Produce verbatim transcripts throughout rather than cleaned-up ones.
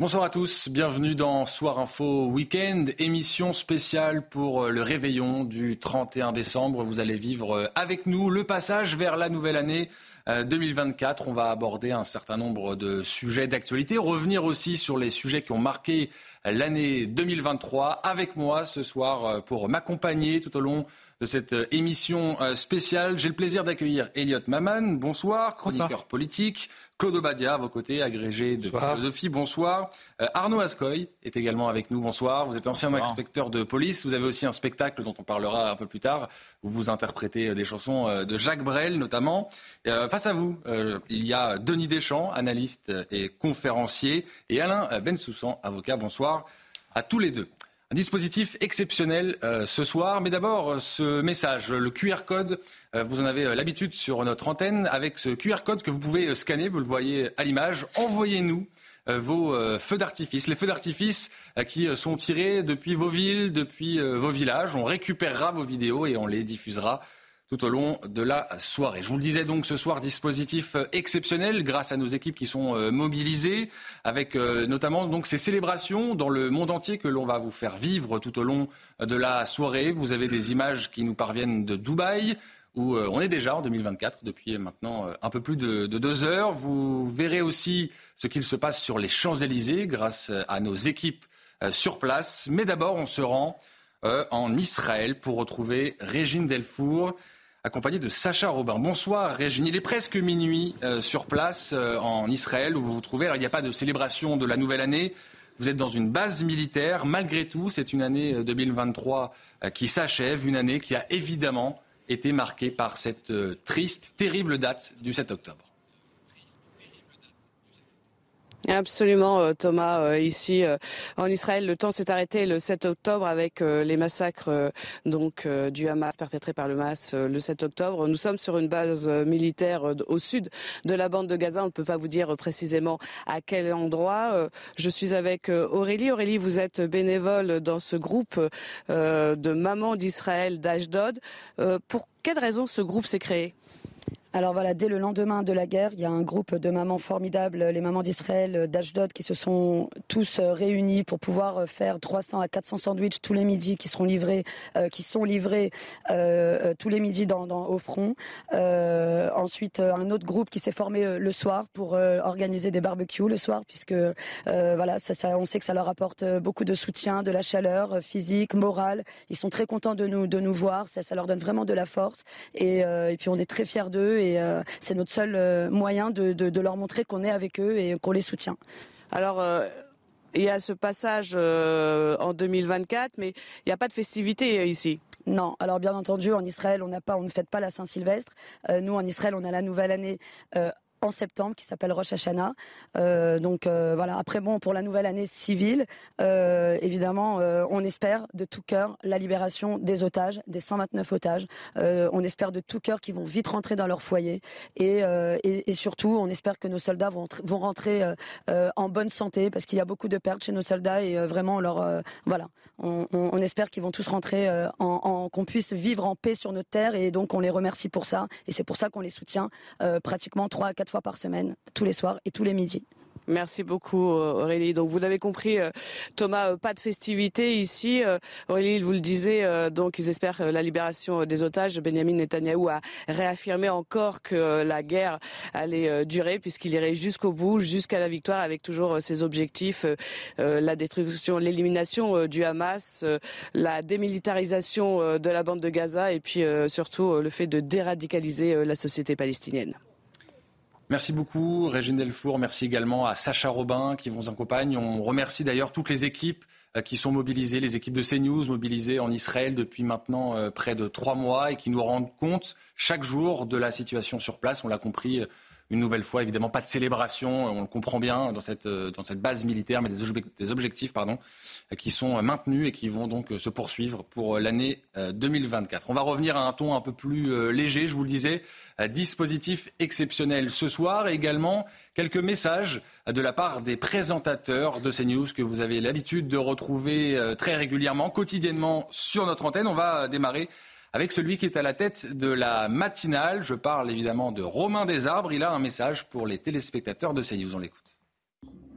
Bonsoir à tous, bienvenue dans Soir Info Week-end, émission spéciale pour le réveillon du trente et un décembre. Vous allez vivre avec nous le passage vers la nouvelle année deux mille vingt-quatre. On va aborder un certain nombre de sujets d'actualité, revenir aussi sur les sujets qui ont marqué l'année deux mille vingt-trois. Avec moi ce soir pour m'accompagner tout au long de cette émission spéciale, j'ai le plaisir d'accueillir Elliot Maman. Bonsoir, chroniqueur bonsoir. Politique. Claude Obadia, à vos côtés, agrégé de bonsoir. Philosophie. Bonsoir. Euh, Arnaud Ascoy est également avec nous. Bonsoir. Vous êtes ancien bonsoir. Inspecteur de police. Vous avez aussi un spectacle dont on parlera un peu plus tard, où vous interprétez des chansons de Jacques Brel notamment. Euh, face à vous, euh, il y a Denis Deschamps, analyste et conférencier, et Alain Bensoussan, avocat. Bonsoir à tous les deux. Un dispositif exceptionnel euh, ce soir, mais d'abord ce message, le Q R code, euh, vous en avez l'habitude sur notre antenne, avec ce Q R code que vous pouvez scanner, vous le voyez à l'image, envoyez-nous euh, vos euh, feux d'artifice, les feux d'artifice euh, qui euh, sont tirés depuis vos villes, depuis euh, vos villages, on récupérera vos vidéos et on les diffusera tout au long de la soirée. Je vous le disais donc ce soir, dispositif exceptionnel grâce à nos équipes qui sont euh, mobilisées, avec euh, notamment donc ces célébrations dans le monde entier que l'on va vous faire vivre tout au long de la soirée. Vous avez des images qui nous parviennent de Dubaï, où euh, on est déjà en deux mille vingt-quatre, depuis maintenant euh, un peu plus de, de deux heures. Vous verrez aussi ce qu'il se passe sur les Champs-Élysées grâce à nos équipes euh, sur place. Mais d'abord, on se rend euh, en Israël pour retrouver Régine Delfour, accompagné de Sacha Robin. Bonsoir Régine, il est presque minuit euh, sur place euh, en Israël où vous vous trouvez. Alors il n'y a pas de célébration de la nouvelle année, vous êtes dans une base militaire. Malgré tout, c'est une année deux mille vingt-trois euh, qui s'achève, une année qui a évidemment été marquée par cette euh, triste, terrible date du sept octobre. Absolument Thomas, ici en Israël le temps s'est arrêté le sept octobre avec les massacres donc du Hamas perpétrés par le Hamas le sept octobre. Nous sommes sur une base militaire au sud de la bande de Gaza, on ne peut pas vous dire précisément à quel endroit. Je suis avec Aurélie. Aurélie, vous êtes bénévole dans ce groupe de mamans d'Israël d'Ashdod. Pour quelle raison ce groupe s'est créé ? Alors voilà, dès le lendemain de la guerre, il y a un groupe de mamans formidables, les mamans d'Israël, d'Ashdod, qui se sont tous réunis pour pouvoir faire trois cents à quatre cents sandwichs tous les midis qui seront livrés, euh, qui sont livrés euh, tous les midis dans, dans, au front. Euh, ensuite, un autre groupe qui s'est formé le soir pour euh, organiser des barbecues le soir, puisque euh, voilà, ça, ça, on sait que ça leur apporte beaucoup de soutien, de la chaleur physique, morale. Ils sont très contents de nous, de nous voir, ça, ça leur donne vraiment de la force. Et, euh, et puis on est très fiers d'eux. Et euh, c'est notre seul euh, moyen de, de, de leur montrer qu'on est avec eux et qu'on les soutient. Alors, euh, il y a ce passage euh, en deux mille vingt-quatre, mais il n'y a pas de festivité ici. Non, alors bien entendu, en Israël, on n'a pas, on ne fête pas la Saint-Sylvestre. Euh, nous, en Israël, on a la nouvelle année euh, en septembre qui s'appelle Rosh Hashanah. Euh, donc euh, voilà. Après bon, pour la nouvelle année civile, euh, évidemment, euh, on espère de tout cœur la libération des otages, des cent vingt-neuf otages. Euh, on espère de tout cœur qu'ils vont vite rentrer dans leur foyer et, euh, et, et surtout, on espère que nos soldats vont, vont rentrer euh, euh, en bonne santé parce qu'il y a beaucoup de pertes chez nos soldats et euh, vraiment leur euh, voilà. On, on, on espère qu'ils vont tous rentrer euh, en, en qu'on puisse vivre en paix sur notre terre et donc on les remercie pour ça et c'est pour ça qu'on les soutient euh, pratiquement trois à quatre fois par semaine, tous les soirs et tous les midis. Merci beaucoup Aurélie. Donc vous l'avez compris, Thomas, pas de festivité ici. Aurélie, il vous le disait, donc ils espèrent la libération des otages. Benyamin Netanyahou a réaffirmé encore que la guerre allait durer puisqu'il irait jusqu'au bout, jusqu'à la victoire, avec toujours ses objectifs, la destruction, l'élimination du Hamas, la démilitarisation de la bande de Gaza et puis surtout le fait de déradicaliser la société palestinienne. Merci beaucoup Régine Delfour, merci également à Sacha Robin qui vous accompagne. On remercie d'ailleurs toutes les équipes qui sont mobilisées, les équipes de CNews mobilisées en Israël depuis maintenant près de trois mois et qui nous rendent compte chaque jour de la situation sur place. On l'a compris une nouvelle fois, évidemment pas de célébration, on le comprend bien dans cette, dans cette base militaire, mais des, objectifs, des objectifs pardon, qui sont maintenus et qui vont donc se poursuivre pour l'année deux mille vingt-quatre. On va revenir à un ton un peu plus léger, je vous le disais, dispositif exceptionnel ce soir et également quelques messages de la part des présentateurs de CNews que vous avez l'habitude de retrouver très régulièrement, quotidiennement sur notre antenne. On va démarrer avec celui qui est à la tête de la matinale. Je parle évidemment de Romain Desarbres. Il a un message pour les téléspectateurs de CNews. On l'écoute.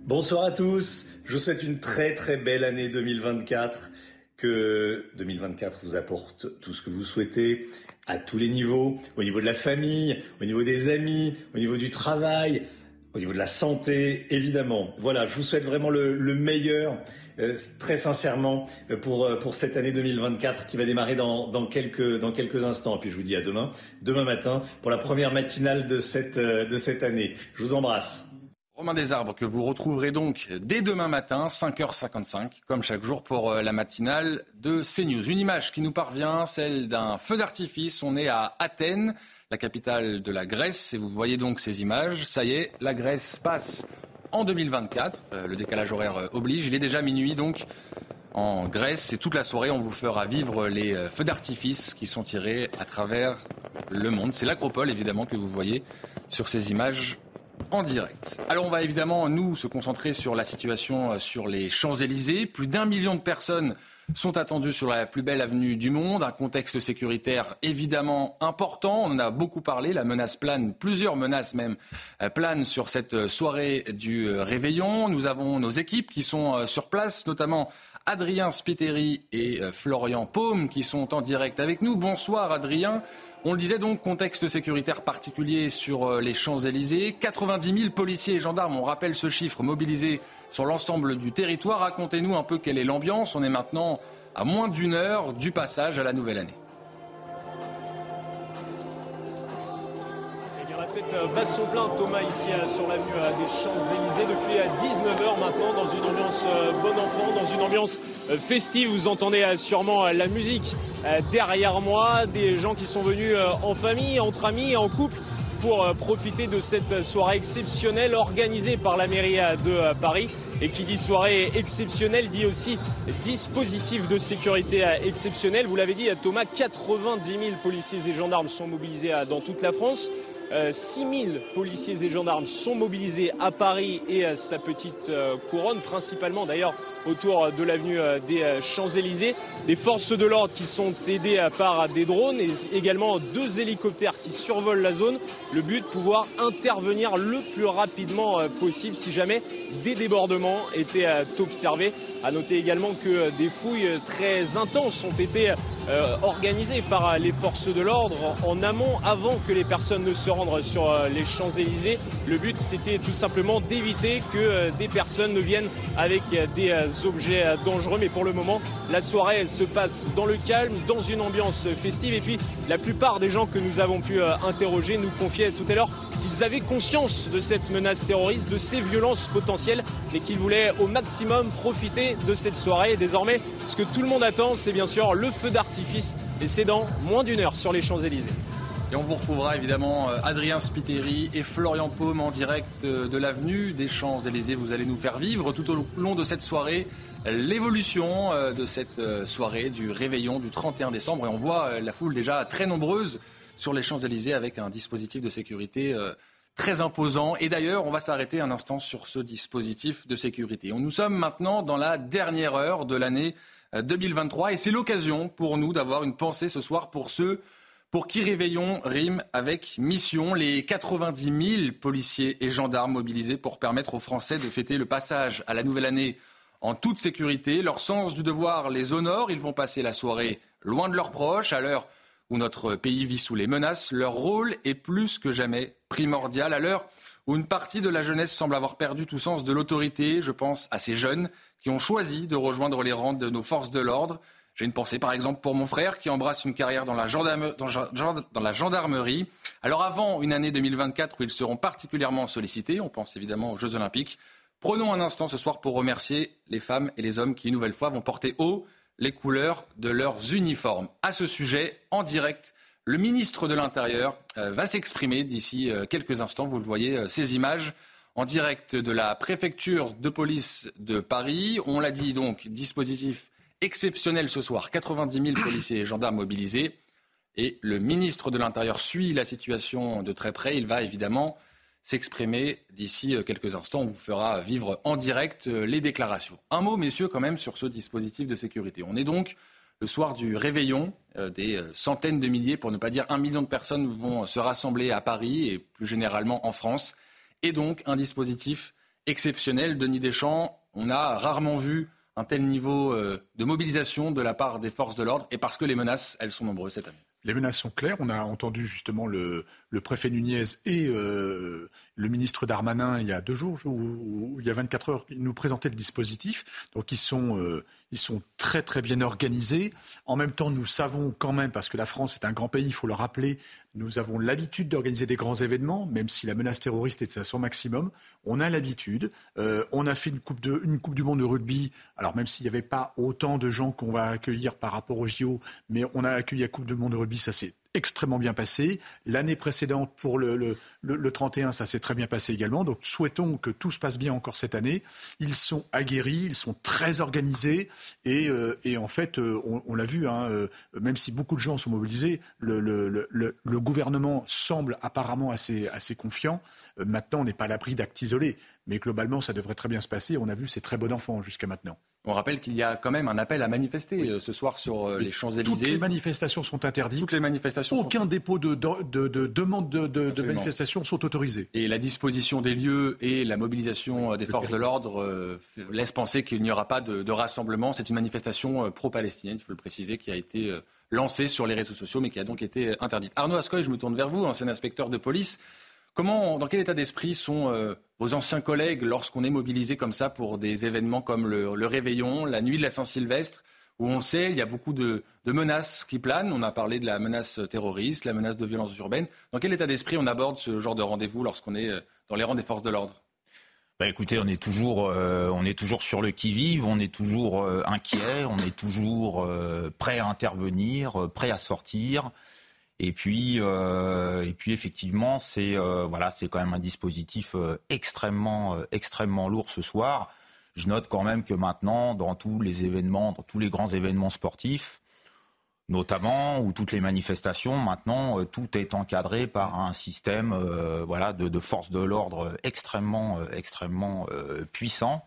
Bonsoir à tous, je vous souhaite une très très belle année deux mille vingt-quatre, que deux mille vingt-quatre vous apporte tout ce que vous souhaitez à tous les niveaux, au niveau de la famille, au niveau des amis, au niveau du travail, au niveau de la santé, évidemment. Voilà, je vous souhaite vraiment le, le meilleur, euh, très sincèrement, pour, pour cette année deux mille vingt-quatre qui va démarrer dans, dans, quelques, dans quelques instants. Puis je vous dis à demain, demain matin, pour la première matinale de cette, de cette année. Je vous embrasse. Romain Desarbres, que vous retrouverez donc dès demain matin, cinq heures cinquante-cinq, comme chaque jour pour la matinale de CNews. Une image qui nous parvient, celle d'un feu d'artifice. On est à Athènes, la capitale de la Grèce, et vous voyez donc ces images. Ça y est, la Grèce passe en deux mille vingt-quatre. Euh, le décalage horaire oblige. Il est déjà minuit donc en Grèce, et toute la soirée, on vous fera vivre les feux d'artifice qui sont tirés à travers le monde. C'est l'Acropole, évidemment, que vous voyez sur ces images en direct. Alors on va évidemment, nous, se concentrer sur la situation sur les Champs-Élysées. Plus d'un million de personnes sont attendues sur la plus belle avenue du monde. Un contexte sécuritaire évidemment important. On en a beaucoup parlé. La menace plane, plusieurs menaces même, planent sur cette soirée du réveillon. Nous avons nos équipes qui sont sur place, notamment Adrien Spiteri et Florian Paume qui sont en direct avec nous. Bonsoir Adrien. On le disait donc, contexte sécuritaire particulier sur les Champs-Élysées. quatre-vingt-dix mille policiers et gendarmes, on rappelle ce chiffre, mobilisés sur l'ensemble du territoire. Racontez-nous un peu quelle est l'ambiance. On est maintenant à moins d'une heure du passage à la nouvelle année. La fête bat son plein, Thomas, ici sur l'avenue des Champs-Élysées depuis dix-neuf heures maintenant, dans une ambiance bon enfant, dans une ambiance festive. Vous entendez sûrement la musique derrière moi, des gens qui sont venus en famille, entre amis, en couple, pour profiter de cette soirée exceptionnelle organisée par la mairie de Paris. Et qui dit soirée exceptionnelle dit aussi dispositif de sécurité exceptionnel. Vous l'avez dit, Thomas, quatre-vingt-dix mille policiers et gendarmes sont mobilisés dans toute la France. Euh, six mille policiers et gendarmes sont mobilisés à Paris et à sa petite euh, couronne, principalement d'ailleurs autour de l'avenue euh, des euh, Champs-Élysées. Des forces de l'ordre qui sont aidées euh, par des drones et également deux hélicoptères qui survolent la zone. Le but, pouvoir intervenir le plus rapidement euh, possible si jamais des débordements étaient euh, observés. À noter également que des fouilles très intenses ont été euh, organisées par les forces de l'ordre en amont, avant que les personnes ne se rendent sur euh, les Champs-Élysées. Le but, c'était tout simplement d'éviter que euh, des personnes ne viennent avec euh, des euh, objets euh, dangereux. Mais pour le moment, la soirée elle se passe dans le calme, dans une ambiance festive. Et puis, la plupart des gens que nous avons pu euh, interroger nous confiaient tout à l'heure qu'ils avaient conscience de cette menace terroriste, de ces violences potentielles, et qu'ils voulaient au maximum profiter de cette soirée. Et désormais, ce que tout le monde attend, c'est bien sûr le feu d'artifice, et c'est dans moins d'une heure sur les Champs-Élysées. Et on vous retrouvera évidemment Adrien Spiteri et Florian Paume en direct de l'avenue des Champs-Élysées. Vous allez nous faire vivre tout au long de cette soirée l'évolution de cette soirée du réveillon du trente et un décembre. Et on voit la foule déjà très nombreuse sur les Champs-Élysées avec un dispositif de sécurité très imposant. Et d'ailleurs, on va s'arrêter un instant sur ce dispositif de sécurité. Nous sommes maintenant dans la dernière heure de l'année deux mille vingt-trois et c'est l'occasion pour nous d'avoir une pensée ce soir pour ceux pour qui réveillon rime avec mission. Les quatre-vingt-dix mille policiers et gendarmes mobilisés pour permettre aux Français de fêter le passage à la nouvelle année en toute sécurité. Leur sens du devoir les honore. Ils vont passer la soirée loin de leurs proches. À l'heure où notre pays vit sous les menaces, leur rôle est plus que jamais primordial. À l'heure où une partie de la jeunesse semble avoir perdu tout sens de l'autorité, je pense à ces jeunes qui ont choisi de rejoindre les rangs de nos forces de l'ordre. J'ai une pensée par exemple pour mon frère qui embrasse une carrière dans la, gendarme, dans, dans la gendarmerie. Alors avant une année deux mille vingt-quatre où ils seront particulièrement sollicités, on pense évidemment aux Jeux Olympiques, prenons un instant ce soir pour remercier les femmes et les hommes qui une nouvelle fois vont porter haut les couleurs de leurs uniformes. À ce sujet, en direct, le ministre de l'Intérieur euh, va s'exprimer d'ici euh, quelques instants. Vous le voyez, euh, ces images en direct de la préfecture de police de Paris. On l'a dit donc, dispositif exceptionnel ce soir. quatre-vingt-dix mille policiers et gendarmes mobilisés. Et le ministre de l'Intérieur suit la situation de très près. Il va évidemment s'exprimer d'ici quelques instants. On vous fera vivre en direct les déclarations. Un mot, messieurs, quand même, sur ce dispositif de sécurité. On est donc le soir du réveillon. Des centaines de milliers, pour ne pas dire un million de personnes vont se rassembler à Paris et plus généralement en France. Et donc un dispositif exceptionnelle. Denis Deschamps, on a rarement vu un tel niveau euh, de mobilisation de la part des forces de l'ordre et parce que les menaces, elles sont nombreuses cette année. Les menaces sont claires. On a entendu justement le, le préfet Nunez et euh, le ministre Darmanin il y a deux jours, ou, ou il y a vingt-quatre heures, ils nous présentaient le dispositif. Donc ils sont, euh, ils sont très très bien organisés. En même temps, nous savons quand même, parce que la France est un grand pays, il faut le rappeler, nous avons l'habitude d'organiser des grands événements, même si la menace terroriste est à son maximum. On a l'habitude. Euh, on a fait une coupe, de, une coupe du monde de rugby. Alors même s'il n'y avait pas autant de gens qu'on va accueillir par rapport au J O, mais on a accueilli la coupe du monde de rugby, ça s'est extrêmement bien passé. L'année précédente, pour le, le, le, le trente et un, ça s'est très bien passé également. Donc souhaitons que tout se passe bien encore cette année. Ils sont aguerris, ils sont très organisés et, euh, et en fait, euh, on, on l'a vu, hein, euh, même si beaucoup de gens sont mobilisés, le, le, le, le, le gouvernement semble apparemment assez, assez confiant. Euh, maintenant, on n'est pas à l'abri d'actes isolés, mais globalement, ça devrait très bien se passer. On a vu, c'est très bon enfant jusqu'à maintenant. On rappelle qu'il y a quand même un appel à manifester oui. ce soir sur euh, les Champs-Élysées. Toutes les manifestations sont interdites. Toutes les manifestations Aucun sont... dépôt de, de, de, de demande de, de, de manifestation sont autorisés. Et la disposition des lieux et la mobilisation oui, des forces de l'ordre euh, laissent penser qu'il n'y aura pas de, de rassemblement. C'est une manifestation euh, pro-palestinienne, il faut le préciser, qui a été euh, lancée sur les réseaux sociaux mais qui a donc été interdite. Arnaud Ascoy, je me tourne vers vous, ancien inspecteur de police. Comment, dans quel état d'esprit sont euh, vos anciens collègues lorsqu'on est mobilisé comme ça pour des événements comme le, le Réveillon, la nuit de la Saint-Sylvestre, où on sait il y a beaucoup de, de menaces qui planent. On a parlé de la menace terroriste, la menace de violence urbaine. Dans quel état d'esprit on aborde ce genre de rendez-vous lorsqu'on est dans les rangs des forces de l'ordre ? Bah écoutez, on est toujours, euh, on est toujours sur le qui-vive, on est toujours euh, inquiet, on est toujours euh, prêt à intervenir, euh, prêt à sortir. Et puis, euh, et puis effectivement, c'est euh, voilà, c'est quand même un dispositif euh, extrêmement, euh, extrêmement lourd ce soir. Je note quand même que maintenant, dans tous les événements, dans tous les grands événements sportifs, notamment ou toutes les manifestations, maintenant, euh, tout est encadré par un système, euh, voilà, de, de force de l'ordre extrêmement, euh, extrêmement euh, puissant.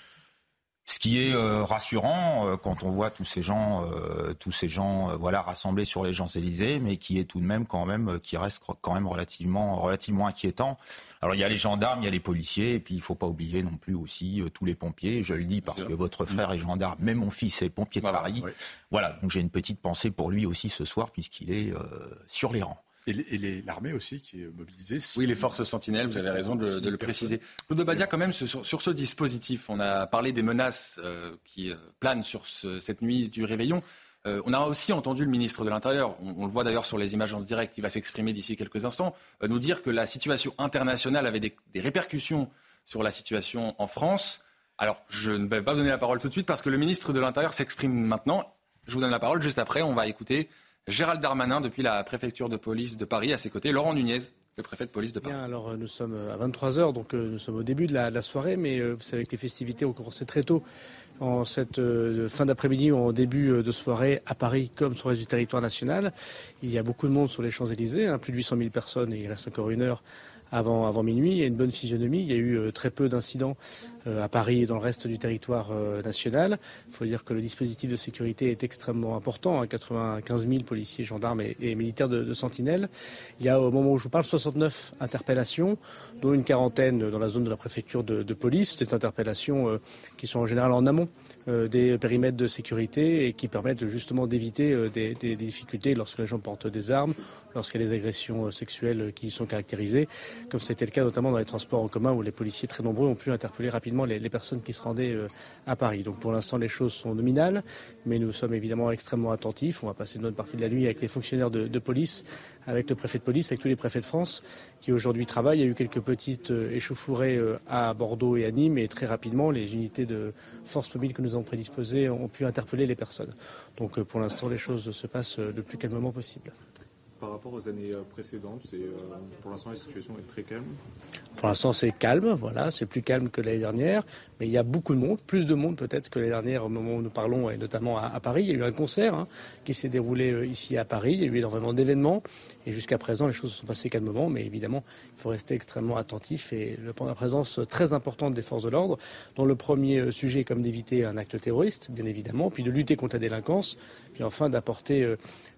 Ce qui est euh, rassurant euh, quand on voit tous ces gens, euh, tous ces gens, euh, voilà, rassemblés sur les Champs-Élysées, mais qui est tout de même quand même, euh, qui reste quand même relativement, relativement inquiétant. Alors il y a les gendarmes, il y a les policiers, et puis il faut pas oublier non plus aussi euh, tous les pompiers. Je le dis parce que votre frère est gendarme, même mon fils est pompier de Paris. Oui. Voilà, donc j'ai une petite pensée pour lui aussi ce soir puisqu'il est euh, sur les rangs. Et, et les, l'armée aussi qui est mobilisée. Si oui, les forces sentinelles, vous avez raison de, de le préciser. Claude Obadia, quand même, sur, sur ce dispositif, on a parlé des menaces euh, qui euh, planent sur ce, cette nuit du Réveillon. Euh, on a aussi entendu le ministre de l'Intérieur, on, on le voit d'ailleurs sur les images en direct, il va s'exprimer d'ici quelques instants, euh, nous dire que la situation internationale avait des, des répercussions sur la situation en France. Alors, je ne vais pas donner la parole tout de suite parce que le ministre de l'Intérieur s'exprime maintenant. Je vous donne la parole juste après, on va écouter Gérald Darmanin, depuis la préfecture de police de Paris, à ses côtés, Laurent Nunez, le préfet de police de Paris. Bien, alors nous sommes à vingt-trois heures, donc euh, nous sommes au début de la, de la soirée, mais euh, vous savez que les festivités ont commencé très tôt, en cette euh, fin d'après-midi ou en début de soirée à Paris, comme sur le reste du territoire national. Il y a beaucoup de monde sur les Champs-Élysées, hein, plus de huit cent mille personnes, et il reste encore une heure avant, avant minuit. Il y a une bonne physionomie. Il y a eu euh, très peu d'incidents euh, à Paris et dans le reste du territoire euh, national. Il faut dire que le dispositif de sécurité est extrêmement important. Hein, quatre-vingt-quinze mille policiers, gendarmes et, et militaires de, de sentinelle. Il y a, au moment où je vous parle, soixante-neuf interpellations, dont une quarantaine dans la zone de la préfecture de, de police. Ces interpellations euh, qui sont en général en amont euh, des périmètres de sécurité et qui permettent justement d'éviter euh, des, des, des difficultés lorsque les gens portent des armes, lorsqu'il y a des agressions euh, sexuelles qui sont caractérisées, comme c'était le cas notamment dans les transports en commun où les policiers très nombreux ont pu interpeller rapidement les, les personnes qui se rendaient euh, à Paris. Donc pour l'instant les choses sont nominales, mais nous sommes évidemment extrêmement attentifs. On va passer une bonne partie de la nuit avec les fonctionnaires de, de police, avec le préfet de police, avec tous les préfets de France qui aujourd'hui travaillent. Il y a eu quelques petites euh, échauffourées euh, à Bordeaux et à Nîmes, et très rapidement les unités de force mobile que nous avons prédisposées ont pu interpeller les personnes. Donc euh, pour l'instant les choses se passent euh, le plus calmement possible. Par rapport aux années précédentes, c'est, euh, pour l'instant la situation est très calme. Pour l'instant c'est calme, voilà, c'est plus calme que l'année dernière, mais il y a beaucoup de monde, plus de monde peut-être que l'année dernière au moment où nous parlons, et notamment à, à Paris. Il y a eu un concert hein, qui s'est déroulé euh, ici à Paris, il y a eu énormément d'événements, et jusqu'à présent les choses se sont passées calmement, mais évidemment il faut rester extrêmement attentif, et le, la présence très importante des forces de l'ordre, dont le premier sujet est comme d'éviter un acte terroriste, bien évidemment, puis de lutter contre la délinquance, puis enfin d'apporter euh,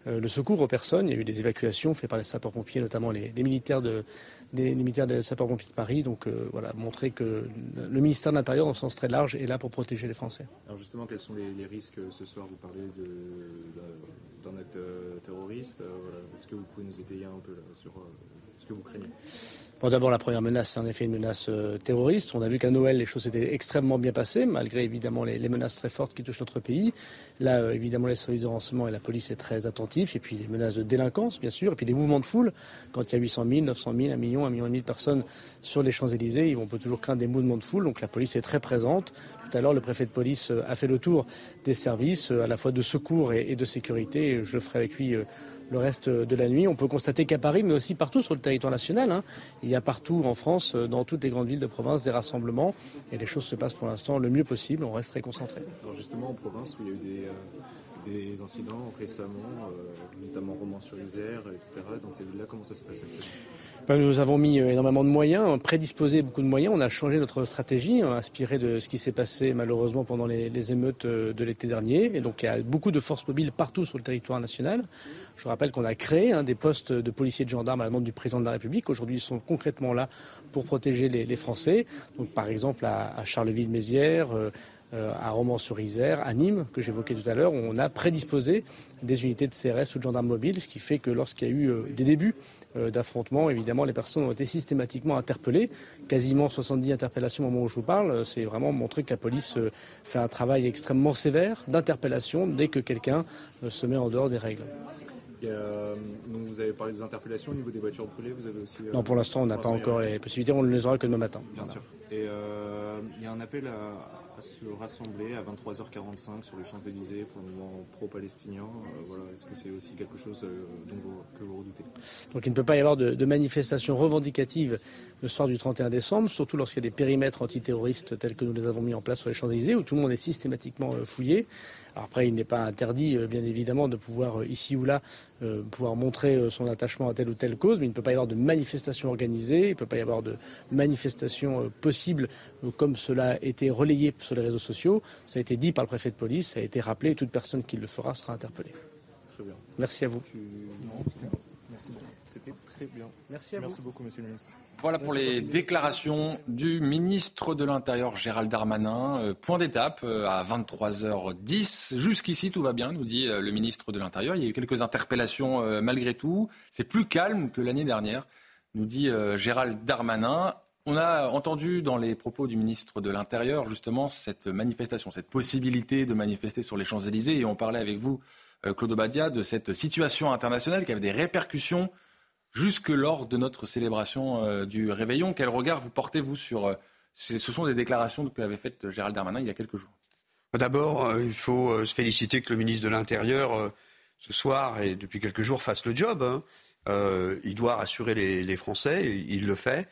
euh, le secours aux personnes. Il y a eu des évacuations faites par les sapeurs-pompiers, notamment les, les militaires de des, les militaires des sapeurs-pompiers de Paris. Donc euh, voilà, montrer que le ministère de l'Intérieur, dans le sens très large, est là pour protéger les Français. Alors justement, quels sont les, les risques ce soir? Vous parlez de, de, d'un acte terroriste. Euh, voilà. Est-ce que vous pouvez nous étayer un peu là, sur euh, ce que vous craignez? Bon, d'abord, la première menace, c'est en effet une menace euh, terroriste. On a vu qu'à Noël, les choses étaient extrêmement bien passées, malgré évidemment les, les menaces très fortes qui touchent notre pays. Là, euh, évidemment, les services de renseignement et la police est très attentifs. Et puis les menaces de délinquance, bien sûr. Et puis des mouvements de foule. Quand il y a huit cent mille, neuf cent mille, un million, un million et demi de personnes sur les Champs-Élysées, on peut toujours craindre des mouvements de foule. Donc la police est très présente. Tout à l'heure, le préfet de police a fait le tour des services, à la fois de secours et, et de sécurité. Je le ferai avec lui le reste de la nuit. On peut constater qu'à Paris, mais aussi partout sur le territoire national, hein, il y a partout en France, dans toutes les grandes villes de province, des rassemblements. Et les choses se passent pour l'instant le mieux possible. On reste très concentrés. Alors justement, en province, où il y a eu des, euh, des incidents récemment, euh, notamment Romans-sur-Isère, et cetera, dans ces villes-là, comment ça se passe actuellement? Ben, nous avons mis énormément de moyens, prédisposé beaucoup de moyens. On a changé notre stratégie, inspiré de ce qui s'est passé malheureusement pendant les, les émeutes de l'été dernier. Et donc il y a beaucoup de forces mobiles partout sur le territoire national. Je rappelle qu'on a créé hein, des postes de policiers et de gendarmes à la demande du président de la République. Aujourd'hui, ils sont concrètement là pour protéger les, les Français. Donc par exemple à, à Charleville-Mézières, euh, à Romans-sur-Isère, à Nîmes, que j'évoquais tout à l'heure, on a prédisposé des unités de C R S ou de gendarmes mobiles, ce qui fait que lorsqu'il y a eu euh, des débuts euh, d'affrontements, évidemment, les personnes ont été systématiquement interpellées. Quasiment soixante-dix interpellations au moment où je vous parle. C'est vraiment montrer que la police euh, fait un travail extrêmement sévère d'interpellation dès que quelqu'un euh, se met en dehors des règles. Il y a, donc vous avez parlé des interpellations au niveau des voitures brûlées, vous avez aussi... Euh, non, pour l'instant, on n'a pas encore les possibilités, on ne les aura que demain matin. Bien voilà. sûr. Et euh, il y a un appel à, à se rassembler à vingt-trois heures quarante-cinq sur les Champs-Élysées pour le mouvement pro-palestinien. Euh, voilà. Est-ce que c'est aussi quelque chose euh, dont vous, que vous redoutez? Donc il ne peut pas y avoir de, de manifestations revendicatives le soir du trente et un décembre, surtout lorsqu'il y a des périmètres antiterroristes tels que nous les avons mis en place sur les Champs-Élysées, où tout le monde est systématiquement euh, fouillé. Alors après, il n'est pas interdit, euh, bien évidemment, de pouvoir, euh, ici ou là, euh, pouvoir montrer euh, son attachement à telle ou telle cause, mais il ne peut pas y avoir de manifestations organisées, il ne peut pas y avoir de manifestations euh, possibles, euh, comme cela a été relayé sur les réseaux sociaux. Ça a été dit par le préfet de police, ça a été rappelé, toute personne qui le fera sera interpellée. Très bien. Merci à vous. Merci. C'était très bien. Merci à vous. Merci beaucoup, monsieur le ministre. Voilà pour les déclarations du ministre de l'Intérieur Gérald Darmanin. Euh, point d'étape euh, à vingt-trois heures dix. Jusqu'ici, tout va bien, nous dit euh, le ministre de l'Intérieur. Il y a eu quelques interpellations euh, malgré tout. C'est plus calme que l'année dernière, nous dit euh, Gérald Darmanin. On a entendu dans les propos du ministre de l'Intérieur justement cette manifestation, cette possibilité de manifester sur les Champs-Élysées. Et on parlait avec vous, euh, Claude Obadia, de cette situation internationale qui avait des répercussions jusque lors de notre célébration euh, du Réveillon. Quel regard vous portez, vous, sur... Euh, ce sont des déclarations qu'avait faites Gérald Darmanin il y a quelques jours. D'abord, euh, il faut euh, se féliciter que le ministre de l'Intérieur, euh, ce soir et depuis quelques jours, fasse le job. Hein. Euh, il doit rassurer les, les Français, il le fait.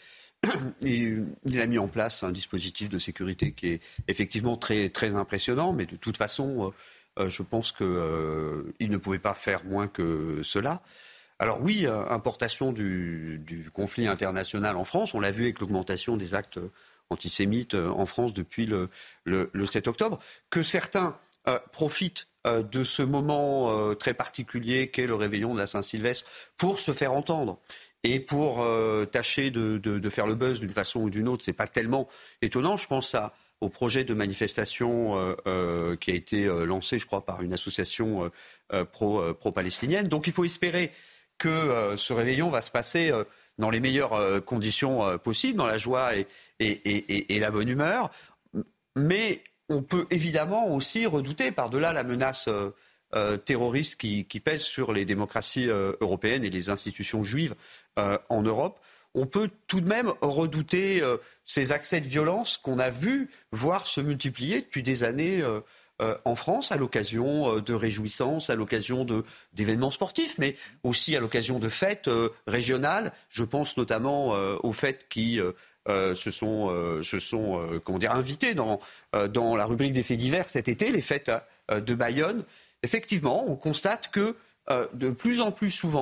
Il, il a mis en place un dispositif de sécurité qui est effectivement très, très impressionnant, mais de toute façon, euh, je pense qu'il euh, ne pouvait pas faire moins que cela. Alors oui, euh, importation du, du conflit international en France, on l'a vu avec l'augmentation des actes antisémites en France depuis le, le, le sept octobre, que certains euh, profitent euh, de ce moment euh, très particulier qu'est le réveillon de la Saint-Sylvestre pour se faire entendre. Et pour euh, tâcher de, de, de faire le buzz d'une façon ou d'une autre, c'est pas tellement étonnant. Je pense à, au projet de manifestation euh, euh, qui a été euh, lancé, je crois, par une association euh, pro, euh, pro-palestinienne. Donc il faut espérer que euh, ce réveillon va se passer euh, dans les meilleures euh, conditions euh, possibles, dans la joie et, et, et, et la bonne humeur. Mais on peut évidemment aussi redouter, par-delà la menace euh, euh, terroriste qui, qui pèse sur les démocraties euh, européennes et les institutions juives euh, en Europe, on peut tout de même redouter euh, ces accès de violence qu'on a vu voir se multiplier depuis des années euh, euh, en France, à l'occasion euh, de réjouissances, à l'occasion de, d'événements sportifs, mais aussi à l'occasion de fêtes euh, régionales. Je pense notamment euh, aux fêtes qui euh, euh, se sont, euh, se sont euh, comment dire, invitées dans, euh, dans la rubrique des faits divers cet été, les fêtes euh, de Bayonne. Effectivement, on constate que euh, de plus en plus souvent,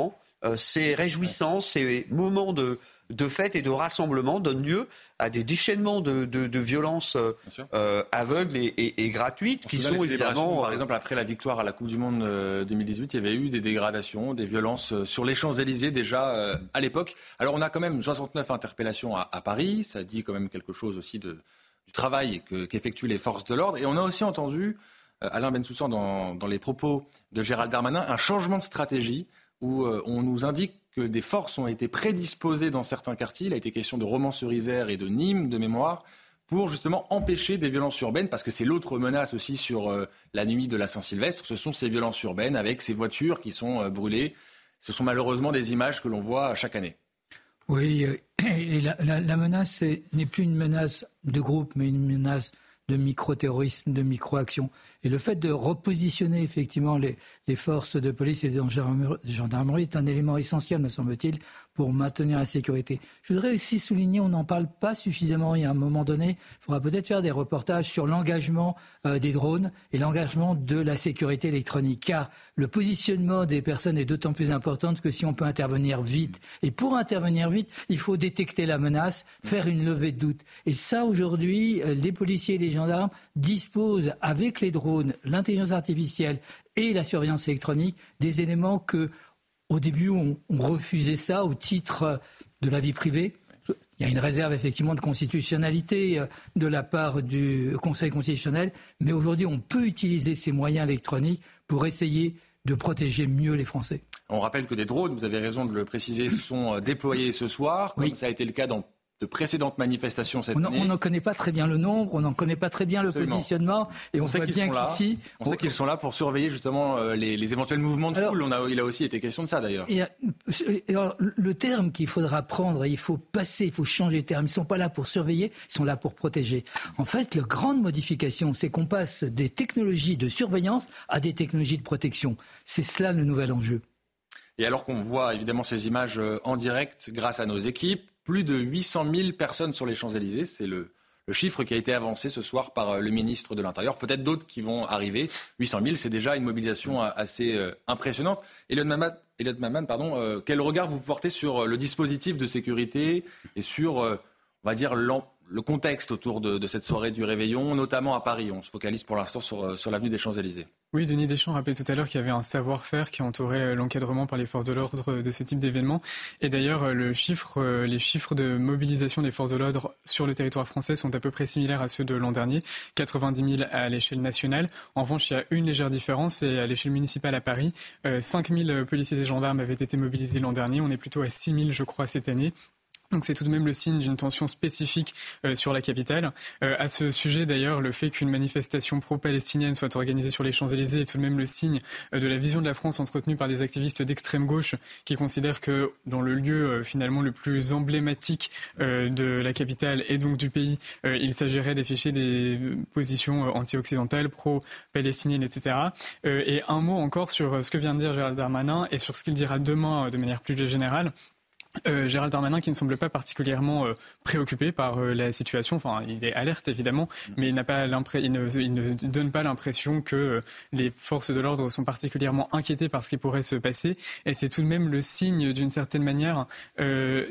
euh, ces réjouissances, ces moments de, de fête et de rassemblement donnent lieu à des déchaînements de, de, de violences euh, aveugles et, et, et gratuites, qui sont évidemment... Par exemple, après la victoire à la Coupe du Monde euh, deux mille dix-huit, il y avait eu des dégradations, des violences euh, sur les Champs-Élysées déjà euh, à l'époque. Alors on a quand même soixante-neuf interpellations à, à Paris, ça dit quand même quelque chose aussi de, du travail que, qu'effectuent les forces de l'ordre. Et on a aussi entendu, euh, Alain Bensoussan, dans, dans les propos de Gérald Darmanin, un changement de stratégie où euh, on nous indique que des forces ont été prédisposées dans certains quartiers. Il a été question de Romans-sur-Isère et de Nîmes, de mémoire, pour justement empêcher des violences urbaines, parce que c'est l'autre menace aussi sur euh, la nuit de la Saint-Sylvestre. Ce sont ces violences urbaines avec ces voitures qui sont euh, brûlées. Ce sont malheureusement des images que l'on voit chaque année. Oui, euh, et la, la, la menace c'est, n'est plus une menace de groupe, mais une menace de micro-terrorisme, de micro-action. Et le fait de repositionner effectivement les, les forces de police et de gendarmerie est un élément essentiel, me semble-t-il, pour maintenir la sécurité. Je voudrais aussi souligner, on n'en parle pas suffisamment, et à un moment donné, il faudra peut-être faire des reportages sur l'engagement euh, des drones et l'engagement de la sécurité électronique, car le positionnement des personnes est d'autant plus important que si on peut intervenir vite. Et pour intervenir vite, il faut détecter la menace, faire une levée de doute. Et ça, aujourd'hui, les policiers et les gendarmes disposent, avec les drones, l'intelligence artificielle et la surveillance électronique, des éléments que, au début, on, on refusait ça au titre de la vie privée. Il y a une réserve effectivement de constitutionnalité de la part du Conseil constitutionnel, mais aujourd'hui, on peut utiliser ces moyens électroniques pour essayer de protéger mieux les Français. On rappelle que des drones, vous avez raison de le préciser, sont déployés ce soir, comme oui. ça a été le cas dans de précédentes manifestations cette on année. On n'en connaît pas très bien le nombre, on n'en connaît pas très bien le Absolument. positionnement, et on, on voit bien qu'ici... On sait qu'ils sont là pour surveiller justement les, les éventuels mouvements de alors, foule. On a, il a aussi été question de ça d'ailleurs. Et, alors, le terme qu'il faudra prendre, il faut passer, il faut changer de terme. Ils ne sont pas là pour surveiller, ils sont là pour protéger. En fait, la grande modification, c'est qu'on passe des technologies de surveillance à des technologies de protection. C'est cela le nouvel enjeu. Et alors qu'on voit évidemment ces images en direct grâce à nos équipes, plus de huit cent mille personnes sur les Champs-Élysées, c'est le, le chiffre qui a été avancé ce soir par le ministre de l'Intérieur. Peut-être d'autres qui vont arriver. huit cent mille, c'est déjà une mobilisation assez euh, impressionnante. Elliot Maman, Elliot Maman, pardon, euh, quel regard vous portez sur le dispositif de sécurité et sur, euh, on va dire, le contexte autour de, de cette soirée du Réveillon, notamment à Paris? On se focalise pour l'instant sur, sur l'avenue des Champs-Élysées. Oui, Denis Deschamps rappelait tout à l'heure qu'il y avait un savoir-faire qui entourait l'encadrement par les forces de l'ordre de ce type d'événement. Et d'ailleurs, le chiffre, les chiffres de mobilisation des forces de l'ordre sur le territoire français sont à peu près similaires à ceux de l'an dernier, quatre-vingt-dix mille à l'échelle nationale. En revanche, il y a une légère différence, c'est à l'échelle municipale à Paris. Euh, cinq mille policiers et gendarmes avaient été mobilisés l'an dernier. On est plutôt à six mille, je crois, cette année. Donc c'est tout de même le signe d'une tension spécifique euh, sur la capitale. Euh, à ce sujet d'ailleurs, le fait qu'une manifestation pro-palestinienne soit organisée sur les Champs-Élysées est tout de même le signe euh, de la vision de la France entretenue par des activistes d'extrême gauche qui considèrent que dans le lieu euh, finalement le plus emblématique euh, de la capitale et donc du pays, euh, il s'agirait d'afficher des positions euh, anti-occidentales, pro-palestiniennes, et cetera. Euh, et un mot encore sur euh, ce que vient de dire Gérald Darmanin et sur ce qu'il dira demain euh, de manière plus générale. Euh, Gérald Darmanin qui ne semble pas particulièrement euh, préoccupé par euh, la situation, enfin il est alerte évidemment, mais il n'a pas l'impré- il ne, il ne donne pas l'impression que euh, les forces de l'ordre sont particulièrement inquiétées par ce qui pourrait se passer, et c'est tout de même le signe d'une certaine manière euh,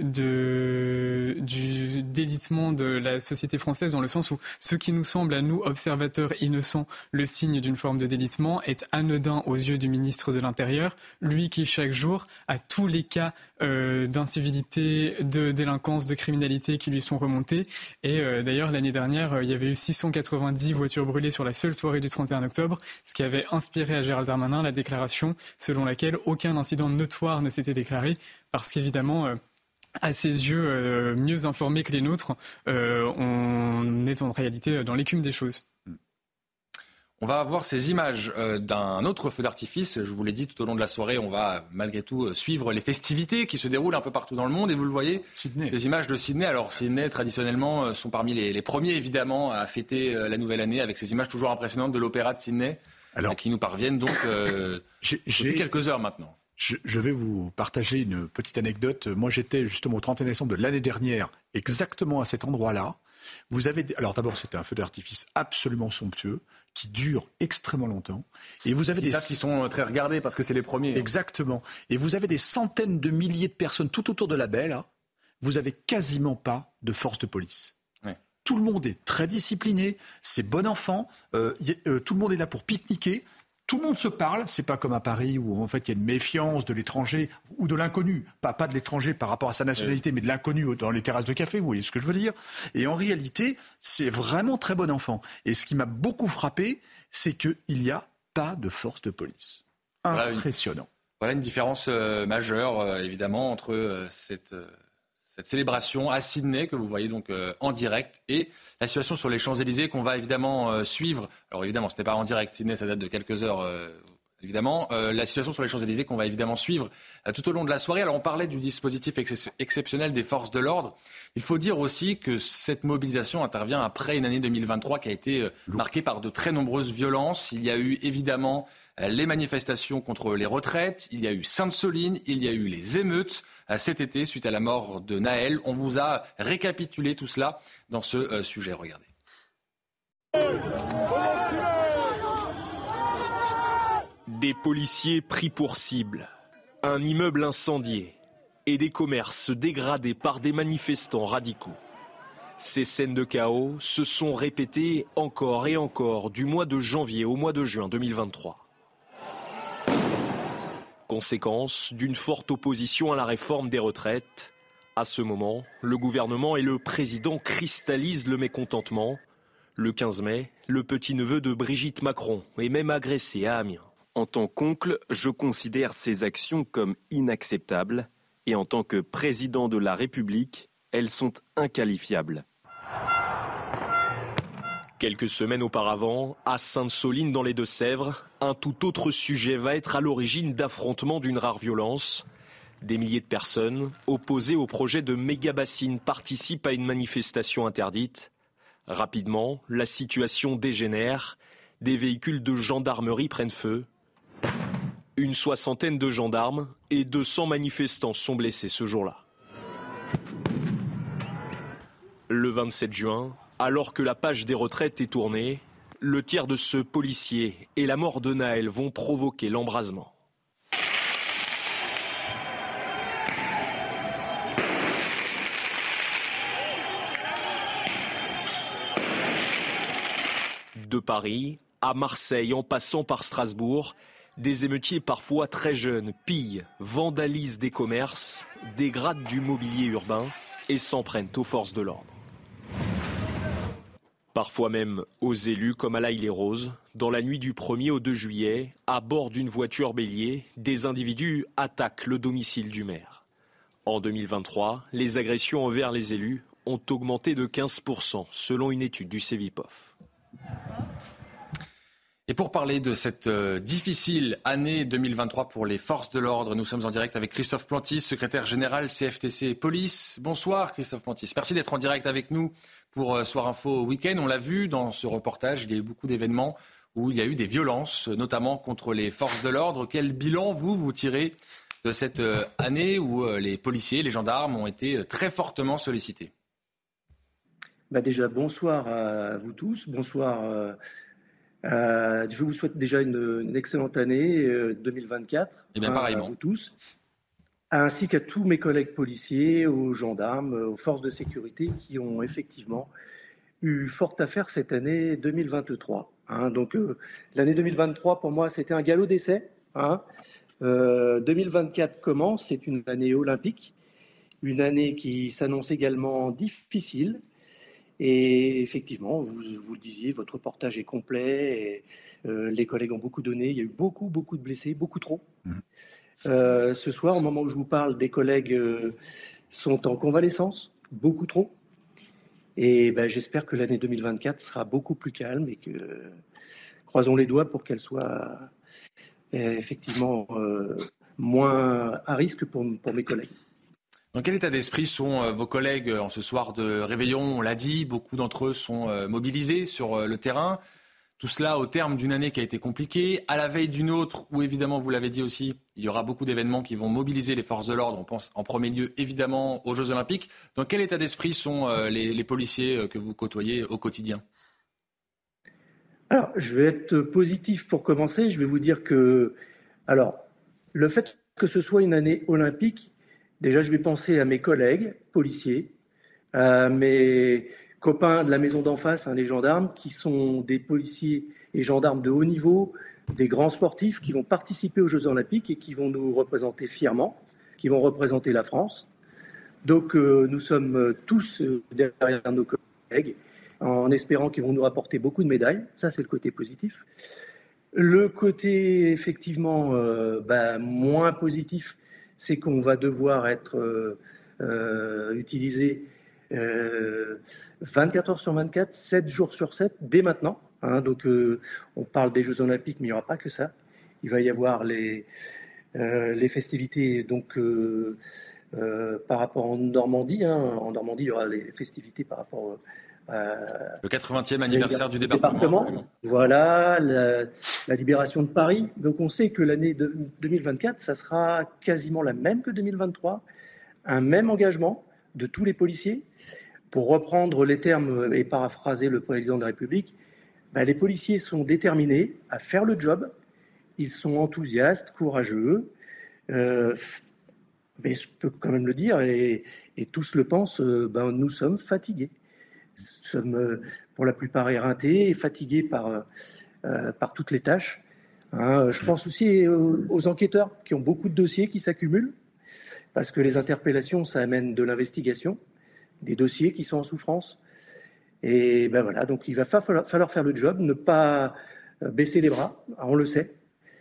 de, du délitement de la société française, dans le sens où ce qui nous semble à nous observateurs innocents le signe d'une forme de délitement est anodin aux yeux du ministre de l'Intérieur, lui qui chaque jour a tous les cas euh, d'un civilité, de délinquance, de criminalité qui lui sont remontées. Et euh, d'ailleurs, l'année dernière, euh, il y avait eu six cent quatre-vingt-dix voitures brûlées sur la seule soirée du trente et un octobre, ce qui avait inspiré à Gérald Darmanin la déclaration selon laquelle aucun incident notoire ne s'était déclaré, parce qu'évidemment... Euh, à ses yeux euh, mieux informés que les nôtres, euh, on est en réalité dans l'écume des choses. On va avoir ces images euh, d'un autre feu d'artifice. Je vous l'ai dit, tout au long de la soirée, on va malgré tout euh, suivre les festivités qui se déroulent un peu partout dans le monde. Et vous le voyez, Sydney. Ces images de Sydney. Alors Sydney, traditionnellement, euh, sont parmi les, les premiers, évidemment, à fêter euh, la nouvelle année avec ces images toujours impressionnantes de l'opéra de Sydney, Alors, euh, qui nous parviennent donc euh, j'ai, j'ai... depuis quelques heures maintenant. Je, je vais vous partager une petite anecdote. Moi, j'étais justement au trente et un décembre de l'année dernière, exactement à cet endroit-là. Vous avez, alors d'abord, c'était un feu d'artifice absolument somptueux, qui dure extrêmement longtemps. Et vous avez des ça qui sont très regardés parce que c'est les premiers. Exactement. Et vous avez des centaines de milliers de personnes tout autour de la baie, là. Vous avez quasiment pas de force de police. Ouais. Tout le monde est très discipliné, c'est bon enfant, euh, y, euh, tout le monde est là pour pique-niquer. Tout le monde se parle, c'est pas comme à Paris où en fait il y a une méfiance de l'étranger ou de l'inconnu, pas, pas de l'étranger par rapport à sa nationalité, oui. mais de l'inconnu dans les terrasses de café, vous voyez ce que je veux dire. Et en réalité, c'est vraiment très bon enfant. Et ce qui m'a beaucoup frappé, c'est qu'il n'y a pas de force de police. Impressionnant. Voilà une, voilà une différence euh, majeure, euh, évidemment, entre euh, cette... Euh... cette célébration à Sydney que vous voyez donc euh, en direct et la situation sur les Champs-Élysées qu'on va évidemment euh, suivre. Alors évidemment, ce n'est pas en direct, Sydney, ça date de quelques heures, euh, évidemment. Euh, la situation sur les Champs-Élysées qu'on va évidemment suivre euh, tout au long de la soirée. Alors on parlait du dispositif ex- exceptionnel des forces de l'ordre. Il faut dire aussi que cette mobilisation intervient après une année deux mille vingt-trois qui a été euh, marquée par de très nombreuses violences. Il y a eu évidemment les manifestations contre les retraites, il y a eu Sainte-Soline, il y a eu les émeutes cet été suite à la mort de Naël. On vous a récapitulé tout cela dans ce euh, sujet. Regardez. Des policiers pris pour cible, un immeuble incendié et des commerces dégradés par des manifestants radicaux. Ces scènes de chaos se sont répétées encore et encore du mois de janvier au mois de juin deux mille vingt-trois. Conséquence d'une forte opposition à la réforme des retraites. À ce moment, le gouvernement et le président cristallisent le mécontentement. Le quinze mai, le petit-neveu de Brigitte Macron est même agressé à Amiens. En tant qu'oncle, je considère ces actions comme inacceptables. Et en tant que président de la République, elles sont inqualifiables. Quelques semaines auparavant, à Sainte-Soline dans les Deux-Sèvres, un tout autre sujet va être à l'origine d'affrontements d'une rare violence. Des milliers de personnes, opposées au projet de méga-bassine, participent à une manifestation interdite. Rapidement, la situation dégénère. Des véhicules de gendarmerie prennent feu. Une soixantaine de gendarmes et deux cents manifestants sont blessés ce jour-là. Le vingt-sept juin, alors que la page des retraites est tournée, le tir de ce policier et la mort de Naël vont provoquer l'embrasement. De Paris à Marseille, en passant par Strasbourg, des émeutiers parfois très jeunes pillent, vandalisent des commerces, dégradent du mobilier urbain et s'en prennent aux forces de l'ordre. Parfois même aux élus comme à l'Haïe-les-Roses. Dans la nuit du premier au deux juillet, à bord d'une voiture bélier, des individus attaquent le domicile du maire. En deux mille vingt-trois, les agressions envers les élus ont augmenté de quinze pour cent selon une étude du Cevipof. Et pour parler de cette euh, difficile année deux mille vingt-trois pour les forces de l'ordre, nous sommes en direct avec Christophe Plantis, secrétaire général C F T C Police. Bonsoir Christophe Plantis, merci d'être en direct avec nous pour euh, Soir Info Week-end. On l'a vu dans ce reportage, il y a eu beaucoup d'événements où il y a eu des violences, notamment contre les forces de l'ordre. Quel bilan vous, vous tirez de cette euh, année où euh, les policiers, les gendarmes ont été très fortement sollicités? Bah déjà, bonsoir à vous tous, bonsoir... Euh... Euh, je vous souhaite déjà une, une excellente année euh, deux mille vingt-quatre. Et bien, pareillement. À vous tous, ainsi qu'à tous mes collègues policiers, aux gendarmes, aux forces de sécurité qui ont effectivement eu fort à faire cette année deux mille vingt-trois. Hein, donc euh, l'année deux mille vingt-trois, pour moi, c'était un galop d'essai. Hein. Euh, deux mille vingt-quatre commence, c'est une année olympique, une année qui s'annonce également difficile. Et effectivement, vous, vous le disiez, votre reportage est complet, et, euh, les collègues ont beaucoup donné, il y a eu beaucoup, beaucoup de blessés, beaucoup trop. Mmh. Euh, ce soir, au moment où je vous parle, des collègues euh, sont en convalescence, beaucoup trop. Et ben, j'espère que l'année deux mille vingt-quatre sera beaucoup plus calme et que, euh, croisons les doigts pour qu'elle soit euh, effectivement euh, moins à risque pour, pour mes collègues. Dans quel état d'esprit sont euh, vos collègues en ce soir de réveillon? On l'a dit, beaucoup d'entre eux sont euh, mobilisés sur euh, le terrain. Tout cela au terme d'une année qui a été compliquée, à la veille d'une autre où, évidemment, vous l'avez dit aussi, il y aura beaucoup d'événements qui vont mobiliser les forces de l'ordre. On pense en premier lieu, évidemment, aux Jeux Olympiques. Dans quel état d'esprit sont euh, les, les policiers euh, que vous côtoyez au quotidien ? Alors, je vais être positif pour commencer. Je vais vous dire que, alors, le fait que ce soit une année olympique, déjà, je vais penser à mes collègues policiers, à mes copains de la maison d'en face, hein, les gendarmes, qui sont des policiers et gendarmes de haut niveau, des grands sportifs qui vont participer aux Jeux Olympiques et qui vont nous représenter fièrement, qui vont représenter la France. Donc, euh, nous sommes tous derrière nos collègues, en espérant qu'ils vont nous rapporter beaucoup de médailles. Ça, c'est le côté positif. Le côté, effectivement, euh, bah, moins positif, c'est qu'on va devoir être euh, euh, utilisé euh, vingt-quatre heures sur vingt-quatre, sept jours sur sept, dès maintenant. Hein, donc, euh, on parle des Jeux Olympiques, mais il n'y aura pas que ça. Il va y avoir les, euh, les festivités donc, euh, euh, par rapport en Normandie. Hein. En Normandie, il y aura les festivités par rapport euh, le quatre-vingtième anniversaire du département. département. Voilà, la, la libération de Paris. Donc, on sait que l'année de, deux mille vingt-quatre, ça sera quasiment la même que deux mille vingt-trois. Un même engagement de tous les policiers. Pour reprendre les termes et paraphraser le président de la République, ben, les policiers sont déterminés à faire le job. Ils sont enthousiastes, courageux. Euh, mais je peux quand même le dire, et, et tous le pensent, euh, ben, nous sommes fatigués. Nous sommes euh, pour la plupart éreintés et fatigués par, euh, par toutes les tâches. Hein, je pense aussi aux, aux enquêteurs qui ont beaucoup de dossiers qui s'accumulent, parce que les interpellations, ça amène de l'investigation, des dossiers qui sont en souffrance. Et ben voilà, donc il va falloir, falloir faire le job, ne pas baisser les bras, on le sait.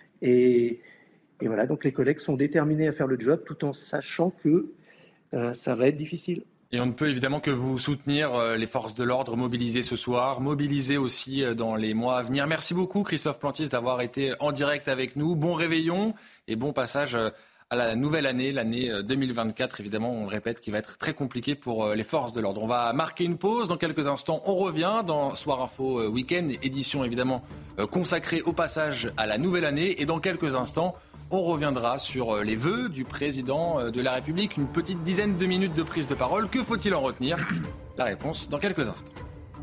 Et, et voilà, donc les collègues sont déterminés à faire le job tout en sachant que euh, ça va être difficile. Et on ne peut évidemment que vous soutenir euh, les forces de l'ordre mobilisées ce soir, mobilisées aussi euh, dans les mois à venir. Merci beaucoup Christophe Plantis d'avoir été en direct avec nous. Bon réveillon et bon passage euh, à la nouvelle année, l'année deux mille vingt-quatre, évidemment, on le répète, qui va être très compliqué pour les forces de l'ordre. On va marquer une pause. Dans quelques instants, on revient dans Soir Info Week-end, édition évidemment consacrée au passage à la nouvelle année. Et dans quelques instants, on reviendra sur les vœux du président de la République. Une petite dizaine de minutes de prise de parole. Que faut-il en retenir ? La réponse dans quelques instants.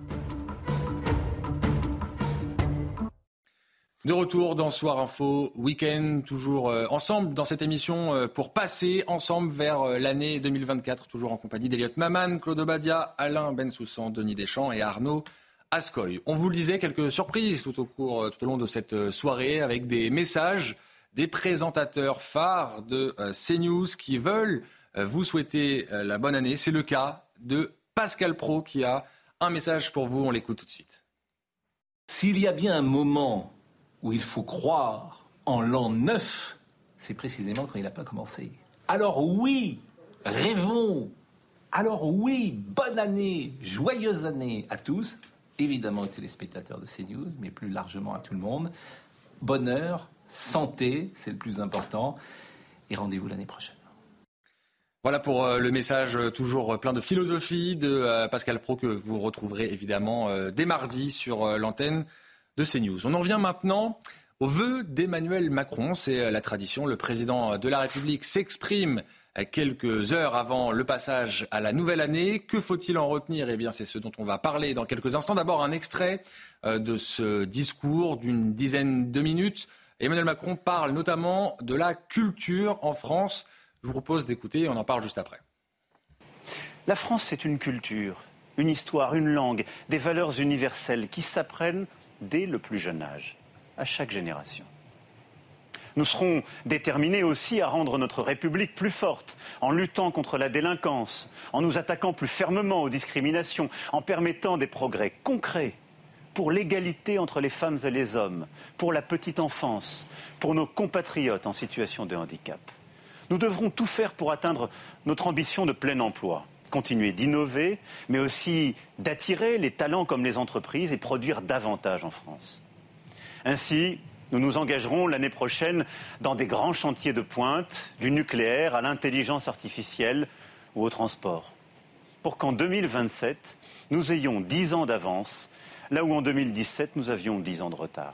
De retour dans Soir Info Week-end, toujours euh, ensemble dans cette émission euh, pour passer ensemble vers euh, l'année deux mille vingt-quatre, toujours en compagnie d'Eliott Maman, Claude Obadia, Alain Bensoussan, Denis Deschamps et Arnaud Ascoy. On vous le disait, quelques surprises tout au cours, euh, tout au long de cette euh, soirée avec des messages des présentateurs phares de euh, CNews qui veulent euh, vous souhaiter euh, la bonne année. C'est le cas de Pascal Praud qui a un message pour vous. On l'écoute tout de suite. S'il y a bien un moment où il faut croire en l'an neuf, c'est précisément quand il n'a pas commencé. Alors oui, rêvons. Alors oui, bonne année, joyeuse année à tous. Évidemment aux téléspectateurs de CNews, mais plus largement à tout le monde. Bonheur, santé, c'est le plus important. Et rendez-vous l'année prochaine. Voilà pour euh, le message euh, toujours plein de philosophie de euh, Pascal Praud que vous retrouverez évidemment euh, dès mardi sur euh, l'antenne de CNews. On en vient maintenant aux vœux d'Emmanuel Macron. C'est la tradition. Le président de la République s'exprime quelques heures avant le passage à la nouvelle année. Que faut-il en retenir ? Eh bien, c'est ce dont on va parler dans quelques instants. D'abord, un extrait de ce discours d'une dizaine de minutes. Emmanuel Macron parle notamment de la culture en France. Je vous propose d'écouter, on en parle juste après. La France, c'est une culture, une histoire, une langue, des valeurs universelles qui s'apprennent dès le plus jeune âge, à chaque génération. Nous serons déterminés aussi à rendre notre République plus forte, en luttant contre la délinquance, en nous attaquant plus fermement aux discriminations, en permettant des progrès concrets pour l'égalité entre les femmes et les hommes, pour la petite enfance, pour nos compatriotes en situation de handicap. Nous devrons tout faire pour atteindre notre ambition de plein emploi. Continuer d'innover, mais aussi d'attirer les talents comme les entreprises et produire davantage en France. Ainsi, nous nous engagerons l'année prochaine dans des grands chantiers de pointe, du nucléaire à l'intelligence artificielle ou au transport, pour qu'en deux mille vingt-sept, nous ayons dix ans d'avance là où en deux mille dix-sept, nous avions dix ans de retard.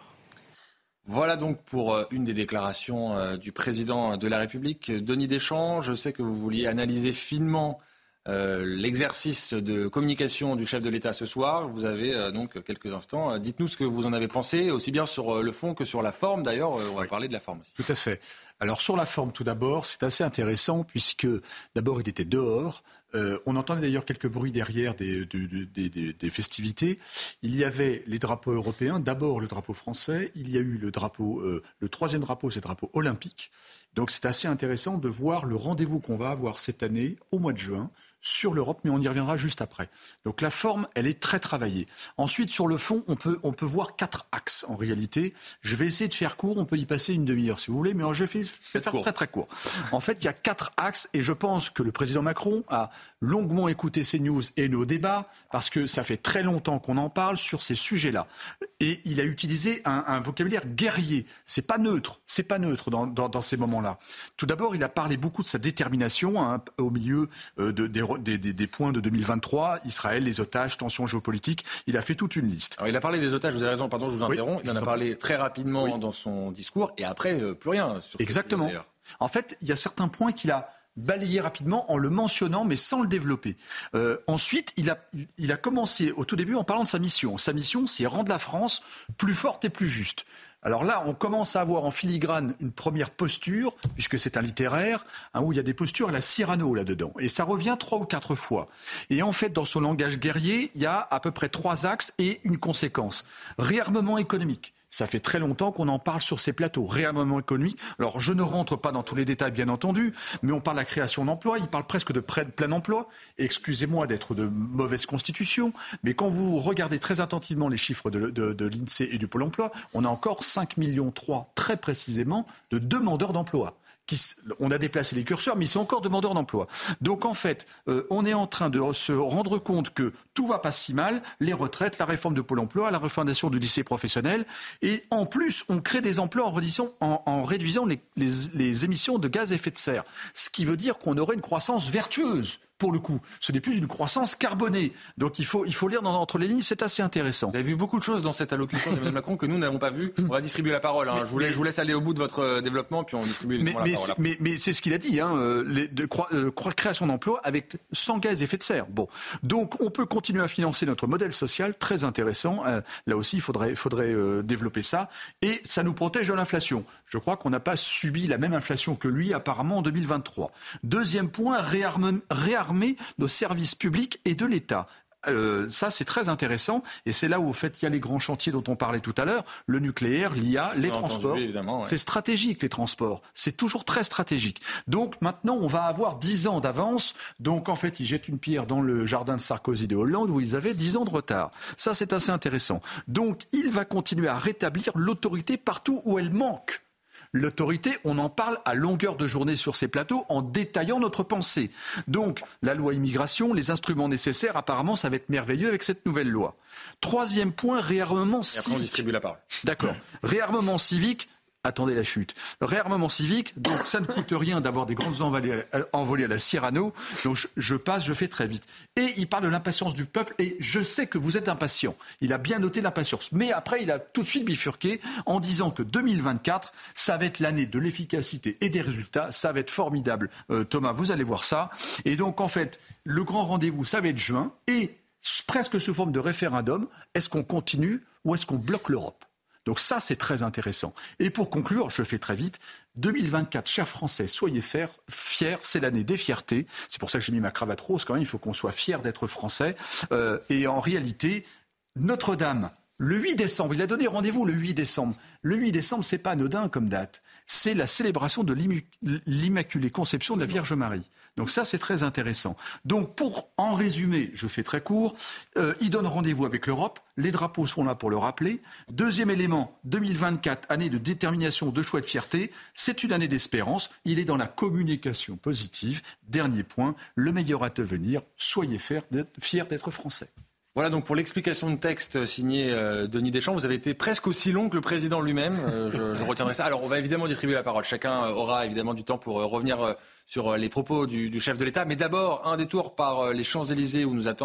Voilà donc pour une des déclarations du président de la République, Denis Deschamps. Je sais que vous vouliez analyser finement euh, l'exercice de communication du chef de l'État ce soir. Vous avez euh, donc quelques instants. Dites-nous ce que vous en avez pensé, aussi bien sur le fond que sur la forme. D'ailleurs, on va oui. parler de la forme aussi. Tout à fait. Alors sur la forme, tout d'abord, c'est assez intéressant puisque d'abord il était dehors. Euh, on entendait d'ailleurs quelques bruits derrière des, des, des, des, des festivités. Il y avait les drapeaux européens, d'abord le drapeau français, il y a eu le drapeau, euh, le troisième drapeau, c'est le drapeau olympique. Donc c'est assez intéressant de voir le rendez-vous qu'on va avoir cette année, au mois de juin, sur l'Europe, mais on y reviendra juste après. Donc la forme, elle est très travaillée. Ensuite, sur le fond, on peut, on peut voir quatre axes en réalité. Je vais essayer de faire court, on peut y passer une demi-heure si vous voulez, mais je vais faire court. très très court. En fait, il y a quatre axes et je pense que le président Macron a longuement écouté ces news et nos débats parce que ça fait très longtemps qu'on en parle sur ces sujets-là. Et il a utilisé un, un vocabulaire guerrier. C'est pas neutre, c'est pas neutre dans, dans, dans ces moments-là. Tout d'abord, il a parlé beaucoup de sa détermination hein, au milieu euh, de, des Des, des, des points de deux mille vingt-trois, Israël, les otages, tensions géopolitiques. Il a fait toute une liste. Alors, il a parlé des otages, vous avez raison, pardon, je vous interromps. Oui, il en a parlé très rapidement oui. dans son discours et après, euh, plus rien. Sur Exactement. Sujet, en fait, il y a certains points qu'il a balayé rapidement en le mentionnant mais sans le développer. Euh, ensuite, il a, il a commencé au tout début en parlant de sa mission. Sa mission, c'est rendre la France plus forte et plus juste. Alors là, on commence à avoir en filigrane une première posture, puisque c'est un littéraire, hein, où il y a des postures à la Cyrano là-dedans. Et ça revient trois ou quatre fois. Et en fait, dans son langage guerrier, il y a à peu près trois axes et une conséquence. Réarmement économique. Ça fait très longtemps qu'on en parle sur ces plateaux. Réarmement économique. Alors, je ne rentre pas dans tous les détails, bien entendu, mais on parle de la création d'emplois. Il parle presque de plein emploi. Excusez-moi d'être de mauvaise constitution, mais quand vous regardez très attentivement les chiffres de, de, de l'INSEE et du Pôle emploi, on a encore cinq virgule trois millions, très précisément, de demandeurs d'emploi. Qui, on a déplacé les curseurs, mais ils sont encore demandeurs d'emploi. Donc en fait, euh, on est en train de se rendre compte que tout va pas si mal, les retraites, la réforme de Pôle emploi, la refondation du lycée professionnel, et en plus, on crée des emplois en réduisant, en, en réduisant les, les, les émissions de gaz à effet de serre. Ce qui veut dire qu'on aurait une croissance vertueuse. Pour le coup, ce n'est plus une croissance carbonée. Donc il faut, il faut lire dans, entre les lignes, c'est assez intéressant. Vous avez vu beaucoup de choses dans cette allocution d'Emmanuel Macron que nous n'avons pas vu. On va distribuer la parole. Hein. Mais, je, vous laisse, je vous laisse aller au bout de votre développement, puis on distribue mais, la mais, parole. Mais, mais c'est ce qu'il a dit, hein, les, de, euh, création d'emplois avec sans gaz à effet de serre. Bon, donc on peut continuer à financer notre modèle social, très intéressant. Euh, là aussi, il faudrait, faudrait euh, développer ça. Et ça nous protège de l'inflation. Je crois qu'on n'a pas subi la même inflation que lui, apparemment, en deux mille vingt-trois. Deuxième point, réarmer, réarmer nos services publics et de l'État. Euh, ça, c'est très intéressant. Et c'est là où, au fait, il y a les grands chantiers dont on parlait tout à l'heure, le nucléaire, l'I A, les transports. Entendu, ouais. C'est stratégique, les transports. C'est toujours très stratégique. Donc, maintenant, on va avoir dix ans d'avance. Donc, en fait, ils jettent une pierre dans le jardin de Sarkozy de Hollande où ils avaient dix ans de retard. Ça, c'est assez intéressant. Donc, il va continuer à rétablir l'autorité partout où elle manque. L'autorité, on en parle à longueur de journée sur ces plateaux en détaillant notre pensée. Donc, la loi immigration, les instruments nécessaires, apparemment, ça va être merveilleux avec cette nouvelle loi. Troisième point, réarmement civique. Et après, on distribue la parole. D'accord. Réarmement civique. Attendez la chute. Réarmement civique, donc ça ne coûte rien d'avoir des grandes envolées, envolées à la Cyrano. Donc je, je passe, je fais très vite. Et il parle de l'impatience du peuple et je sais que vous êtes impatient. Il a bien noté l'impatience. Mais après, il a tout de suite bifurqué en disant que deux mille vingt-quatre, ça va être l'année de l'efficacité et des résultats. Ça va être formidable. Euh, Thomas, vous allez voir ça. Et donc en fait, le grand rendez-vous, ça va être juin. Et presque sous forme de référendum, est-ce qu'on continue ou est-ce qu'on bloque l'Europe ? Donc ça, c'est très intéressant. Et pour conclure, je fais très vite, deux mille vingt-quatre, chers Français, soyez fiers, fiers, c'est l'année des fiertés. C'est pour ça que j'ai mis ma cravate rose quand même, il faut qu'on soit fiers d'être Français. Euh, et en réalité, Notre-Dame, le huit décembre, il a donné rendez-vous le huit décembre. Le huit décembre, c'est pas anodin comme date. C'est la célébration de l'Immaculée Conception de la Vierge Marie. Donc ça, c'est très intéressant. Donc pour en résumer, je fais très court, euh, il donne rendez-vous avec l'Europe, les drapeaux sont là pour le rappeler. Deuxième élément, deux mille vingt-quatre, année de détermination, de choix, de fierté, c'est une année d'espérance, il est dans la communication positive. Dernier point, le meilleur à devenir, soyez fiers d'être français. Voilà donc pour l'explication de texte signé euh, Denis Deschamps. Vous avez été presque aussi long que le président lui-même. Euh, je, je retiendrai ça. Alors on va évidemment distribuer la parole. Chacun aura évidemment du temps pour euh, revenir euh, sur euh, les propos du, du chef de l'État. Mais d'abord un détour par euh, les Champs-Élysées où nous attend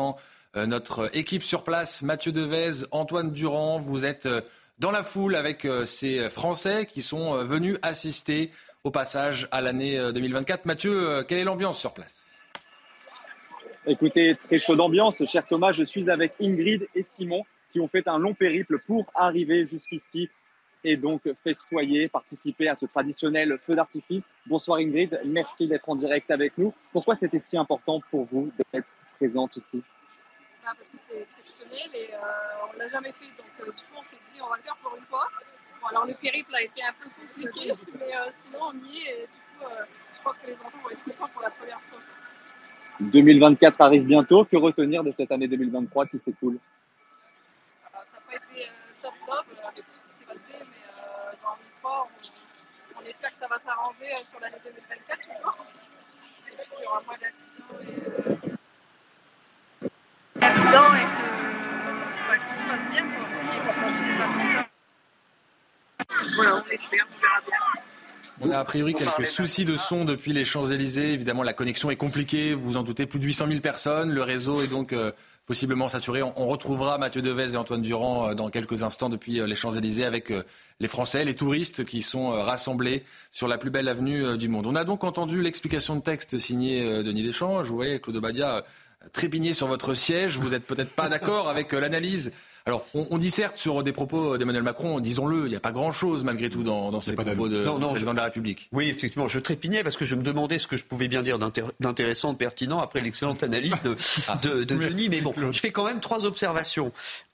euh, notre équipe sur place, Mathieu Devez, Antoine Durand. Vous êtes euh, dans la foule avec euh, ces Français qui sont euh, venus assister au passage à l'année euh, deux mille vingt-quatre. Mathieu, euh, quelle est l'ambiance sur place ? Écoutez, très chaude ambiance, cher Thomas. Je suis avec Ingrid et Simon qui ont fait un long périple pour arriver jusqu'ici et donc festoyer, participer à ce traditionnel feu d'artifice. Bonsoir Ingrid, merci d'être en direct avec nous. Pourquoi c'était si important pour vous d'être présente ici ? Bah parce que c'est exceptionnel et euh, on ne l'a jamais fait, donc euh, du coup on s'est dit on va le faire pour une fois. Bon, alors le périple a été un peu compliqué, mais euh, sinon on y est et du coup euh, je pense que les enfants vont être contents pour la première fois. deux mille vingt-quatre arrive bientôt, que retenir de cette année deux mille vingt-trois qui s'écoule ? Ça n'a pas été euh, top top euh, avec tout ce qui s'est passé, mais euh, dans une fois, on, on espère que ça va s'arranger euh, sur l'année deux mille vingt-quatre. Et puis il y aura moins d'accidents et, euh, d'accidents et que, bah, que tout se passe bien. Quoi. Voilà, on espère, on verra bien. On a a priori quelques soucis de son depuis les Champs-Élysées. Évidemment, la connexion est compliquée. Vous vous en doutez, plus de huit cent mille personnes. Le réseau est donc euh, possiblement saturé. On, on retrouvera Mathieu Devez et Antoine Durand euh, dans quelques instants depuis euh, les Champs-Élysées avec euh, les Français, les touristes qui sont euh, rassemblés sur la plus belle avenue euh, du monde. On a donc entendu l'explication de texte signée euh, Denis Deschamps. Je voyais Claude Badia euh, trépigner sur votre siège. Vous n'êtes peut-être pas d'accord avec euh, l'analyse. Alors, on, on disserte sur des propos d'Emmanuel Macron, disons-le, il n'y a pas grand-chose malgré tout dans, dans ces propos de, non, non, du président je... de la République. Oui, effectivement, je trépignais parce que je me demandais ce que je pouvais bien dire d'intér... d'intéressant, de pertinent après l'excellente analyse de, ah, de, de Denis. Mais bon, je fais quand même trois observations.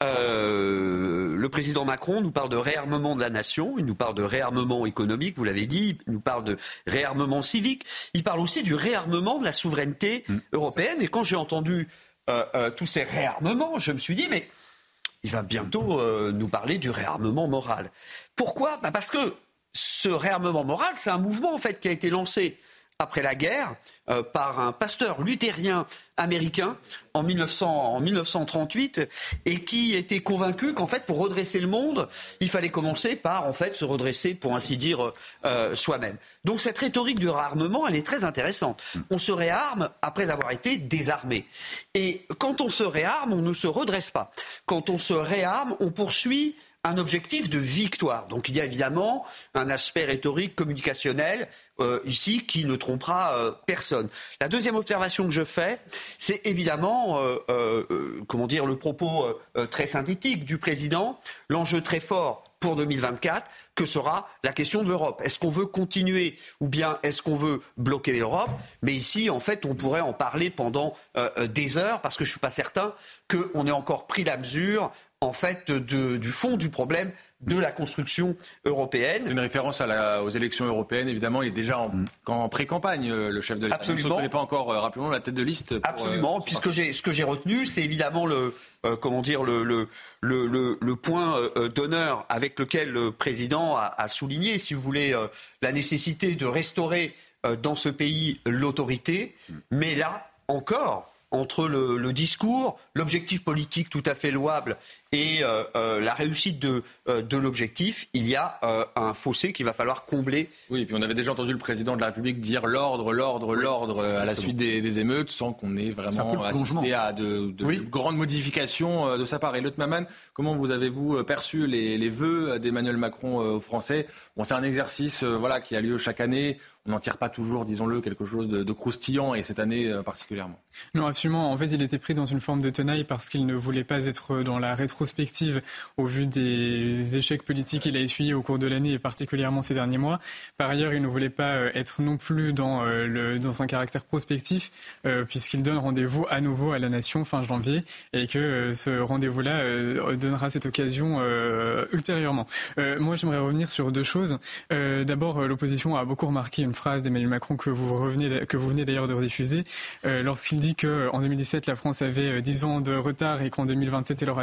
Euh, le président Macron nous parle de réarmement de la nation, il nous parle de réarmement économique, vous l'avez dit, il nous parle de réarmement civique, il parle aussi du réarmement de la souveraineté mmh. européenne. Et quand j'ai entendu euh, euh, tous ces réarmements, je me suis dit, mais... il va bientôt euh, nous parler du réarmement moral. Pourquoi ? Bah parce que ce réarmement moral, c'est un mouvement en fait qui a été lancé après la guerre euh, par un pasteur luthérien américain en, mille neuf cents, en mille neuf cent trente-huit et qui était convaincu qu'en fait pour redresser le monde, il fallait commencer par en fait se redresser pour ainsi dire euh, soi-même. Donc cette rhétorique du réarmement, elle est très intéressante. On se réarme après avoir été désarmé. Et quand on se réarme, on ne se redresse pas. Quand on se réarme, on poursuit un objectif de victoire. Donc il y a évidemment un aspect rhétorique, communicationnel, euh, ici, qui ne trompera euh, personne. La deuxième observation que je fais, c'est évidemment, euh, euh, comment dire, le propos euh, très synthétique du président, l'enjeu très fort pour deux mille vingt-quatre, que sera la question de l'Europe. Est-ce qu'on veut continuer ou bien est-ce qu'on veut bloquer l'Europe ? Mais ici, en fait, on pourrait en parler pendant euh, des heures, parce que je ne suis pas certain qu'on ait encore pris la mesure en fait, de, du fond du problème de la construction européenne. C'est une référence à la, aux élections européennes, évidemment. Il est déjà en, mmh. en pré-campagne, le chef de l'État. Absolument. Il n'est pas encore, euh, rappelons, la tête de liste. Pour, Absolument. Euh, Puis ce que j'ai, ce que j'ai retenu, c'est évidemment le, euh, comment dire, le, le, le, le, le point euh, d'honneur avec lequel le président a, a souligné, si vous voulez, euh, la nécessité de restaurer euh, dans ce pays l'autorité. Mmh. Mais là, encore, entre le, le discours, l'objectif politique tout à fait louable et euh, euh, la réussite de, euh, de l'objectif, il y a euh, un fossé qu'il va falloir combler. Oui, et puis on avait déjà entendu le président de la République dire l'ordre, l'ordre, oui, l'ordre euh, à la suite des, des émeutes, sans qu'on ait vraiment assisté à de, de, oui. de grandes modifications euh, de sa part. Et Lotte Maman, comment vous avez-vous perçu les, les vœux d'Emmanuel Macron euh, aux Français ? Bon, c'est un exercice euh, voilà, qui a lieu chaque année. On n'en tire pas toujours, disons-le, quelque chose de, de croustillant, et cette année euh, particulièrement. Non, absolument. En fait, il était pris dans une forme de tenaille parce qu'il ne voulait pas être dans la rétrospective au vu des échecs politiques qu'il a essuyés au cours de l'année et particulièrement ces derniers mois. Par ailleurs, il ne voulait pas être non plus dans, euh, le, dans un caractère prospectif euh, puisqu'il donne rendez-vous à nouveau à la nation fin janvier et que euh, ce rendez-vous-là euh, donnera cette occasion euh, ultérieurement. Euh, moi, j'aimerais revenir sur deux choses. Euh, d'abord, euh, l'opposition a beaucoup remarqué une phrase d'Emmanuel Macron que vous, revenez, que vous venez d'ailleurs de rediffuser euh, lorsqu'il dit qu'en deux mille dix-sept, la France avait dix ans de retard et qu'en deux mille vingt-sept, elle aura dix ans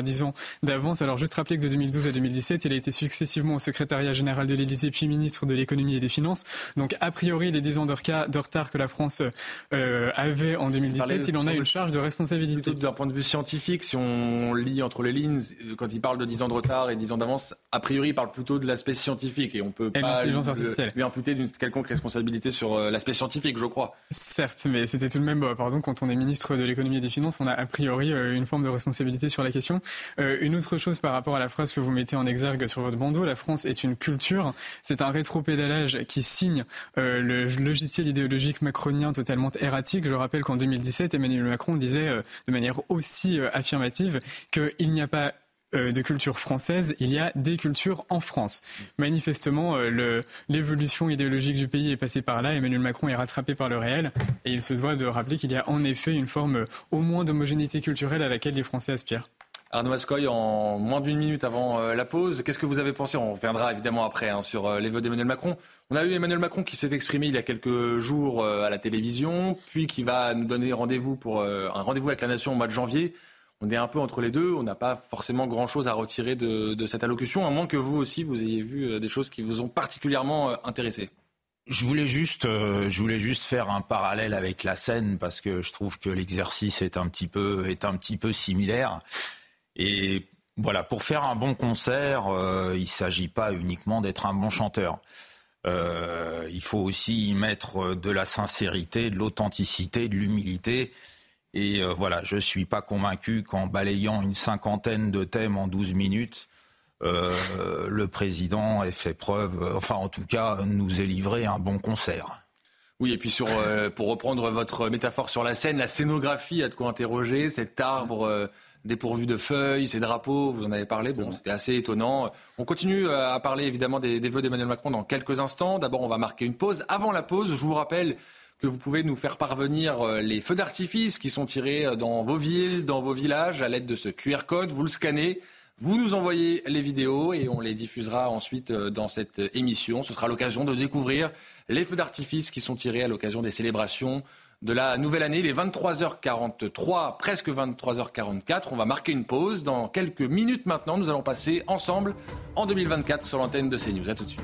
d'avance. Alors juste rappeler que de deux mille douze à deux mille dix-sept, il a été successivement au secrétariat général de l'Élysée puis ministre de l'économie et des finances. Donc a priori, les dix ans de retard que la France euh, avait en deux mille dix-sept, il en a une charge de responsabilité. Plutôt d'un point de vue scientifique, si on lit entre les lignes, quand il parle de dix ans de retard et dix ans d'avance, a priori, il parle plutôt de l'aspect scientifique et on peut et pas lui, lui imputer d'une quelconque responsabilité sur euh, l'aspect scientifique, je crois. Certes, mais c'était tout de même, bah, pardon, quand on est ministre de l'économie et des finances, on a a priori euh, une forme de responsabilité sur la question. Euh, une autre chose par rapport à la phrase que vous mettez en exergue sur votre bandeau, la France est une culture, c'est un rétropédalage qui signe euh, le logiciel idéologique macronien totalement erratique. Je rappelle qu'en deux mille dix-sept, Emmanuel Macron disait euh, de manière aussi euh, affirmative qu'il n'y a pas de culture française, il y a des cultures en France. Manifestement, euh, le, l'évolution idéologique du pays est passée par là. Emmanuel Macron est rattrapé par le réel et il se doit de rappeler qu'il y a en effet une forme euh, au moins d'homogénéité culturelle à laquelle les Français aspirent. Arnaud Ascoy, en moins d'une minute avant euh, la pause, qu'est-ce que vous avez pensé ? On reviendra évidemment après hein, sur euh, les vœux d'Emmanuel Macron. On a eu Emmanuel Macron qui s'est exprimé il y a quelques jours euh, à la télévision, puis qui va nous donner rendez-vous pour euh, un rendez-vous avec la nation au mois de janvier. On est un peu entre les deux, on n'a pas forcément grand-chose à retirer de, de cette allocution, à moins que vous aussi, vous ayez vu des choses qui vous ont particulièrement intéressé. Je voulais juste, euh, je voulais juste faire un parallèle avec la scène, parce que je trouve que l'exercice est un petit peu, est un petit peu similaire. Et voilà, pour faire un bon concert, euh, il ne s'agit pas uniquement d'être un bon chanteur. Euh, il faut aussi y mettre de la sincérité, de l'authenticité, de l'humilité. Et euh, voilà, je ne suis pas convaincu qu'en balayant une cinquantaine de thèmes en douze minutes, euh, le président ait fait preuve, enfin en tout cas, nous ait livré un bon concert. Oui, et puis sur, euh, pour reprendre votre métaphore sur la scène, la scénographie a de quoi interroger, cet arbre euh, dépourvu de feuilles, ces drapeaux, vous en avez parlé, bon, c'était assez étonnant. On continue à parler évidemment des, des vœux d'Emmanuel Macron dans quelques instants. D'abord, on va marquer une pause. Avant la pause, je vous rappelle que vous pouvez nous faire parvenir les feux d'artifice qui sont tirés dans vos villes, dans vos villages, à l'aide de ce Q R code. Vous le scannez, vous nous envoyez les vidéos et on les diffusera ensuite dans cette émission. Ce sera l'occasion de découvrir les feux d'artifice qui sont tirés à l'occasion des célébrations de la nouvelle année. Il est vingt-trois heures quarante-trois, presque vingt-trois heures quarante-quatre. On va marquer une pause. Dans quelques minutes maintenant, nous allons passer ensemble en deux mille vingt-quatre sur l'antenne de CNews. À tout de suite.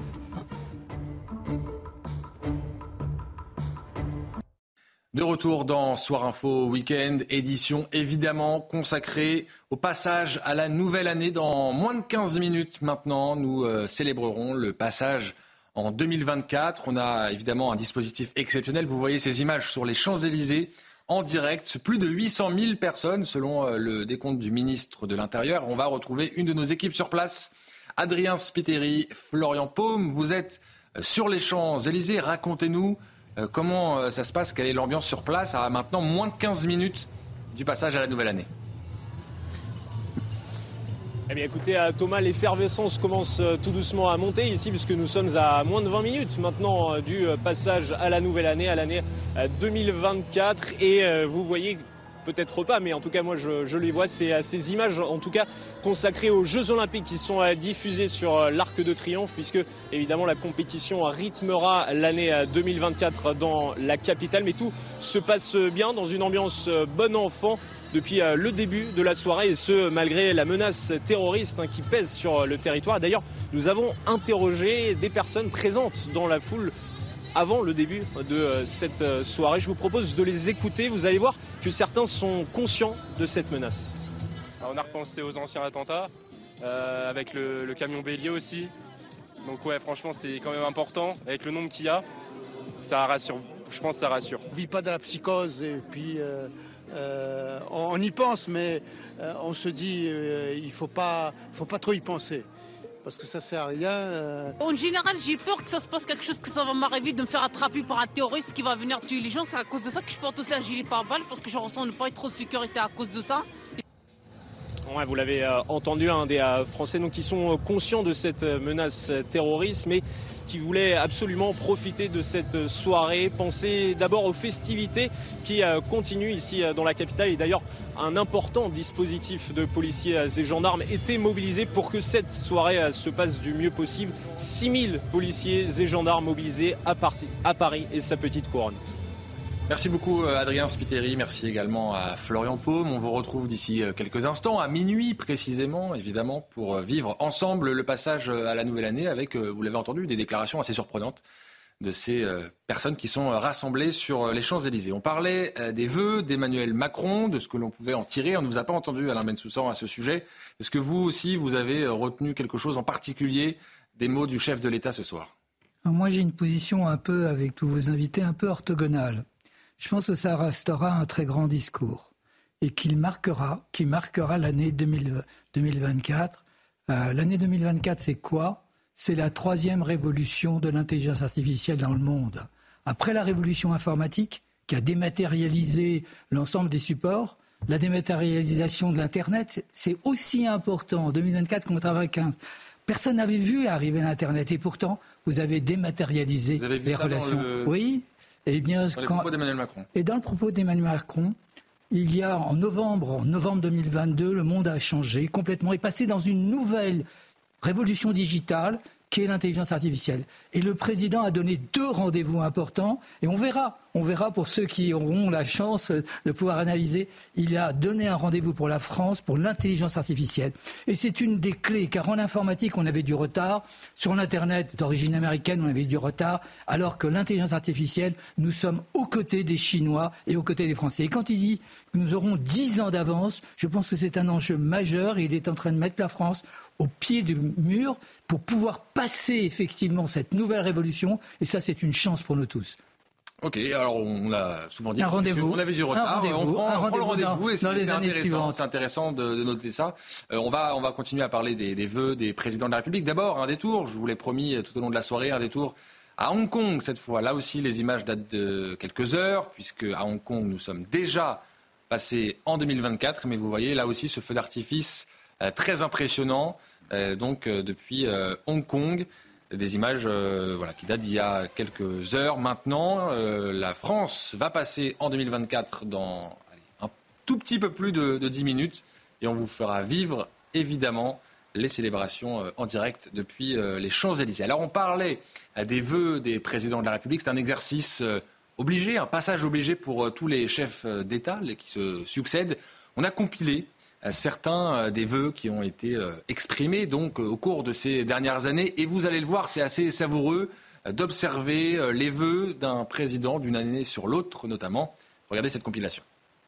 De retour dans Soir Info Week-end, édition évidemment consacrée au passage à la nouvelle année. Dans moins de quinze minutes maintenant, nous euh, célébrerons le passage en deux mille vingt-quatre. On a évidemment un dispositif exceptionnel. Vous voyez ces images sur les Champs-Élysées en direct. Plus de huit cent mille personnes selon euh, le décompte du ministre de l'Intérieur. On va retrouver une de nos équipes sur place. Adrien Spiteri, Florian Paume, vous êtes sur les Champs-Élysées. Racontez-nous Euh, comment euh, ça se passe, quelle est l'ambiance sur place à maintenant moins de quinze minutes du passage à la nouvelle année. Eh bien écoutez Thomas, l'effervescence commence tout doucement à monter ici puisque nous sommes à moins de vingt minutes maintenant du passage à la nouvelle année, à l'année deux mille vingt-quatre et vous voyez peut-être pas, mais en tout cas moi je, je les vois, c'est ces images en tout cas consacrées aux Jeux Olympiques qui sont diffusées sur l'Arc de Triomphe puisque évidemment la compétition rythmera l'année deux mille vingt-quatre dans la capitale, mais tout se passe bien dans une ambiance bon enfant depuis le début de la soirée et ce malgré la menace terroriste qui pèse sur le territoire. D'ailleurs nous avons interrogé des personnes présentes dans la foule avant le début de cette soirée. Je vous propose de les écouter. Vous allez voir que certains sont conscients de cette menace. Alors on a repensé aux anciens attentats, euh, avec le, le camion bélier aussi. Donc ouais, franchement, c'était quand même important. Avec le nombre qu'il y a, ça rassure. Je pense que ça rassure. On ne vit pas dans la psychose et puis euh, euh, on, on y pense, mais euh, on se dit euh, il ne faut pas, faut pas trop y penser. Parce que ça sert à rien. Euh... En général, j'ai peur que ça se passe quelque chose, que ça va m'arriver de me faire attraper par un terroriste qui va venir tuer les gens. C'est à cause de ça que je porte aussi un gilet pare-balles, parce que je ressens ne pas être trop de sécurité à cause de ça. Ouais, vous l'avez euh, entendu, hein, des euh, Français donc, qui sont euh, conscients de cette euh, menace euh, terroriste, mais qui voulaient absolument profiter de cette soirée, penser d'abord aux festivités qui euh, continuent ici euh, dans la capitale. Et d'ailleurs, un important dispositif de policiers et gendarmes était mobilisé pour que cette soirée euh, se passe du mieux possible. six mille policiers et gendarmes mobilisés à, Paris, à Paris et sa petite couronne. Merci beaucoup Adrien Spiteri, merci également à Florian Paume. On vous retrouve d'ici quelques instants, à minuit précisément, évidemment, pour vivre ensemble le passage à la nouvelle année avec, vous l'avez entendu, des déclarations assez surprenantes de ces personnes qui sont rassemblées sur les Champs-Élysées. On parlait des vœux d'Emmanuel Macron, de ce que l'on pouvait en tirer. On ne vous a pas entendu, Alain Bensoussan, à ce sujet. Est-ce que vous aussi, vous avez retenu quelque chose en particulier des mots du chef de l'État ce soir ? Moi, j'ai une position un peu, avec tous vos invités, un peu orthogonale. Je pense que ça restera un très grand discours et qu'il marquera, qui marquera l'année deux mille vingt-quatre. Euh, l'année deux mille vingt-quatre, c'est quoi ? C'est la troisième révolution de l'intelligence artificielle dans le monde. Après la révolution informatique, qui a dématérialisé l'ensemble des supports, la dématérialisation de l'Internet, c'est aussi important en deux mille vingt-quatre qu'en quatre-vingt-quinze. Personne n'avait vu arriver l'Internet et pourtant, vous avez dématérialisé vous avez vu les ça relations. Dans le... Oui. Eh bien, dans les quand... propos d'Emmanuel Macron. Et dans le propos d'Emmanuel Macron, il y a en novembre, en novembre deux mille vingt-deux, le monde a changé complètement et passé dans une nouvelle révolution digitale qui est l'intelligence artificielle. Et le président a donné deux rendez-vous importants et on verra. On verra pour ceux qui auront la chance de pouvoir analyser. Il a donné un rendez-vous pour la France, pour l'intelligence artificielle. Et c'est une des clés, car en informatique, on avait du retard. Sur l'Internet d'origine américaine, on avait du retard. Alors que l'intelligence artificielle, nous sommes aux côtés des Chinois et aux côtés des Français. Et quand il dit que nous aurons dix ans d'avance, je pense que c'est un enjeu majeur et il est en train de mettre la France au pied du mur pour pouvoir passer effectivement cette nouvelle révolution. Et ça, c'est une chance pour nous tous. Ok, alors on l'a souvent dit. Un rendez-vous. On avait du retard. Un on prend, un on prend le rendez-vous dans, et c'est, dans les c'est années intéressant. suivantes. C'est intéressant de, de noter ça. Euh, on va, on va continuer à parler des, des vœux des présidents de la République. D'abord, un détour. Je vous l'ai promis tout au long de la soirée, un détour à Hong Kong cette fois. Là aussi, les images datent de quelques heures, puisque à Hong Kong, nous sommes déjà passés en deux mille vingt-quatre. Mais vous voyez là aussi ce feu d'artifice euh, très impressionnant. Euh, donc euh, depuis euh, Hong Kong. Des images euh, voilà, qui datent d'il y a quelques heures maintenant. Euh, la France va passer en deux mille vingt-quatre dans allez, un tout petit peu plus de, de dix minutes. Et on vous fera vivre, évidemment, les célébrations euh, en direct depuis euh, les Champs-Élysées. Alors on parlait euh, des vœux des présidents de la République. C'est un exercice euh, obligé, un passage obligé pour euh, tous les chefs euh, d'État les, qui se succèdent. On a compilé certains des vœux qui ont été exprimés donc au cours de ces dernières années. Et vous allez le voir, c'est assez savoureux d'observer les vœux d'un président d'une année sur l'autre, notamment. Regardez cette compilation.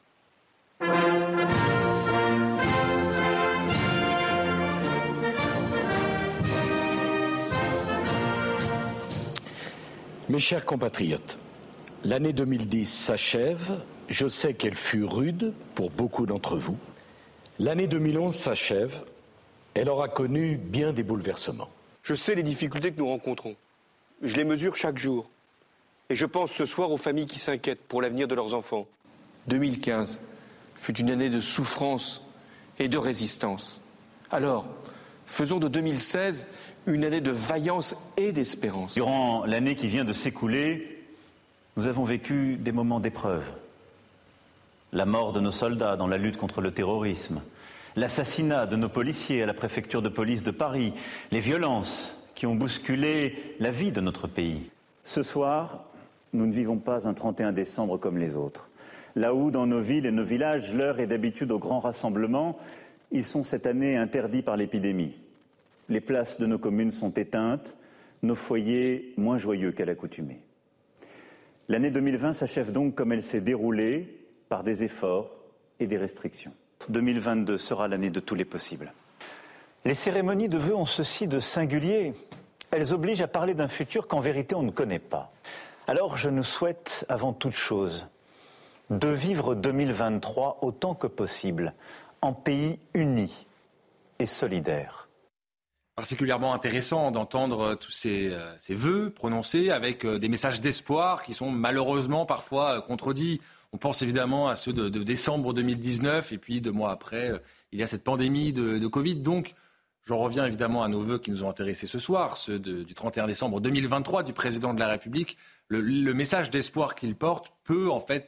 Mes chers compatriotes, l'année deux mille dix s'achève. Je sais qu'elle fut rude pour beaucoup d'entre vous. L'année deux mille onze s'achève, elle aura connu bien des bouleversements. Je sais les difficultés que nous rencontrons. Je les mesure chaque jour. Et je pense ce soir aux familles qui s'inquiètent pour l'avenir de leurs enfants. deux mille quinze fut une année de souffrance et de résistance. Alors, faisons de deux mille seize une année de vaillance et d'espérance. Durant l'année qui vient de s'écouler, nous avons vécu des moments d'épreuve. La mort de nos soldats dans la lutte contre le terrorisme, l'assassinat de nos policiers à la préfecture de police de Paris, les violences qui ont bousculé la vie de notre pays. Ce soir, nous ne vivons pas un trente et un décembre comme les autres. Là où, dans nos villes et nos villages, l'heure est d'habitude aux grands rassemblements, ils sont cette année interdits par l'épidémie. Les places de nos communes sont éteintes, nos foyers moins joyeux qu'à l'accoutumée. L'année deux mille vingt s'achève donc comme elle s'est déroulée, par des efforts et des restrictions. deux mille vingt-deux sera l'année de tous les possibles. Les cérémonies de vœux ont ceci de singulier. Elles obligent à parler d'un futur qu'en vérité on ne connaît pas. Alors je nous souhaite avant toute chose de vivre deux mille vingt-trois autant que possible en pays uni et solidaire. Particulièrement intéressant d'entendre tous ces, euh, ces vœux prononcés avec euh, des messages d'espoir qui sont malheureusement parfois euh, contredits. On pense évidemment à ceux de, de décembre deux mille dix-neuf et puis deux mois après, euh, il y a cette pandémie de, de Covid. Donc, j'en reviens évidemment à nos vœux qui nous ont intéressés ce soir, ceux de, du trente et un décembre deux mille vingt-trois du président de la République. Le, le message d'espoir qu'il porte peut en fait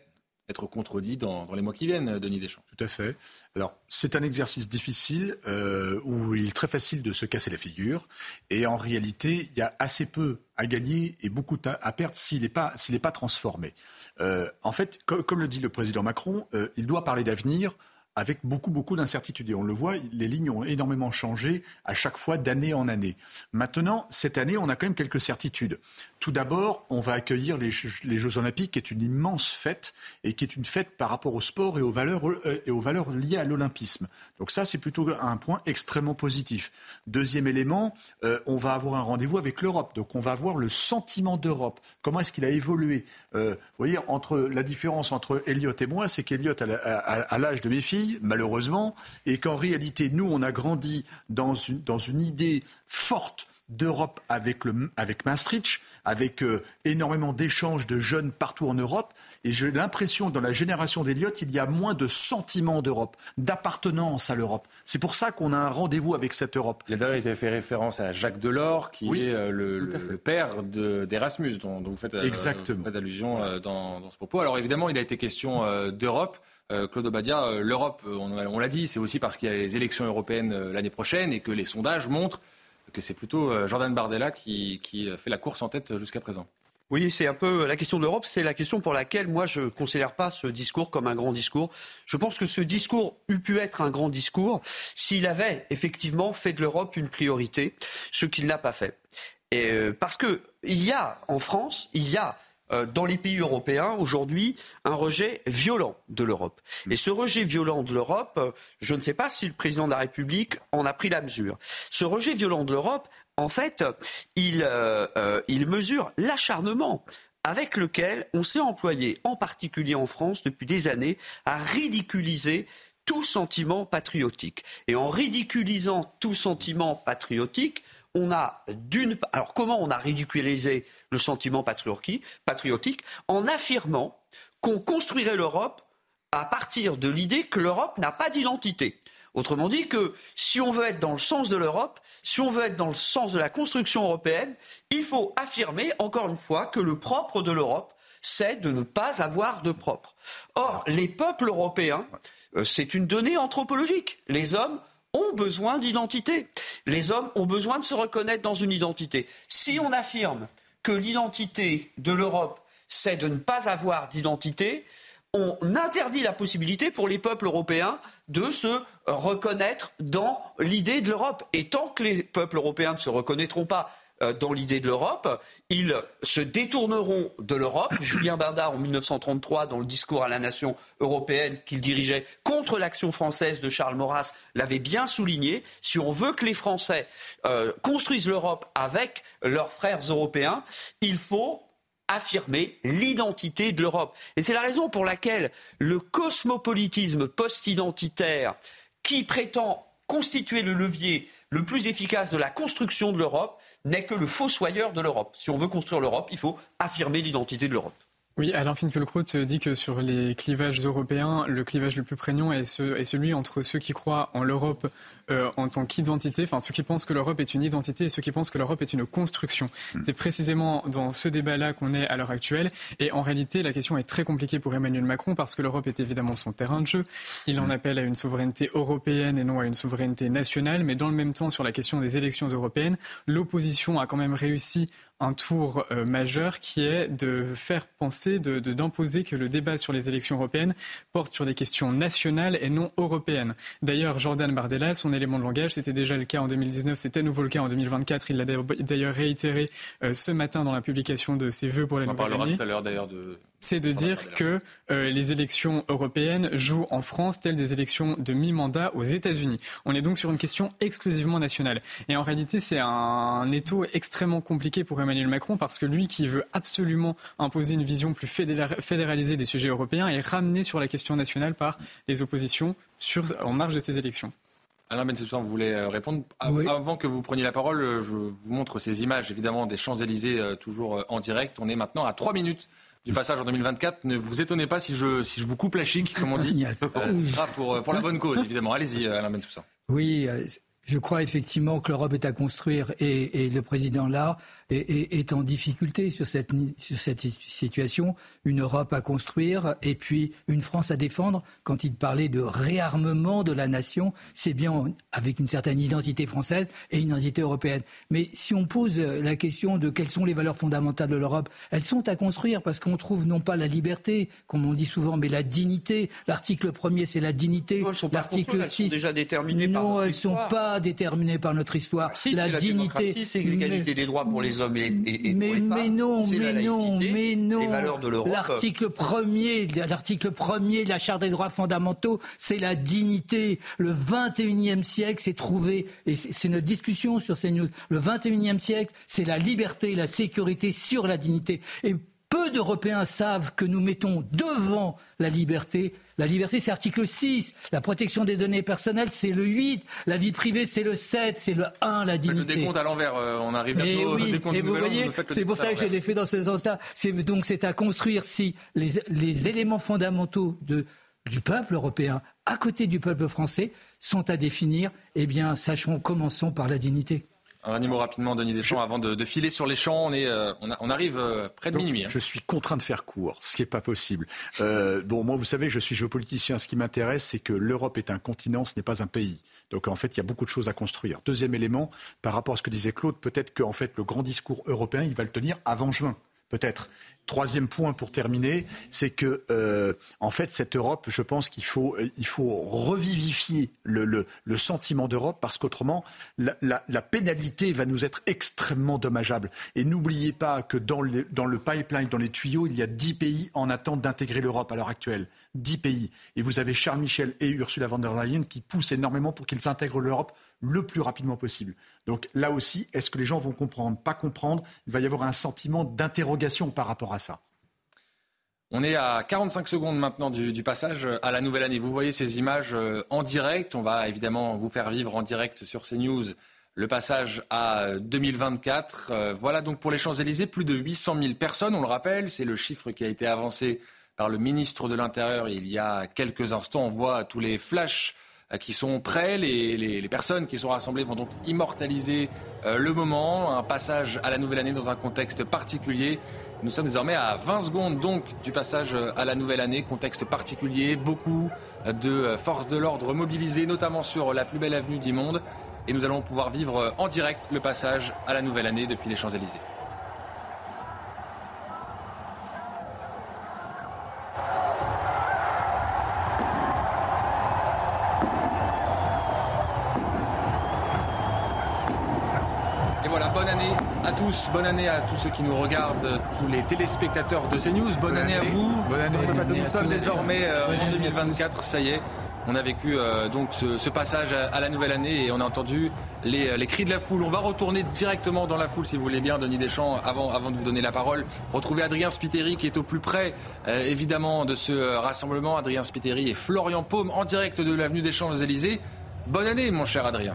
être contredit dans, dans les mois qui viennent, Denis Deschamps. Tout à fait. Alors, c'est un exercice difficile euh, où il est très facile de se casser la figure. Et en réalité, il y a assez peu à gagner et beaucoup à perdre s'il n'est pas, s'il n'est pas transformé. Euh, en fait, comme, comme le dit le président Macron, euh, il doit parler d'avenir avec beaucoup, beaucoup d'incertitudes. Et on le voit, les lignes ont énormément changé à chaque fois, d'année en année. Maintenant, cette année, on a quand même quelques certitudes. Tout d'abord, on va accueillir les, les Jeux Olympiques, qui est une immense fête, et qui est une fête par rapport au sport et aux valeurs, euh, et aux valeurs liées à l'olympisme. Donc ça, c'est plutôt un point extrêmement positif. Deuxième élément, euh, on va avoir un rendez-vous avec l'Europe. Donc on va voir le sentiment d'Europe. Comment est-ce qu'il a évolué euh, Vous voyez, entre, la différence entre Elliot et moi, c'est qu'Elliot a, a, a l'âge de mes filles, malheureusement, et qu'en réalité, nous, on a grandi dans une, dans une idée forte d'Europe avec, le, avec Maastricht, avec euh, énormément d'échanges de jeunes partout en Europe. Et j'ai l'impression, dans la génération d'Elliott, il y a moins de sentiments d'Europe, d'appartenance à l'Europe. C'est pour ça qu'on a un rendez-vous avec cette Europe. Il a d'ailleurs été fait référence à Jacques Delors, qui oui, est euh, le, le, le père de, d'Erasmus, dont, dont vous faites, euh, vous faites allusion euh, dans, dans ce propos. Alors évidemment, il a été question euh, d'Europe. Euh, Claude Obadia, euh, l'Europe, on, on l'a dit, c'est aussi parce qu'il y a les élections européennes euh, l'année prochaine et que les sondages montrent que c'est plutôt Jordan Bardella qui, qui fait la course en tête jusqu'à présent. Oui, c'est un peu la question de l'Europe, c'est la question pour laquelle moi je ne considère pas ce discours comme un grand discours. Je pense que ce discours eût pu être un grand discours s'il avait effectivement fait de l'Europe une priorité, ce qu'il n'a pas fait. Et euh, parce que il y a en France, il y a dans les pays européens, aujourd'hui, un rejet violent de l'Europe. Et ce rejet violent de l'Europe, je ne sais pas si le président de la République en a pris la mesure. Ce rejet violent de l'Europe, en fait, il, euh, euh, il mesure l'acharnement avec lequel on s'est employé, en particulier en France, depuis des années, à ridiculiser tout sentiment patriotique. Et en ridiculisant tout sentiment patriotique, on a d'une... Alors comment on a ridiculisé le sentiment patriotique en affirmant qu'on construirait l'Europe à partir de l'idée que l'Europe n'a pas d'identité. Autrement dit que si on veut être dans le sens de l'Europe, si on veut être dans le sens de la construction européenne, il faut affirmer encore une fois que le propre de l'Europe, c'est de ne pas avoir de propre. Or, les peuples européens, c'est une donnée anthropologique. Les hommes ont besoin d'identité. Les hommes ont besoin de se reconnaître dans une identité. Si on affirme que l'identité de l'Europe, c'est de ne pas avoir d'identité, on interdit la possibilité pour les peuples européens de se reconnaître dans l'idée de l'Europe. Et tant que les peuples européens ne se reconnaîtront pas dans l'idée de l'Europe, ils se détourneront de l'Europe. Julien Bardard, en mille neuf cent trente-trois, dans le discours à la nation européenne qu'il dirigeait contre l'action française de Charles Maurras, l'avait bien souligné. Si on veut que les Français euh, construisent l'Europe avec leurs frères européens, il faut affirmer l'identité de l'Europe. Et c'est la raison pour laquelle le cosmopolitisme post-identitaire qui prétend constituer le levier le plus efficace de la construction de l'Europe n'est que le fossoyeur de l'Europe. Si on veut construire l'Europe, il faut affirmer l'identité de l'Europe. Oui, Alain Finkielkraut dit que sur les clivages européens, le clivage le plus prégnant est, ce, est celui entre ceux qui croient en l'Europe euh, en tant qu'identité, enfin ceux qui pensent que l'Europe est une identité et ceux qui pensent que l'Europe est une construction. Mmh. C'est précisément dans ce débat-là qu'on est à l'heure actuelle. Et en réalité, la question est très compliquée pour Emmanuel Macron parce que l'Europe est évidemment son terrain de jeu. Il en appelle à une souveraineté européenne et non à une souveraineté nationale. Mais dans le même temps, sur la question des élections européennes, l'opposition a quand même réussi un tour euh, majeur qui est de faire penser, de, de, d'imposer que le débat sur les élections européennes porte sur des questions nationales et non européennes. D'ailleurs, Jordan Bardella, son élément de langage, c'était déjà le cas en deux mille dix-neuf, c'était à nouveau le cas en deux mille vingt-quatre. Il l'a d'ailleurs réitéré euh, ce matin dans la publication de ses vœux pour la nouvelle année. On parlera tout à l'heure d'ailleurs de... C'est de dire que euh, les élections européennes jouent en France telles des élections de mi-mandat aux États-Unis. On est donc sur une question exclusivement nationale. Et en réalité, c'est un, un étau extrêmement compliqué pour Emmanuel Macron parce que lui qui veut absolument imposer une vision plus fédéralisée des sujets européens est ramené sur la question nationale par les oppositions sur, en marge de ces élections. Alain Bensoussan, vous voulez répondre ? Oui. Avant que vous preniez la parole, je vous montre ces images évidemment des Champs-Élysées toujours en direct. On est maintenant à trois minutes du passage en deux mille vingt-quatre. Ne vous étonnez pas si je, si je vous coupe la chic, comme on dit. euh, ce sera pour, pour la bonne cause, évidemment. Allez-y, Alain Bensoussan. Oui, Je crois effectivement que l'Europe est à construire et, et le président là est, est, est en difficulté sur cette, sur cette situation. Une Europe à construire et puis une France à défendre. Quand il parlait de réarmement de la nation, c'est bien avec une certaine identité française et une identité européenne. Mais si on pose la question de quelles sont les valeurs fondamentales de l'Europe, elles sont à construire parce qu'on trouve non pas la liberté, comme on dit souvent, mais la dignité. L'article premier, c'est la dignité. Non, elles sont pas L'article six, elles sont déjà déterminées par non, notre elles sont histoire. pas déterminées par notre histoire. Ah, si, la c'est la dignité, démocratie, c'est l'égalité mais, des droits pour les hommes et, et, et mais, pour les femmes. mais non, c'est mais la non, laïcité, mais non. les valeurs de l'Europe. L'article premier, l'article premier de la Charte des droits fondamentaux, c'est la dignité. Le vingt et unième siècle, c'est trouvé, et c'est, c'est notre discussion sur CNews. Le vingt et unième siècle, c'est la liberté, la sécurité sur la dignité. Et peu d'Européens savent que nous mettons devant la liberté. La liberté, c'est article six. La protection des données personnelles, c'est le huit. La vie privée, c'est le sept. C'est le un, la dignité. Le décompte à l'envers, euh, on arrive Mais bientôt oui, au décompte et du vous nouvel an, voyez, vous faites le c'est pour décompte à ça que je l'envers. l'ai fait dans ce sens-là. C'est, donc c'est à construire si les, les éléments fondamentaux de, du peuple européen, à côté du peuple français, sont à définir. Eh bien, sachons, commençons par la dignité. Un dernier mot rapidement, Denis Deschamps, avant de, de filer sur les champs. On, est, euh, on, a, on arrive euh, près de Donc, minuit. Hein. Je suis contraint de faire court, ce qui n'est pas possible. Euh, bon, moi, vous savez, je suis géopoliticien. Ce qui m'intéresse, c'est que l'Europe est un continent, ce n'est pas un pays. Donc, en fait, il y a beaucoup de choses à construire. Deuxième élément, par rapport à ce que disait Claude, peut-être que en fait, le grand discours européen, il va le tenir avant juin. Peut-être. Troisième point pour terminer, c'est que euh, en fait cette Europe, je pense qu'il faut il faut revivifier le, le, le sentiment d'Europe parce qu'autrement la, la, la pénalité va nous être extrêmement dommageable. Et n'oubliez pas que dans le, dans le pipeline, dans les tuyaux, il y a dix pays en attente d'intégrer l'Europe à l'heure actuelle. Dix pays. Et vous avez Charles Michel et Ursula von der Leyen qui poussent énormément pour qu'ils intègrent l'Europe le plus rapidement possible. Donc là aussi, est-ce que les gens vont comprendre, pas comprendre? Il va y avoir un sentiment d'interrogation par rapport à ça. On est à quarante-cinq secondes maintenant du, du passage à la nouvelle année. Vous voyez ces images en direct. On va évidemment vous faire vivre en direct sur CNews le passage à deux mille vingt-quatre. Euh, voilà donc pour les Champs-Élysées, plus de huit cent mille personnes, on le rappelle. C'est le chiffre qui a été avancé par le ministre de l'Intérieur il y a quelques instants. On voit tous les flashs qui sont prêts. Les, les, les personnes qui sont rassemblées vont donc immortaliser euh, le moment, un passage à la nouvelle année dans un contexte particulier. Nous sommes désormais à vingt secondes donc du passage à la nouvelle année, contexte particulier, beaucoup de forces de l'ordre mobilisées, notamment sur la plus belle avenue du monde. Et nous allons pouvoir vivre en direct le passage à la nouvelle année depuis les Champs-Élysées. Bonne année à tous, bonne année à tous ceux qui nous regardent, tous les téléspectateurs de CNews, bonne, bonne année, année à vous. Bonne année. Sur ce plateau, nous sommes désormais euh, en deux mille vingt-quatre, ça y est. On a vécu euh, donc ce, ce passage à, à la nouvelle année et on a entendu les, les cris de la foule. On va retourner directement dans la foule, si vous voulez bien, Denis Deschamps, avant, avant de vous donner la parole. Retrouver Adrien Spiteri qui est au plus près, euh, évidemment, de ce euh, rassemblement. Adrien Spiteri et Florian Paume en direct de l'avenue des Champs-Élysées. Bonne année, mon cher Adrien.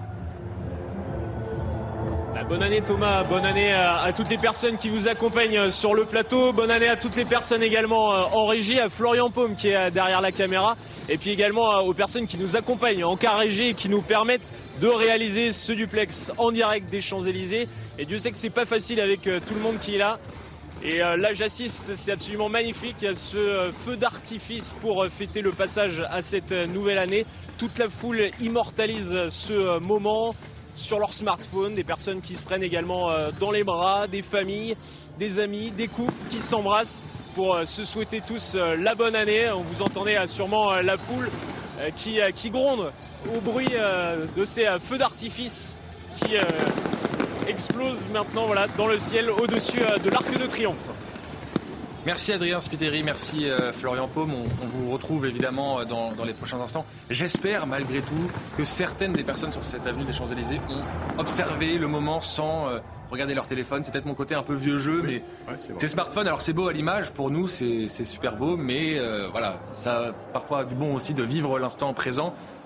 Bonne année Thomas, bonne année à, à toutes les personnes qui vous accompagnent sur le plateau, bonne année à toutes les personnes également en régie, à Florian Paume qui est derrière la caméra et puis également aux personnes qui nous accompagnent en car régie et qui nous permettent de réaliser ce duplex en direct des Champs-Élysées. Et Dieu sait que c'est pas facile avec tout le monde qui est là. Et là j'assiste, c'est absolument magnifique, il y a ce feu d'artifice pour fêter le passage à cette nouvelle année. Toute la foule immortalise ce moment sur leur smartphone, des personnes qui se prennent également dans les bras, des familles, des amis, des couples qui s'embrassent pour se souhaiter tous la bonne année. On vous entendez sûrement la foule qui, qui gronde au bruit de ces feux d'artifice qui explosent maintenant voilà, dans le ciel au-dessus de l'Arc de Triomphe. Merci Adrien Spiteri, merci euh, Florian Paume. On, on vous retrouve évidemment dans, dans les prochains instants. J'espère malgré tout que certaines des personnes sur cette avenue des Champs-Élysées ont observé le moment sans euh, regarder leur téléphone. C'est peut-être mon côté un peu vieux jeu, oui. mais ouais, c'est ces smartphones, alors c'est beau à l'image, pour nous c'est, c'est super beau, mais euh, voilà, ça a parfois du bon aussi de vivre l'instant présent.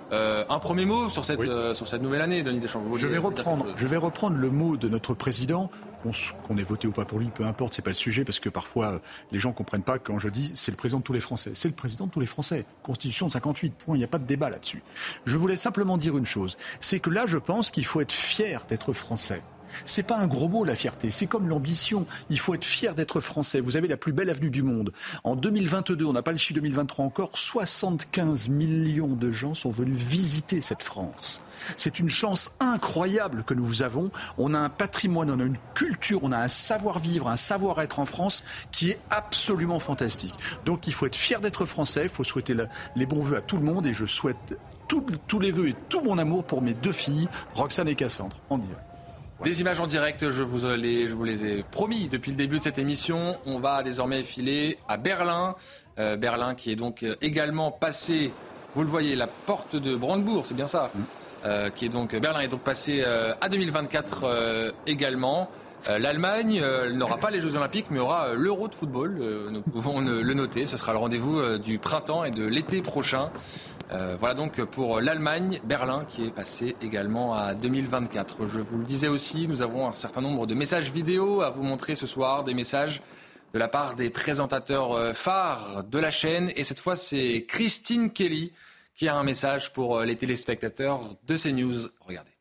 Euh, un premier mot sur cette, oui. euh, sur cette nouvelle année, Denis Deschamps. Vous je, vais reprendre, je vais reprendre le mot de notre président, qu'on, qu'on ait voté ou pas pour lui, peu importe, c'est pas le sujet, parce que parfois euh, les gens comprennent pas quand je dis c'est le président de tous les Français. C'est le président de tous les Français. Constitution de cinquante-huit, point, il n'y a pas de débat là-dessus. Je voulais simplement dire une chose, c'est que là je pense qu'il faut être fier d'être français. C'est pas un gros mot, la fierté, c'est comme l'ambition. Il faut être fier d'être français. Vous avez la plus belle avenue du monde. En deux mille vingt-deux, on n'a pas le chiffre deux mille vingt-trois encore, soixante-quinze millions de gens sont venus visiter cette France. C'est une chance incroyable que nous avons. On a un patrimoine, on a une culture, on a un savoir-vivre, un savoir-être en France qui est absolument fantastique. Donc il faut être fier d'être français, il faut souhaiter la, les bons vœux à tout le monde et je souhaite tout, tous les vœux et tout mon amour pour mes deux filles, Roxane et Cassandre, en direct. Des images en direct, je vous, les, je vous les ai promis depuis le début de cette émission. On va désormais filer à Berlin. Euh, Berlin qui est donc également passé, vous le voyez, la porte de Brandebourg, c'est bien ça mmh. euh, qui est donc, Berlin est donc passé euh, à deux mille vingt-quatre euh, également. Euh, L'Allemagne euh, n'aura pas les Jeux Olympiques, mais aura euh, l'Euro de football. Euh, nous pouvons le, le noter. Ce sera le rendez-vous euh, du printemps et de l'été prochain. Euh, voilà donc pour l'Allemagne, Berlin qui est passé également à deux mille vingt-quatre. Je vous le disais aussi, nous avons un certain nombre de messages vidéo à vous montrer ce soir, des messages de la part des présentateurs phares de la chaîne. Et cette fois, c'est Christine Kelly qui a un message pour les téléspectateurs de CNews. Regardez.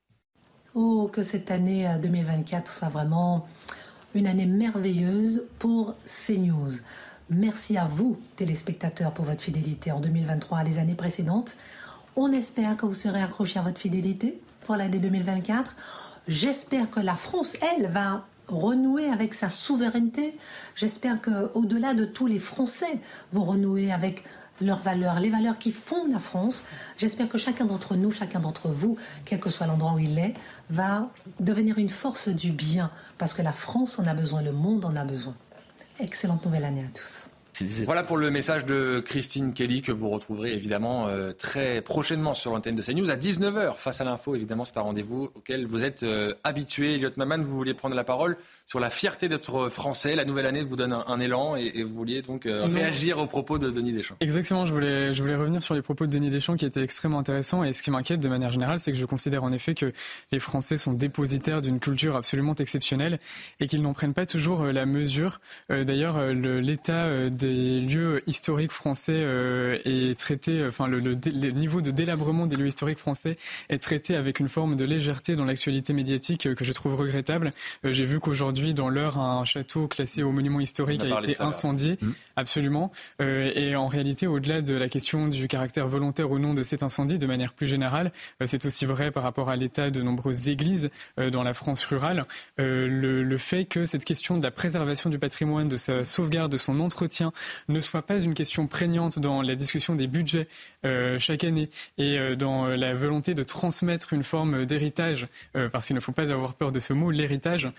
Oh, que cette année deux mille vingt-quatre soit vraiment une année merveilleuse pour CNews. Merci à vous, téléspectateurs, pour votre fidélité en deux mille vingt-trois et les années précédentes. On espère que vous serez accrochés à votre fidélité pour l'année deux mille vingt-quatre. J'espère que la France, elle, va renouer avec sa souveraineté. J'espère qu'au-delà de tous les Français, vont renouer avec leurs valeurs, les valeurs qui font la France. J'espère que chacun d'entre nous, chacun d'entre vous, quel que soit l'endroit où il est, va devenir une force du bien. Parce que la France en a besoin, le monde en a besoin. Excellente nouvelle année à tous. Voilà pour le message de Christine Kelly que vous retrouverez évidemment euh, très prochainement sur l'antenne de CNews à dix-neuf heures. Face à l'info, évidemment, c'est un rendez-vous auquel vous êtes euh, habitués. Elliot Maman, vous vouliez prendre la parole sur la fierté d'être français. La nouvelle année vous donne un, un élan et, et vous vouliez donc euh, réagir aux propos de Denis Deschamps. Exactement, je voulais, je voulais revenir sur les propos de Denis Deschamps qui étaient extrêmement intéressants. Et ce qui m'inquiète de manière générale, c'est que je considère en effet que les Français sont dépositaires d'une culture absolument exceptionnelle et qu'ils n'en prennent pas toujours la mesure. Euh, d'ailleurs, le, l'état des lieux historiques français euh, est traité, enfin le, le, le niveau de délabrement des lieux historiques français est traité avec une forme de légèreté dans l'actualité médiatique euh, que je trouve regrettable. Euh, j'ai vu qu'aujourd'hui, dans l'Eure, un château classé au monument historique a, a été incendié, mmh. absolument. Euh, et en réalité, au-delà de la question du caractère volontaire ou non de cet incendie, de manière plus générale, euh, c'est aussi vrai par rapport à l'état de nombreuses églises euh, dans la France rurale. Euh, le, le fait que cette question de la préservation du patrimoine, de sa sauvegarde, de son entretien, ne soit pas une question prégnante dans la discussion des budgets euh, chaque année et euh, dans la volonté de transmettre une forme d'héritage, euh, parce qu'il ne faut pas avoir peur de ce mot, l'héritage,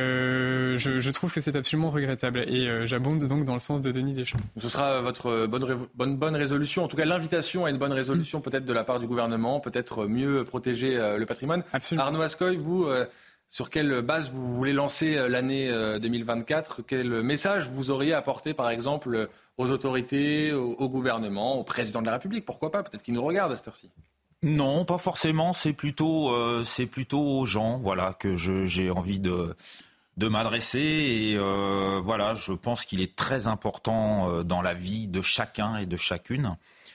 euh, je, je trouve que c'est absolument regrettable et euh, j'abonde donc dans le sens de Denis Deschamps. Ce sera votre bonne, ré- bonne, bonne résolution, en tout cas l'invitation à une bonne résolution mmh. peut-être de la part du gouvernement, peut-être mieux protéger euh, le patrimoine. Absolument. Arnaud Ascoy, vous... Euh, Sur quelle base vous voulez lancer l'année deux mille vingt-quatre ? Quel message vous auriez apporté, par exemple, aux autorités, au, au gouvernement, au président de la République ? Pourquoi pas ? Peut-être qu'il nous regarde à cette heure-ci. Non, pas forcément. C'est plutôt, euh, c'est plutôt aux gens, voilà, que je, j'ai envie de, de m'adresser. Et euh, voilà, je pense qu'il est très important dans la vie de chacun et de chacune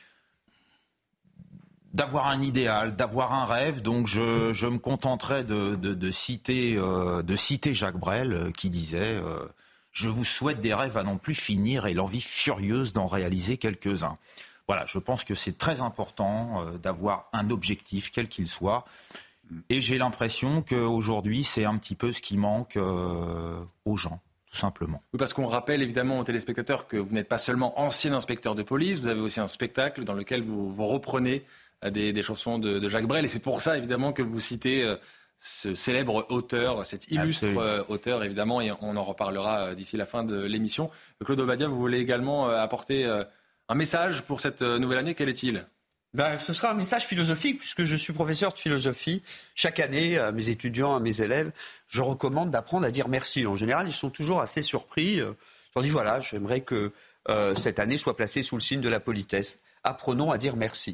d'avoir un idéal, d'avoir un rêve. Donc je, je me contenterai de, de, de, citer, euh, de citer Jacques Brel euh, qui disait euh, « Je vous souhaite des rêves à n'en plus finir et l'envie furieuse d'en réaliser quelques-uns ». Voilà, je pense que c'est très important euh, d'avoir un objectif, quel qu'il soit. Et j'ai l'impression qu'aujourd'hui, c'est un petit peu ce qui manque euh, aux gens. Tout simplement. Oui, parce qu'on rappelle évidemment aux téléspectateurs que vous n'êtes pas seulement ancien inspecteur de police, vous avez aussi un spectacle dans lequel vous, vous reprenez Des, des chansons de, de Jacques Brel. Et c'est pour ça, évidemment, que vous citez euh, ce célèbre auteur, cet illustre euh, auteur, évidemment, et on en reparlera euh, d'ici la fin de l'émission. Claude Obadia, vous voulez également euh, apporter euh, un message pour cette euh, nouvelle année. Quel est-il ? Ben, ce sera un message philosophique, puisque je suis professeur de philosophie. Chaque année, à mes étudiants, à mes élèves, je recommande d'apprendre à dire merci. En général, ils sont toujours assez surpris. Je leur dis, voilà, j'aimerais que euh, cette année soit placée sous le signe de la politesse. Apprenons à dire merci.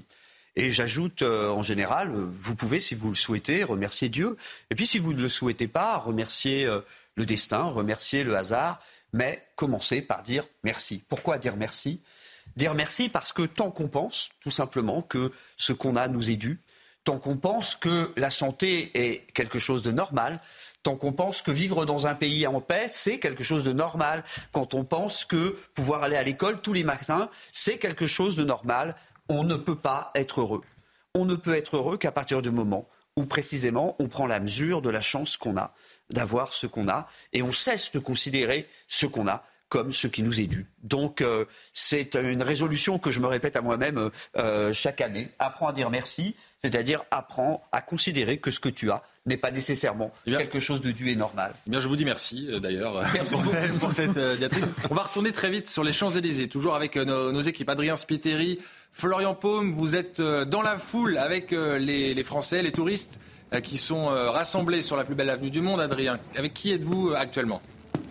Et j'ajoute, euh, en général, euh, vous pouvez, si vous le souhaitez, remercier Dieu. Et puis, si vous ne le souhaitez pas, remercier euh, le destin, remercier le hasard. Mais commencez par dire merci. Pourquoi dire merci ? Dire merci parce que tant qu'on pense, tout simplement, que ce qu'on a nous est dû, tant qu'on pense que la santé est quelque chose de normal, tant qu'on pense que vivre dans un pays en paix, c'est quelque chose de normal, quand on pense que pouvoir aller à l'école tous les matins, c'est quelque chose de normal, on ne peut pas être heureux. On ne peut être heureux qu'à partir du moment où, précisément, on prend la mesure de la chance qu'on a d'avoir ce qu'on a, et on cesse de considérer ce qu'on a comme ce qui nous est dû. Donc, euh, c'est une résolution que je me répète à moi-même euh, chaque année. Apprends à dire merci, c'est-à-dire apprends à considérer que ce que tu as n'est pas nécessairement eh bien, quelque chose de dû et normal. Eh bien, je vous dis merci, euh, d'ailleurs, merci pour, cette, pour cette euh, diatribe. On va retourner très vite sur les Champs-Élysées, toujours avec euh, nos, nos équipes. Adrien Spiteri, Florian Paume, vous êtes euh, dans la foule avec euh, les, les Français, les touristes euh, qui sont euh, rassemblés sur la plus belle avenue du monde. Adrien, avec qui êtes-vous euh, actuellement ?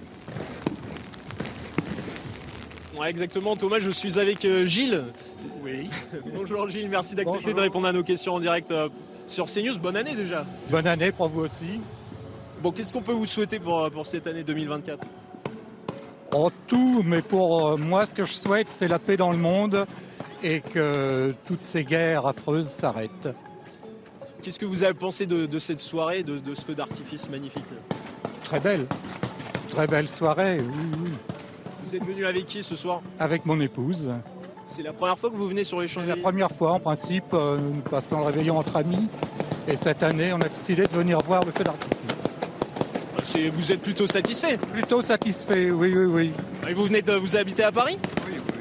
Ouais, exactement, Thomas, je suis avec euh, Gilles. Oui. Bonjour Gilles, merci d'accepter Bonjour. de répondre à nos questions en direct euh, sur CNews. Bonne année déjà. Bonne année pour vous aussi. Bon, qu'est-ce qu'on peut vous souhaiter pour, pour cette année deux mille vingt-quatre ? En tout, mais pour euh, moi, ce que je souhaite, c'est la paix dans le monde et que toutes ces guerres affreuses s'arrêtent. Qu'est-ce que vous avez pensé de, de cette soirée, de, de ce feu d'artifice magnifique ? Très belle. Très belle soirée, oui, oui. Vous êtes venu avec qui ce soir ? Avec mon épouse. C'est la première fois que vous venez sur les Champs-Élysées ? C'est la première fois, en principe, euh, nous passons le réveillon entre amis. Et cette année, on a décidé de venir voir le feu d'artifice. C'est, vous êtes plutôt satisfait ? Plutôt satisfait, oui, oui, oui. Et vous venez de, vous habitez à Paris ? Oui, oui.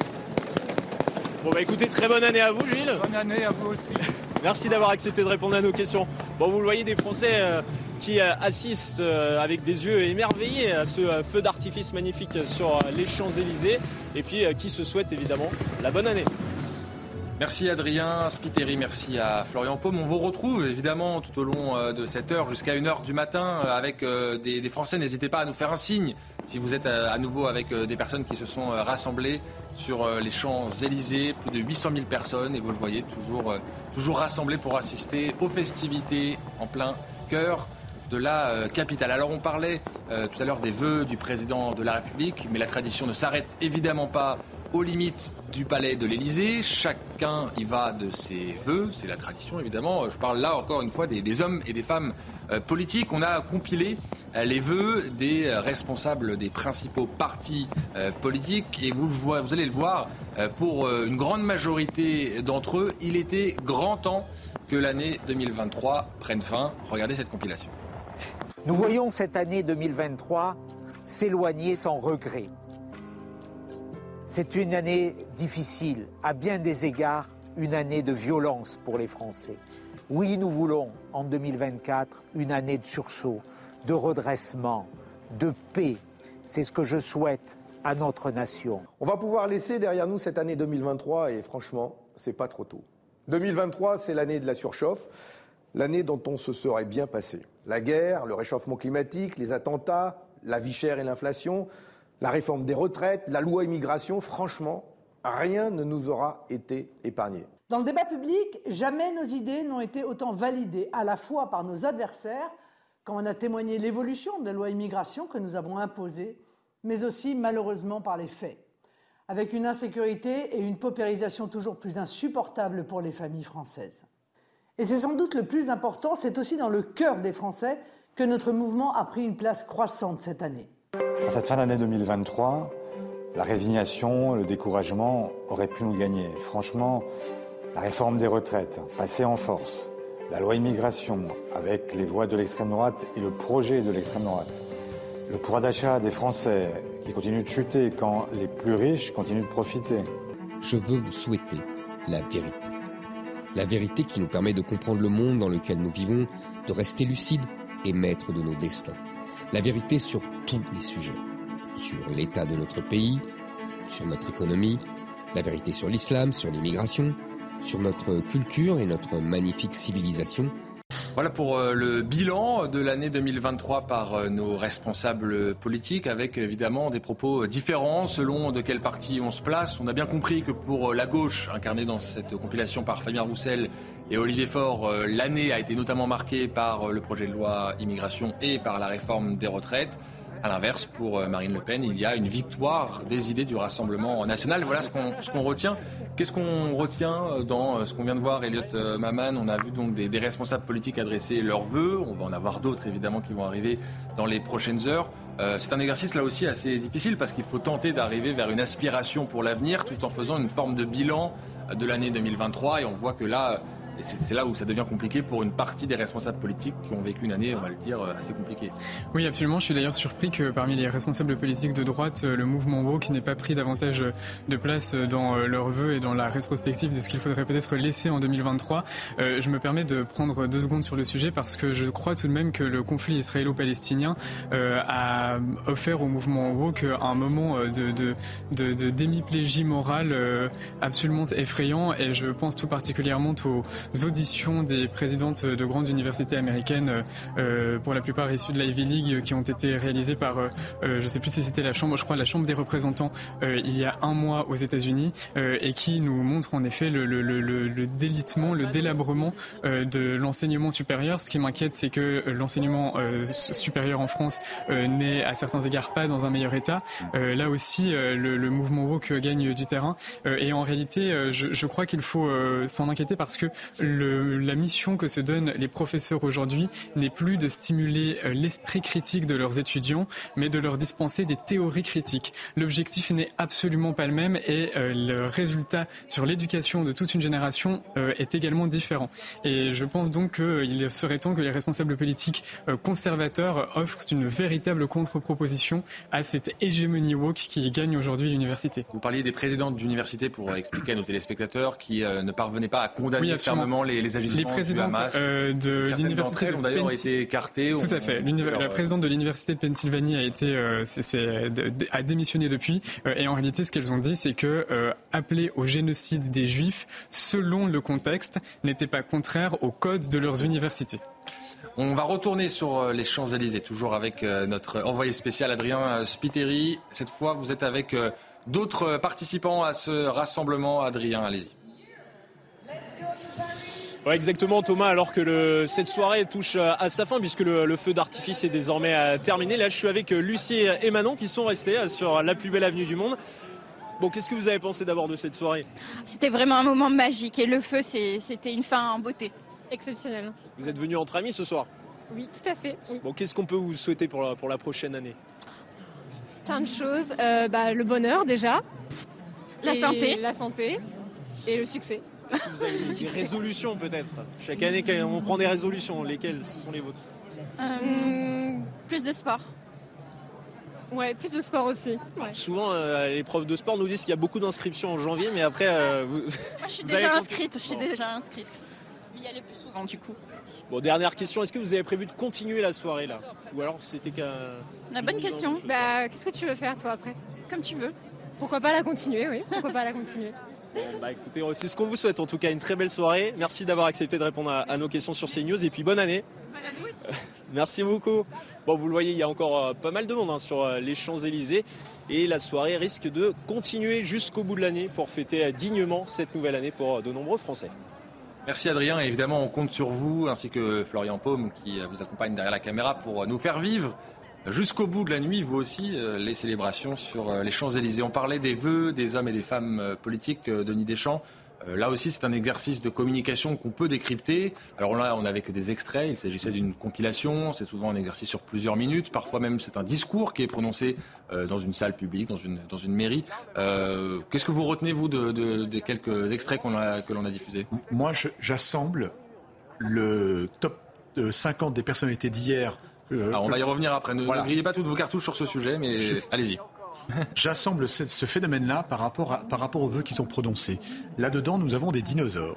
Bon bah écoutez, très bonne année à vous Gilles. Bonne année à vous aussi. Merci d'avoir accepté de répondre à nos questions. Bon, vous le voyez, des Français euh, qui euh, assistent euh, avec des yeux émerveillés à ce euh, feu d'artifice magnifique sur euh, les Champs-Élysées et puis euh, qui se souhaitent évidemment la bonne année. Merci Adrien Spiteri, merci à Florian Paume. On vous retrouve évidemment tout au long euh, de cette heure jusqu'à une heure du matin euh, avec euh, des, des Français. N'hésitez pas à nous faire un signe si vous êtes à, à nouveau avec euh, des personnes qui se sont euh, rassemblées sur euh, les Champs-Élysées. Plus de huit cent mille personnes et vous le voyez toujours, euh, toujours rassemblées pour assister aux festivités en plein cœur de la euh, capitale. Alors on parlait euh, tout à l'heure des vœux du président de la République, mais la tradition ne s'arrête évidemment pas aux limites du palais de l'Élysée. Chacun y va de ses vœux, c'est la tradition évidemment. Je parle là encore une fois des, des hommes et des femmes euh, politiques. On a compilé euh, les vœux des euh, responsables des principaux partis euh, politiques et vous, le voyez, vous allez le voir, euh, pour euh, une grande majorité d'entre eux, il était grand temps que l'année deux mille vingt-trois prenne fin. Regardez cette compilation. Nous voyons cette année deux mille vingt-trois s'éloigner sans regret. C'est une année difficile, à bien des égards, une année de violence pour les Français. Oui, nous voulons, en deux mille vingt-quatre, une année de sursaut, de redressement, de paix. C'est ce que je souhaite à notre nation. On va pouvoir laisser derrière nous cette année deux mille vingt-trois et franchement, c'est pas trop tôt. deux mille vingt-trois, c'est l'année de la surchauffe, l'année dont on se serait bien passé. La guerre, le réchauffement climatique, les attentats, la vie chère et l'inflation, la réforme des retraites, la loi immigration, franchement, rien ne nous aura été épargné. Dans le débat public, jamais nos idées n'ont été autant validées, à la fois par nos adversaires, quand on a témoigné l'évolution de la loi immigration que nous avons imposée, mais aussi malheureusement par les faits, avec une insécurité et une paupérisation toujours plus insupportables pour les familles françaises. Et c'est sans doute le plus important, c'est aussi dans le cœur des Français que notre mouvement a pris une place croissante cette année. En cette fin d'année deux mille vingt-trois, la résignation, le découragement auraient pu nous gagner. Franchement, la réforme des retraites, passée en force, la loi immigration, avec les voix de l'extrême droite et le projet de l'extrême droite, le pouvoir d'achat des Français qui continue de chuter quand les plus riches continuent de profiter. Je veux vous souhaiter la vérité. La vérité qui nous permet de comprendre le monde dans lequel nous vivons, de rester lucides et maîtres de nos destins. La vérité sur tous les sujets, sur l'état de notre pays, sur notre économie, la vérité sur l'islam, sur l'immigration, sur notre culture et notre magnifique civilisation. Voilà pour le bilan de l'année deux mille vingt-trois par nos responsables politiques, avec évidemment des propos différents selon de quel parti on se place. On a bien compris que pour la gauche, incarnée dans cette compilation par Fabien Roussel et Olivier Faure, l'année a été notamment marquée par le projet de loi immigration et par la réforme des retraites. À l'inverse, pour Marine Le Pen, il y a une victoire des idées du Rassemblement national. Voilà ce qu'on, ce qu'on retient. Qu'est-ce qu'on retient dans ce qu'on vient de voir, Elliot Maman? On a vu donc des, des responsables politiques adresser leurs vœux. On va en avoir d'autres, évidemment, qui vont arriver dans les prochaines heures. Euh, c'est un exercice, là aussi, assez difficile parce qu'il faut tenter d'arriver vers une aspiration pour l'avenir tout en faisant une forme de bilan de l'année deux mille vingt-trois. Et on voit que là... Et c'est là où ça devient compliqué pour une partie des responsables politiques qui ont vécu une année, on va le dire, assez compliquée. Oui, absolument. Je suis d'ailleurs surpris que parmi les responsables politiques de droite, le mouvement woke n'ait pas pris davantage de place dans leurs vœux et dans la rétrospective de ce qu'il faudrait peut-être laisser en deux mille vingt-trois. Euh, je me permets de prendre deux secondes sur le sujet parce que je crois tout de même que le conflit israélo-palestinien euh, a offert au mouvement woke un moment de, de, de, de démiplégie morale euh, absolument effrayant, et je pense tout particulièrement aux auditions des présidentes de grandes universités américaines, euh, pour la plupart issues de l'Ivy League, qui ont été réalisées par, euh, je ne sais plus si c'était la chambre, je crois la Chambre des représentants euh, il y a un mois aux États-Unis, euh, et qui nous montrent en effet le, le, le, le délitement, le délabrement euh, de l'enseignement supérieur. Ce qui m'inquiète, c'est que l'enseignement euh, supérieur en France euh, n'est à certains égards pas dans un meilleur état. Euh, là aussi, euh, le, le mouvement woke gagne du terrain, euh, et en réalité, euh, je, je crois qu'il faut euh, s'en inquiéter parce que Le, la mission que se donnent les professeurs aujourd'hui n'est plus de stimuler euh, l'esprit critique de leurs étudiants, mais de leur dispenser des théories critiques. L'objectif n'est absolument pas le même, et euh, le résultat sur l'éducation de toute une génération euh, est également différent. Et je pense donc qu'il serait temps que les responsables politiques euh, conservateurs offrent une véritable contre-proposition à cette hégémonie woke qui gagne aujourd'hui l'université. Vous parliez des présidentes d'université pour expliquer à nos téléspectateurs qui euh, ne parvenaient pas à condamner oui, fermement Les, les agissements les présidentes du Hamas. Euh, de l'université elles ont d'ailleurs Penn... été écartées. Tout à fait. La euh... présidente de l'université de Pennsylvanie a été euh, c'est, c'est, a démissionné depuis. Euh, et en réalité, ce qu'elles ont dit, c'est que euh, appeler au génocide des Juifs, selon le contexte, n'était pas contraire au code de leurs universités. On va retourner sur les Champs-Élysées, toujours avec notre envoyé spécial Adrien Spiteri. Cette fois, vous êtes avec d'autres participants à ce rassemblement. Adrien, allez-y. Ouais, exactement, Thomas, alors que le, cette soirée touche à sa fin puisque le, le feu d'artifice est désormais terminé. Là, je suis avec Lucie et Manon qui sont restés sur la plus belle avenue du monde. Bon, qu'est-ce que vous avez pensé d'abord de cette soirée? C'était vraiment un moment magique et le feu, c'est, c'était une fin en beauté. Exceptionnel. Vous êtes venus entre amis ce soir? Oui, tout à fait. Oui. Bon, qu'est-ce qu'on peut vous souhaiter pour la, pour la prochaine année? Plein de choses. Euh, bah, le bonheur déjà. La et santé. La santé et le succès. Est-ce que vous avez des résolutions peut-être? Chaque année, on prend des résolutions. Lesquelles sont les vôtres? euh, Plus de sport. Ouais, plus de sport aussi. Ouais. Souvent, euh, les profs de sport nous disent qu'il y a beaucoup d'inscriptions en janvier, mais après... Euh, vous... Moi, je suis déjà inscrite. Je suis déjà inscrite. Je vais y aller plus souvent, du coup. Bon, dernière question. Est-ce que vous avez prévu de continuer la soirée, là? Ou alors c'était qu'un... La bonne question. Bah, qu'est-ce que tu veux faire, toi, après? Comme tu veux. Pourquoi pas la continuer, oui. Pourquoi pas la continuer. Bon, bah écoutez, c'est ce qu'on vous souhaite en tout cas, une très belle soirée. Merci d'avoir accepté de répondre à, à nos questions sur CNews et puis bonne année. Bonne année aussi. Merci beaucoup. Bon, vous le voyez, il y a encore euh, pas mal de monde hein, sur euh, les Champs-Élysées et la soirée risque de continuer jusqu'au bout de l'année pour fêter euh, dignement cette nouvelle année pour euh, de nombreux Français. Merci Adrien, et évidemment on compte sur vous ainsi que Florian Paume qui vous accompagne derrière la caméra pour nous faire vivre jusqu'au bout de la nuit, vous aussi, les célébrations sur les Champs-Élysées. On parlait des vœux des hommes et des femmes politiques, Denis Deschamps. Là aussi, c'est un exercice de communication qu'on peut décrypter. Alors là, on n'avait que des extraits. Il s'agissait d'une compilation. C'est souvent un exercice sur plusieurs minutes. Parfois même, c'est un discours qui est prononcé dans une salle publique, dans une, dans une mairie. Euh, qu'est-ce que vous retenez, vous, de, de, de quelques extraits qu'on a, que l'on a diffusés? Moi, je, j'assemble le top cinquante des personnalités d'hier. Euh, Alors on va y revenir après. Ne, voilà. ne grillez pas toutes vos cartouches sur ce sujet, mais je... allez-y. J'assemble ce, ce phénomène-là par rapport, à, par rapport aux vœux qu'ils ont prononcés. Là-dedans, nous avons des dinosaures.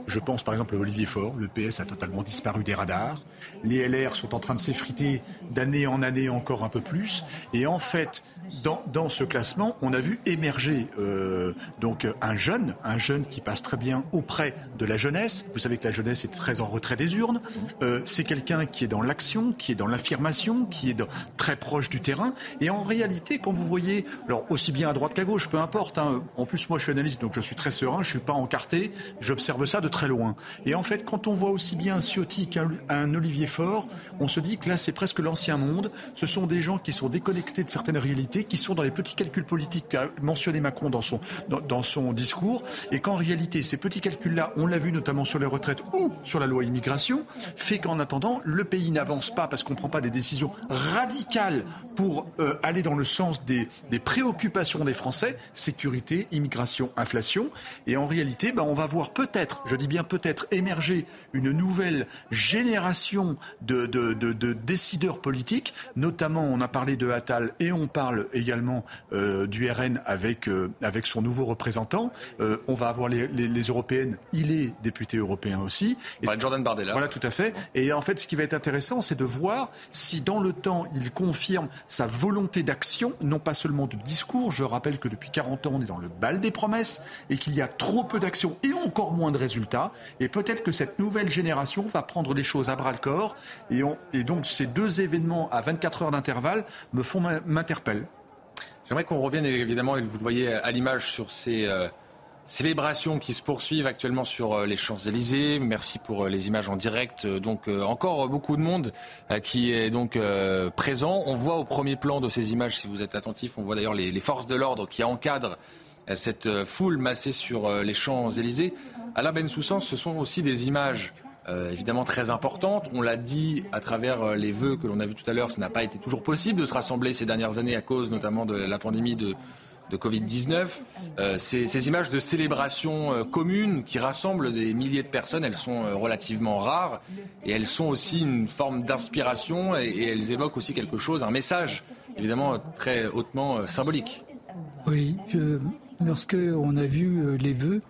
Je pense par exemple à Olivier Faure. Le P S a totalement disparu des radars. Les L R sont en train de s'effriter d'année en année encore un peu plus. Et en fait, dans, dans ce classement, on a vu émerger euh, donc un jeune, un jeune qui passe très bien auprès de la jeunesse. Vous savez que la jeunesse est très en retrait des urnes. Euh, c'est quelqu'un qui est dans l'action, qui est dans l'affirmation, qui est dans, très proche du terrain. Et en réalité, quand vous voyez, alors aussi bien à droite qu'à gauche, peu importe. Hein, en plus, moi, je suis analyste, donc je suis très serein. Je suis pas encarté. J'observe ça de très loin. Et en fait, quand on voit aussi bien un Ciotti qu'un un Olivier Faure, on se dit que là, c'est presque l'ancien monde. Ce sont des gens qui sont déconnectés de certaines réalités, qui sont dans les petits calculs politiques qu'a mentionné Macron dans son, dans, dans son discours, et qu'en réalité, ces petits calculs-là, on l'a vu notamment sur les retraites ou sur la loi immigration, fait qu'en attendant, le pays n'avance pas parce qu'on ne prend pas des décisions radicales pour euh, aller dans le sens des, des préoccupations des Français, sécurité, immigration, inflation, et en réalité, ben, on va voir peut-être, je dis bien peut-être, émerger une nouvelle génération de, de, de, de décideurs politiques, notamment on a parlé de Attal et on parle également euh, du R N avec, euh, avec son nouveau représentant. Euh, on va avoir les, les, les européennes, il est député européen aussi. Et bah, Jordan Bardella. Voilà, tout à fait. Et en fait, ce qui va être intéressant, c'est de voir si dans le temps, il confirme sa volonté d'action, non pas seulement de discours. Je rappelle que depuis quarante ans, on est dans le bal des promesses et qu'il y a trop peu d'actions et encore moins de résultats. Et peut-être que cette nouvelle génération va prendre les choses à bras-le-corps. Et, on, et donc, ces deux événements à vingt-quatre heures d'intervalle me font m'interpellent. J'aimerais qu'on revienne évidemment, et vous le voyez à l'image, sur ces euh, célébrations qui se poursuivent actuellement sur euh, les Champs-Élysées. Merci pour euh, les images en direct. Donc euh, encore beaucoup de monde euh, qui est donc euh, présent. On voit au premier plan de ces images, si vous êtes attentifs, on voit d'ailleurs les, les forces de l'ordre qui encadrent euh, cette euh, foule massée sur euh, les Champs-Élysées. Alain Bensoussan, ce sont aussi des images Euh, évidemment très importante. On l'a dit à travers euh, les vœux que l'on a vus tout à l'heure, ça n'a pas été toujours possible de se rassembler ces dernières années à cause notamment de la pandémie de, de covid dix-neuf. Euh, ces, ces images de célébration euh, commune qui rassemblent des milliers de personnes, elles sont euh, relativement rares et elles sont aussi une forme d'inspiration et, et elles évoquent aussi quelque chose, un message évidemment très hautement euh, symbolique. Oui, je, lorsque on a vu euh, les vœux,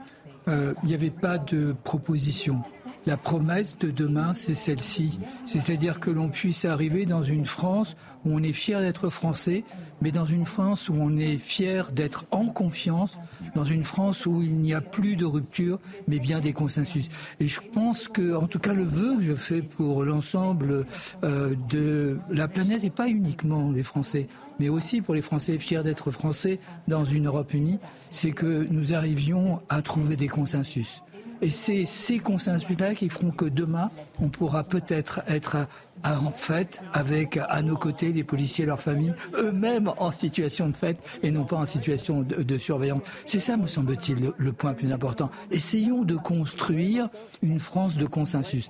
euh, il n'y avait pas de proposition. La promesse de demain, c'est celle-ci. C'est-à-dire que l'on puisse arriver dans une France où on est fier d'être français, mais dans une France où on est fier d'être en confiance, dans une France où il n'y a plus de rupture, mais bien des consensus. Et je pense que, en tout cas, le vœu que je fais pour l'ensemble euh, de la planète, et pas uniquement les Français, mais aussi pour les Français fiers d'être Français dans une Europe unie, c'est que nous arrivions à trouver des consensus. Et c'est ces consensus-là qui feront que demain, on pourra peut-être être à, à, en fête avec à nos côtés les policiers et leurs familles, eux-mêmes en situation de fête et non pas en situation de, de surveillance. C'est ça, me semble-t-il, le, le point plus important. Essayons de construire une France de consensus.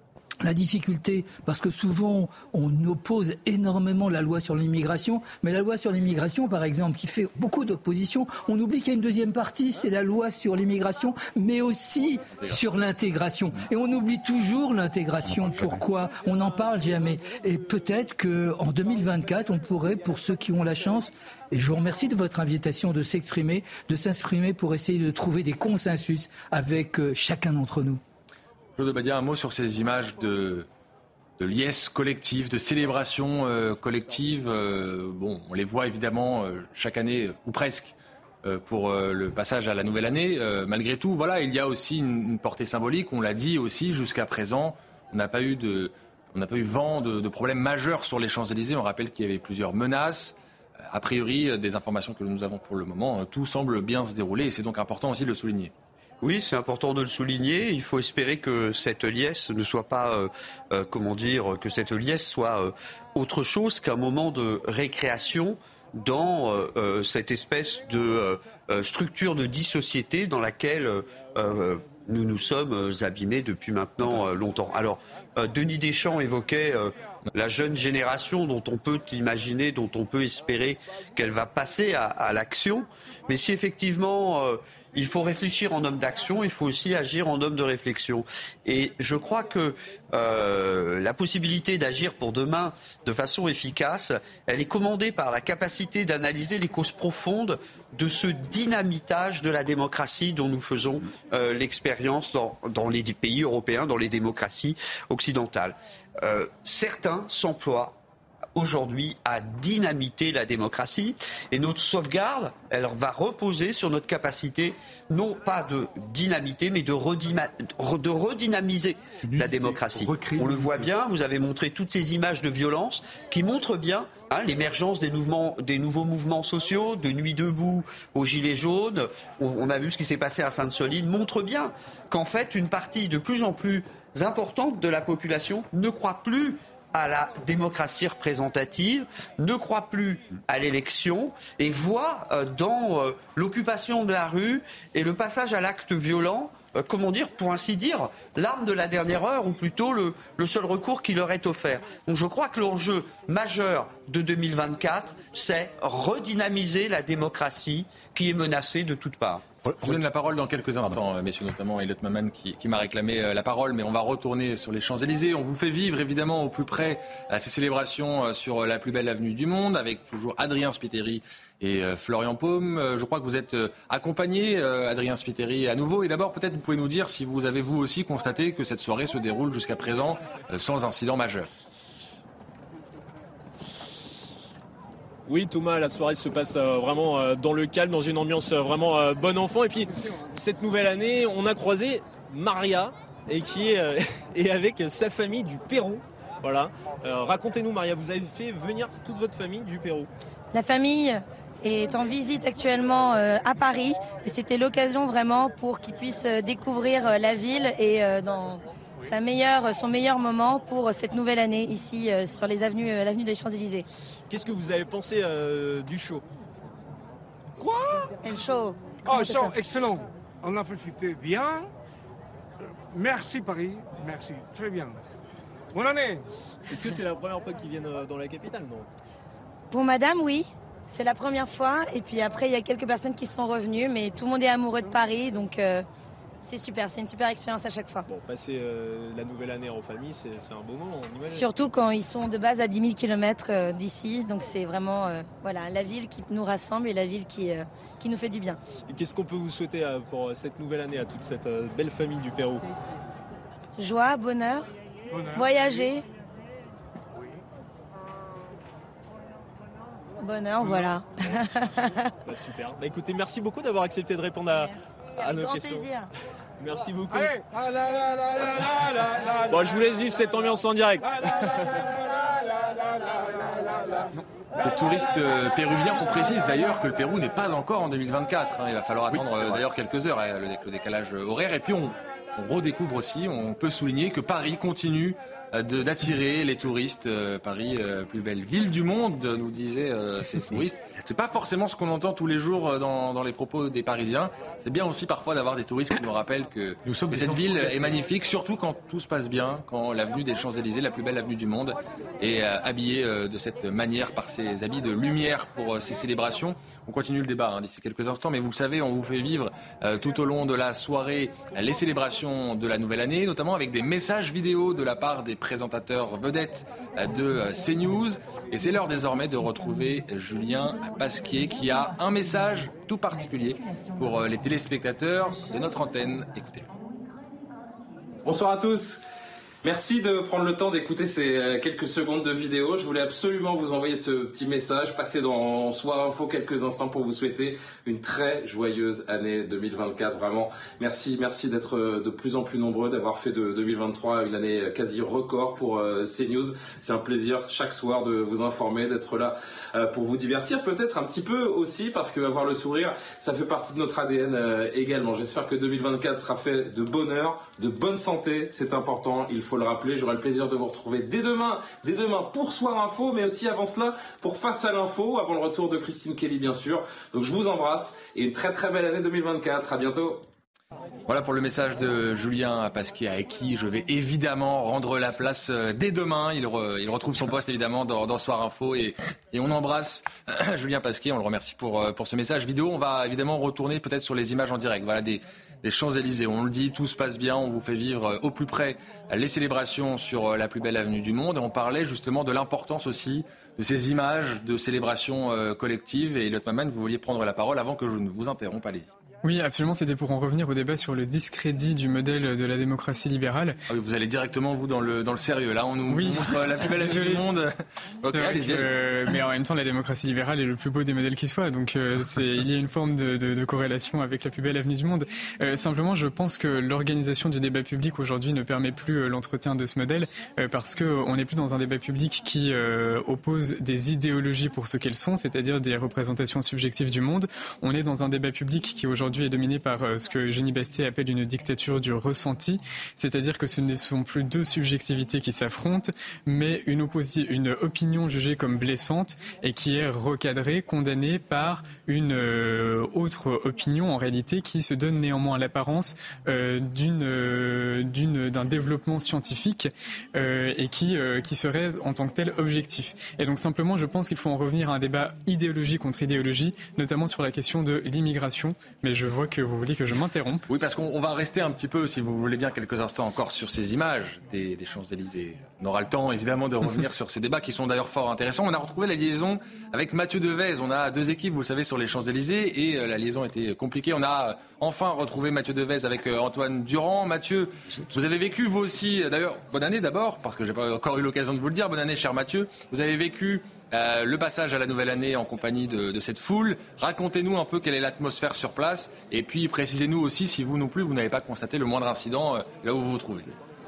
La difficulté, parce que souvent on oppose énormément la loi sur l'immigration, mais la loi sur l'immigration, par exemple, qui fait beaucoup d'opposition, on oublie qu'il y a une deuxième partie, c'est la loi sur l'immigration, mais aussi sur l'intégration. Et on oublie toujours l'intégration. Pourquoi ? On n'en parle jamais. Et peut-être qu'en deux mille vingt-quatre, on pourrait, pour ceux qui ont la chance, et je vous remercie de votre invitation de s'exprimer, de s'exprimer pour essayer de trouver des consensus avec chacun d'entre nous. Claude Badia, un mot sur ces images de, de liesse collective, de célébration euh, collective. Euh, bon, on les voit évidemment euh, chaque année, euh, ou presque, euh, pour euh, le passage à la nouvelle année. Euh, malgré tout, voilà, il y a aussi une, une portée symbolique. On l'a dit aussi, jusqu'à présent, on n'a pas eu de, on n'a pas eu vent de, de problèmes majeurs sur les Champs-Élysées. On rappelle qu'il y avait plusieurs menaces. A priori, des informations que nous avons pour le moment, tout semble bien se dérouler et c'est donc important aussi de le souligner. Oui, c'est important de le souligner. Il faut espérer que cette liesse ne soit pas, euh, euh, comment dire, que cette liesse soit euh, autre chose qu'un moment de récréation dans euh, euh, cette espèce de euh, structure de dissociété dans laquelle euh, nous nous sommes abîmés depuis maintenant euh, longtemps. Alors, euh, Denis Deschamps évoquait euh, la jeune génération dont on peut imaginer, dont on peut espérer qu'elle va passer à, à l'action. Mais si effectivement... Euh, il faut réfléchir en homme d'action, il faut aussi agir en homme de réflexion. Et je crois que euh, la possibilité d'agir pour demain de façon efficace, elle est commandée par la capacité d'analyser les causes profondes de ce dynamitage de la démocratie dont nous faisons euh, l'expérience dans, dans les pays européens, dans les démocraties occidentales. Euh, certains s'emploient aujourd'hui à dynamiter la démocratie et notre sauvegarde, elle va reposer sur notre capacité non pas de dynamiter mais de, redima- de redynamiser la démocratie. On le voit bien, vous avez montré toutes ces images de violence qui montrent bien hein, l'émergence des, mouvements, des nouveaux mouvements sociaux, de Nuit debout aux Gilets jaunes. On, on a vu ce qui s'est passé à Sainte-Soline, montre bien qu'en fait une partie de plus en plus importante de la population ne croit plus à la démocratie représentative, ne croit plus à l'élection et voit euh, dans euh, l'occupation de la rue et le passage à l'acte violent, euh, comment dire, pour ainsi dire, l'arme de la dernière heure ou plutôt le, le seul recours qui leur est offert. Donc je crois que l'enjeu majeur de deux mille vingt-quatre, c'est redynamiser la démocratie qui est menacée de toutes parts. Je vous donne la parole dans quelques instants, euh, messieurs, notamment Elliot Maman qui, qui m'a réclamé euh, la parole, mais on va retourner sur les Champs-Élysées. On vous fait vivre évidemment au plus près euh, ces célébrations euh, sur la plus belle avenue du monde, avec toujours Adrien Spiteri et euh, Florian Paume. Euh, je crois que vous êtes euh, accompagné, euh, Adrien Spiteri, à nouveau. Et d'abord, peut-être vous pouvez nous dire si vous avez vous aussi constaté que cette soirée se déroule jusqu'à présent euh, sans incident majeur. Oui, Thomas, la soirée se passe euh, vraiment euh, dans le calme, dans une ambiance euh, vraiment euh, bon enfant. Et puis, cette nouvelle année, on a croisé Maria, et qui est, euh, est avec sa famille du Pérou. Voilà. Euh, racontez-nous, Maria, vous avez fait venir toute votre famille du Pérou. La famille est en visite actuellement euh, à Paris. Et c'était l'occasion vraiment pour qu'ils puissent euh, découvrir euh, la ville et euh, dans sa meilleure, son meilleur moment pour cette nouvelle année ici euh, sur les avenues, euh, l'avenue des Champs-Élysées. Qu'est-ce que vous avez pensé euh, du show? Quoi? Le show. Oh, show, excellent. On a profité bien. Merci Paris, merci, très bien. Bonne année. Est-ce que c'est la première fois qu'ils viennent dans la capitale, non? Pour madame, oui. C'est la première fois. Et puis après, il y a quelques personnes qui sont revenues. Mais tout le monde est amoureux de Paris. Donc euh, c'est super. C'est une super expérience à chaque fois. Bon, passer euh, la nouvelle année en famille, c'est, c'est un beau moment, on imagine. Surtout quand ils sont de base à dix mille kilomètres euh, d'ici. Donc c'est vraiment euh, voilà, la ville qui nous rassemble et la ville qui, euh, qui nous fait du bien. Et qu'est-ce qu'on peut vous souhaiter euh, pour cette nouvelle année à toute cette euh, belle famille du Pérou? Joie, bonheur, bonheur. Voyager. Bonheur, voilà. Bah, super. Bah, écoutez, merci beaucoup d'avoir accepté de répondre à, à Avec nos grand questions. plaisir. Merci beaucoup. Allez, ah là là là là là là là. Bon, je vous laisse vivre cette ambiance en direct. Ces touristes euh, péruviens, on précise d'ailleurs que le Pérou n'est pas encore en deux mille vingt-quatre. Hein. Il va falloir attendre oui, euh, d'ailleurs quelques heures hein, avec le décalage horaire. Et puis on, on redécouvre aussi, on peut souligner que Paris continue euh, de, d'attirer les touristes. Euh, Paris, euh, plus belle ville du monde, nous disaient euh, ces touristes. C'est pas forcément ce qu'on entend tous les jours dans, dans les propos des Parisiens. C'est bien aussi parfois d'avoir des touristes qui nous rappellent que, nous sommes que cette ville est magnifique, surtout quand tout se passe bien, quand l'avenue des Champs-Élysées, la plus belle avenue du monde, est euh, habillée euh, de cette manière par ses habits de lumière pour euh, ces célébrations. On continue le débat hein, d'ici quelques instants, mais vous le savez, on vous fait vivre euh, tout au long de la soirée les célébrations de la nouvelle année, notamment avec des messages vidéo de la part des présentateurs vedettes euh, de euh, CNews. Et c'est l'heure désormais de retrouver Julien Pasquier qui a un message tout particulier pour les téléspectateurs de notre antenne. Écoutez. Bonsoir à tous. Merci de prendre le temps d'écouter ces quelques secondes de vidéo. Je voulais absolument vous envoyer ce petit message, passer dans Soir Info quelques instants pour vous souhaiter une très joyeuse année deux mille vingt-quatre. Vraiment, merci, merci d'être de plus en plus nombreux, d'avoir fait de deux mille vingt-trois une année quasi record pour CNews. C'est un plaisir chaque soir de vous informer, d'être là pour vous divertir, peut-être un petit peu aussi, parce que avoir le sourire, ça fait partie de notre A D N également. J'espère que deux mille vingt-quatre sera fait de bonheur, de bonne santé, c'est important, il faut faut le rappeler, j'aurai le plaisir de vous retrouver dès demain, dès demain pour Soir Info, mais aussi avant cela pour Face à l'info, avant le retour de Christine Kelly bien sûr. Donc je vous embrasse et une très très belle année deux mille vingt-quatre. À bientôt. Voilà pour le message de Julien Pasquier, à qui je vais évidemment rendre la place dès demain. Il, re, il retrouve son poste évidemment dans, dans Soir Info et, et on embrasse Julien Pasquier. On le remercie pour, pour ce message vidéo. On va évidemment retourner peut-être sur les images en direct. Voilà des, des Champs-Élysées. On le dit, tout se passe bien. On vous fait vivre au plus près les célébrations sur la plus belle avenue du monde. Et on parlait justement de l'importance aussi de ces images de célébrations collectives. Et Elliot Maman, vous vouliez prendre la parole avant que je ne vous interrompe. Allez-y. Oui, absolument. C'était pour en revenir au débat sur le discrédit du modèle de la démocratie libérale. Ah oui, vous allez directement, vous, dans le, dans le sérieux. Là, on nous oui. montre la plus belle avenue du monde. Okay, allez-y. Euh, mais en même temps, la démocratie libérale est le plus beau des modèles qui soit. Donc, euh, c'est, il y a une forme de, de, de corrélation avec la plus belle avenue du monde. Euh, simplement, je pense que l'organisation du débat public aujourd'hui ne permet plus euh, l'entretien de ce modèle euh, parce qu'on n'est plus dans un débat public qui euh, oppose des idéologies pour ce qu'elles sont, c'est-à-dire des représentations subjectives du monde. On est dans un débat public qui aujourd'hui est dominé par ce que Génie Bastier appelle une dictature du ressenti, c'est-à-dire que ce ne sont plus deux subjectivités qui s'affrontent, mais une, opposi- une opinion jugée comme blessante et qui est recadrée, condamnée par une euh, autre opinion en réalité qui se donne néanmoins l'apparence euh, d'une, euh, d'une, d'un développement scientifique euh, et qui, euh, qui serait en tant que tel objectif. Et donc simplement je pense qu'il faut en revenir à un débat idéologie contre idéologie, notamment sur la question de l'immigration, mais je vois que vous voulez que je m'interrompe. Oui, parce qu'on va rester un petit peu, si vous voulez bien, quelques instants encore sur ces images des, des Champs-Élysées. On aura le temps, évidemment, de revenir sur ces débats qui sont d'ailleurs fort intéressants. On a retrouvé la liaison avec Mathieu Devez. On a deux équipes, vous le savez, sur les Champs-Élysées et la liaison était compliquée. On a enfin retrouvé Mathieu Devez avec Antoine Durand. Mathieu, vous avez vécu, vous aussi, d'ailleurs, bonne année d'abord, parce que j'ai pas encore eu l'occasion de vous le dire. Bonne année, cher Mathieu. Vous avez vécu Euh, le passage à la nouvelle année en compagnie de, de cette foule. Racontez-nous un peu quelle est l'atmosphère sur place et puis précisez-nous aussi si vous non plus vous n'avez pas constaté le moindre incident euh, là où vous vous trouvez.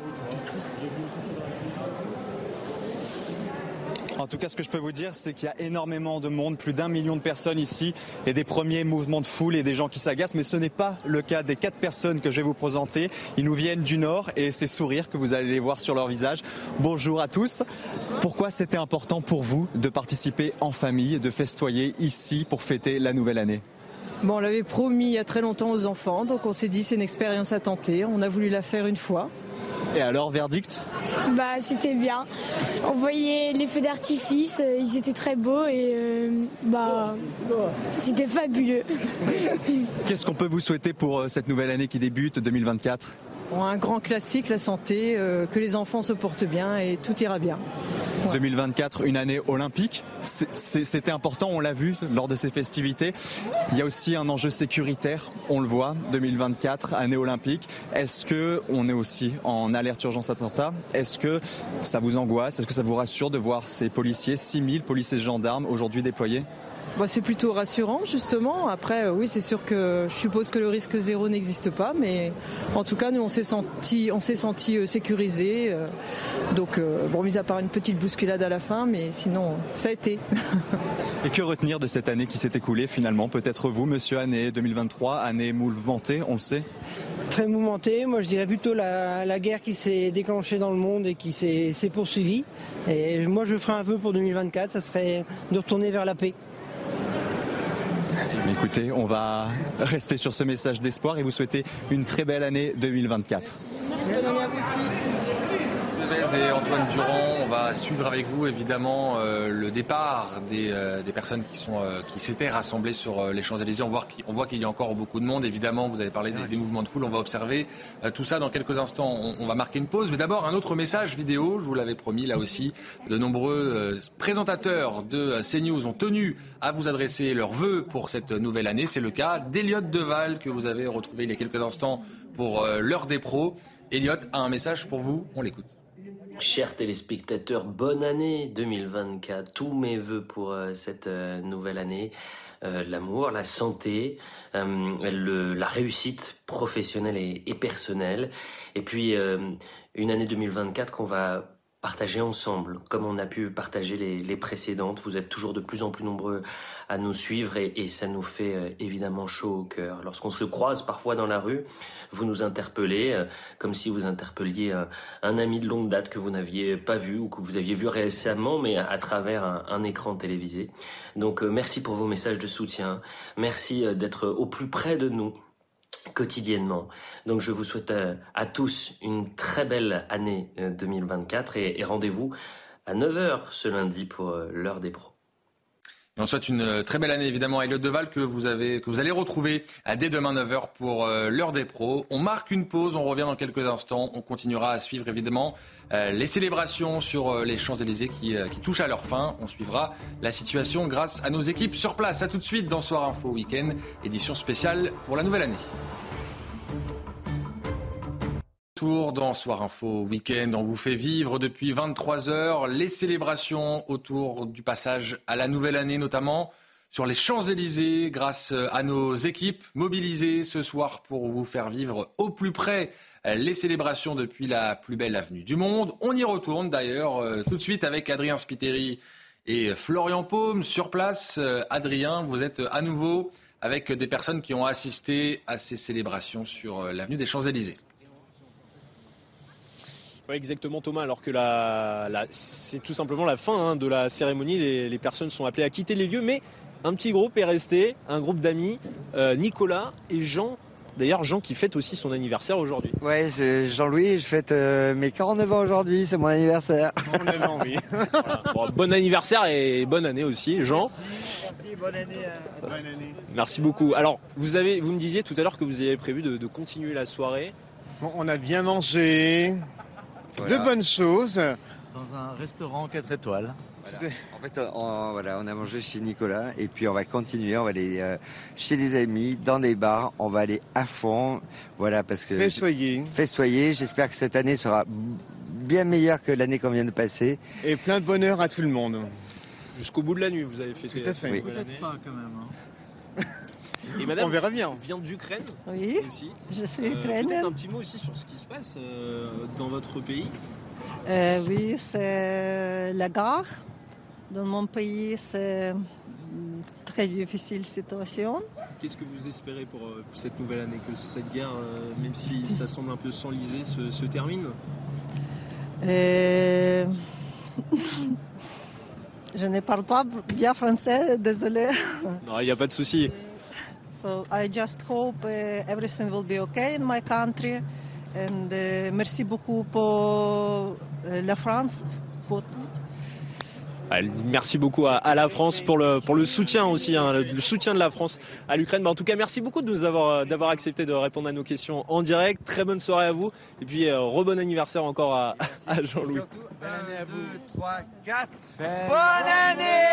En tout cas, ce que je peux vous dire, c'est qu'il y a énormément de monde, plus d'un million de personnes ici, et des premiers mouvements de foule et des gens qui s'agacent. Mais ce n'est pas le cas des quatre personnes que je vais vous présenter. Ils nous viennent du Nord et ces sourires que vous allez les voir sur leur visage. Bonjour à tous. Pourquoi c'était important pour vous de participer en famille, de festoyer ici pour fêter la nouvelle année ? Bon, on l'avait promis il y a très longtemps aux enfants, donc on s'est dit c'est une expérience à tenter. On a voulu la faire une fois. Et alors, verdict ? Bah, c'était bien. On voyait les feux d'artifice, euh, ils étaient très beaux et euh, bah, c'était fabuleux. Qu'est-ce qu'on peut vous souhaiter pour cette nouvelle année qui débute, deux mille vingt-quatre ? Un grand classique, la santé, euh, que les enfants se portent bien et tout ira bien. Ouais. deux mille vingt-quatre, une année olympique. C'est, c'est, c'était important, on l'a vu lors de ces festivités. Il y a aussi un enjeu sécuritaire, on le voit, deux mille vingt-quatre, année olympique. Est-ce qu'on est aussi en alerte urgence attentat ? Est-ce que ça vous angoisse ? Est-ce que ça vous rassure de voir ces policiers, six mille policiers et gendarmes aujourd'hui déployés ? Bah, c'est plutôt rassurant justement. Après, euh, oui, c'est sûr que je suppose que le risque zéro n'existe pas, mais en tout cas, nous, on s'est senti, on s'est senti euh, sécurisés. Euh, donc, euh, bon, mis à part une petite bousculade à la fin, mais sinon, ça a été. Et que retenir de cette année qui s'est écoulée finalement ? Peut-être vous, monsieur, année deux mille vingt-trois, année mouvementée, on le sait. Très mouvementée. Moi, je dirais plutôt la, la guerre qui s'est déclenchée dans le monde et qui s'est, s'est poursuivie. Et moi, je ferais un vœu pour deux mille vingt-quatre, ça serait de retourner vers la paix. Écoutez, on va rester sur ce message d'espoir et vous souhaiter une très belle année deux mille vingt-quatre. Merci à vous aussi. Devez et Antoine Durand, on va suivre avec vous évidemment euh, le départ des, euh, des personnes qui, sont, euh, qui s'étaient rassemblées sur euh, les Champs-Élysées. On voit, on voit qu'il y a encore beaucoup de monde. Évidemment, vous avez parlé des, des mouvements de foule, on va observer euh, tout ça dans quelques instants. On, on va marquer une pause, mais d'abord un autre message vidéo, je vous l'avais promis là aussi. De nombreux euh, présentateurs de euh, CNews ont tenu à vous adresser leurs vœux pour cette nouvelle année. C'est le cas d'Elliot Deval que vous avez retrouvé il y a quelques instants pour euh, l'heure des pros. Elliot a un message pour vous, on l'écoute. Chers téléspectateurs, bonne année deux mille vingt-quatre. Tous mes vœux pour euh, cette euh, nouvelle année. Euh, l'amour, la santé, euh, le, la réussite professionnelle et, et personnelle. Et puis, euh, une année deux mille vingt-quatre qu'on va partager ensemble, comme on a pu partager les, les précédentes. Vous êtes toujours de plus en plus nombreux à nous suivre et, et ça nous fait euh, évidemment chaud au cœur. Lorsqu'on se croise parfois dans la rue, vous nous interpellez euh, comme si vous interpelliez un, un ami de longue date que vous n'aviez pas vu ou que vous aviez vu récemment, mais à, à travers un, un écran télévisé. Donc euh, merci pour vos messages de soutien, merci euh, d'être au plus près de nous. quotidiennement. Donc je vous souhaite à, à tous une très belle année deux mille vingt-quatre et, et rendez-vous à neuf heures ce lundi pour euh, l'heure des pros. Et on souhaite une très belle année évidemment à Elliot Deval que vous, avez, que vous allez retrouver à dès demain neuf heures pour euh, l'heure des pros. On marque une pause, on revient dans quelques instants. On continuera à suivre évidemment euh, les célébrations sur euh, les Champs-Élysées qui, euh, qui touchent à leur fin. On suivra la situation grâce à nos équipes sur place. À tout de suite dans Soir Info Week-end, édition spéciale pour la nouvelle année. Dans Soir Info Week-end, on vous fait vivre depuis vingt-trois heures les célébrations autour du passage à la nouvelle année, notamment sur les Champs-Élysées, grâce à nos équipes mobilisées ce soir pour vous faire vivre au plus près les célébrations depuis la plus belle avenue du monde. On y retourne d'ailleurs tout de suite avec Adrien Spiteri et Florian Paume sur place. Adrien, vous êtes à nouveau avec des personnes qui ont assisté à ces célébrations sur l'avenue des Champs-Élysées. Oui, exactement Thomas, alors que la, la, c'est tout simplement la fin hein, de la cérémonie, les, les personnes sont appelées à quitter les lieux, mais un petit groupe est resté, un groupe d'amis, euh, Nicolas et Jean, d'ailleurs Jean qui fête aussi son anniversaire aujourd'hui. Ouais, c'est Jean-Louis, je fête euh, mes quarante-neuf ans aujourd'hui, c'est mon anniversaire. quarante-neuf ans, oui. Voilà. Bon, bon anniversaire et bonne année aussi Jean. Merci, merci bonne année à, à bonne année. Merci beaucoup. Alors, vous, avez, vous me disiez tout à l'heure que vous avez prévu de, de continuer la soirée. Bon, on a bien mangé. Voilà. De bonnes choses. Dans un restaurant quatre étoiles. Voilà. En fait, on, voilà, on a mangé chez Nicolas et puis on va continuer. On va aller euh, chez des amis, dans des bars. On va aller à fond. Voilà, parce que. Festoyer. Festoyer. J'espère que cette année sera bien meilleure que l'année qu'on vient de passer. Et plein de bonheur à tout le monde. Jusqu'au bout de la nuit, vous avez fêté. Tout à fait. Oui. Peut-être pas quand même. Hein. Et madame, on verra bien. Vient d'Ukraine. Oui, aussi. Je suis euh, ukrainienne. Peut-être un petit mot aussi sur ce qui se passe euh, dans votre pays. Euh, oui, c'est la guerre. Dans mon pays, c'est une très difficile situation. Qu'est-ce que vous espérez pour euh, cette nouvelle année? Que cette guerre, euh, même si ça semble un peu s'enliser, se, se termine euh... Je ne parle pas bien français, désolé. Non, il n'y a pas de souci. So I just hope uh, everything will be okay in my country. And uh, merci beaucoup pour uh, la France, pour tout. Merci beaucoup à, à la France pour le, pour le soutien aussi, hein, le, le soutien de la France à l'Ukraine. Bah, en tout cas, merci beaucoup de nous avoir, d'avoir accepté de répondre à nos questions en direct. Très bonne soirée à vous. Et puis, euh, rebon anniversaire encore à, à Jean-Louis. Surtout, bonne année à vous. deux, trois, quatre. Bonne année!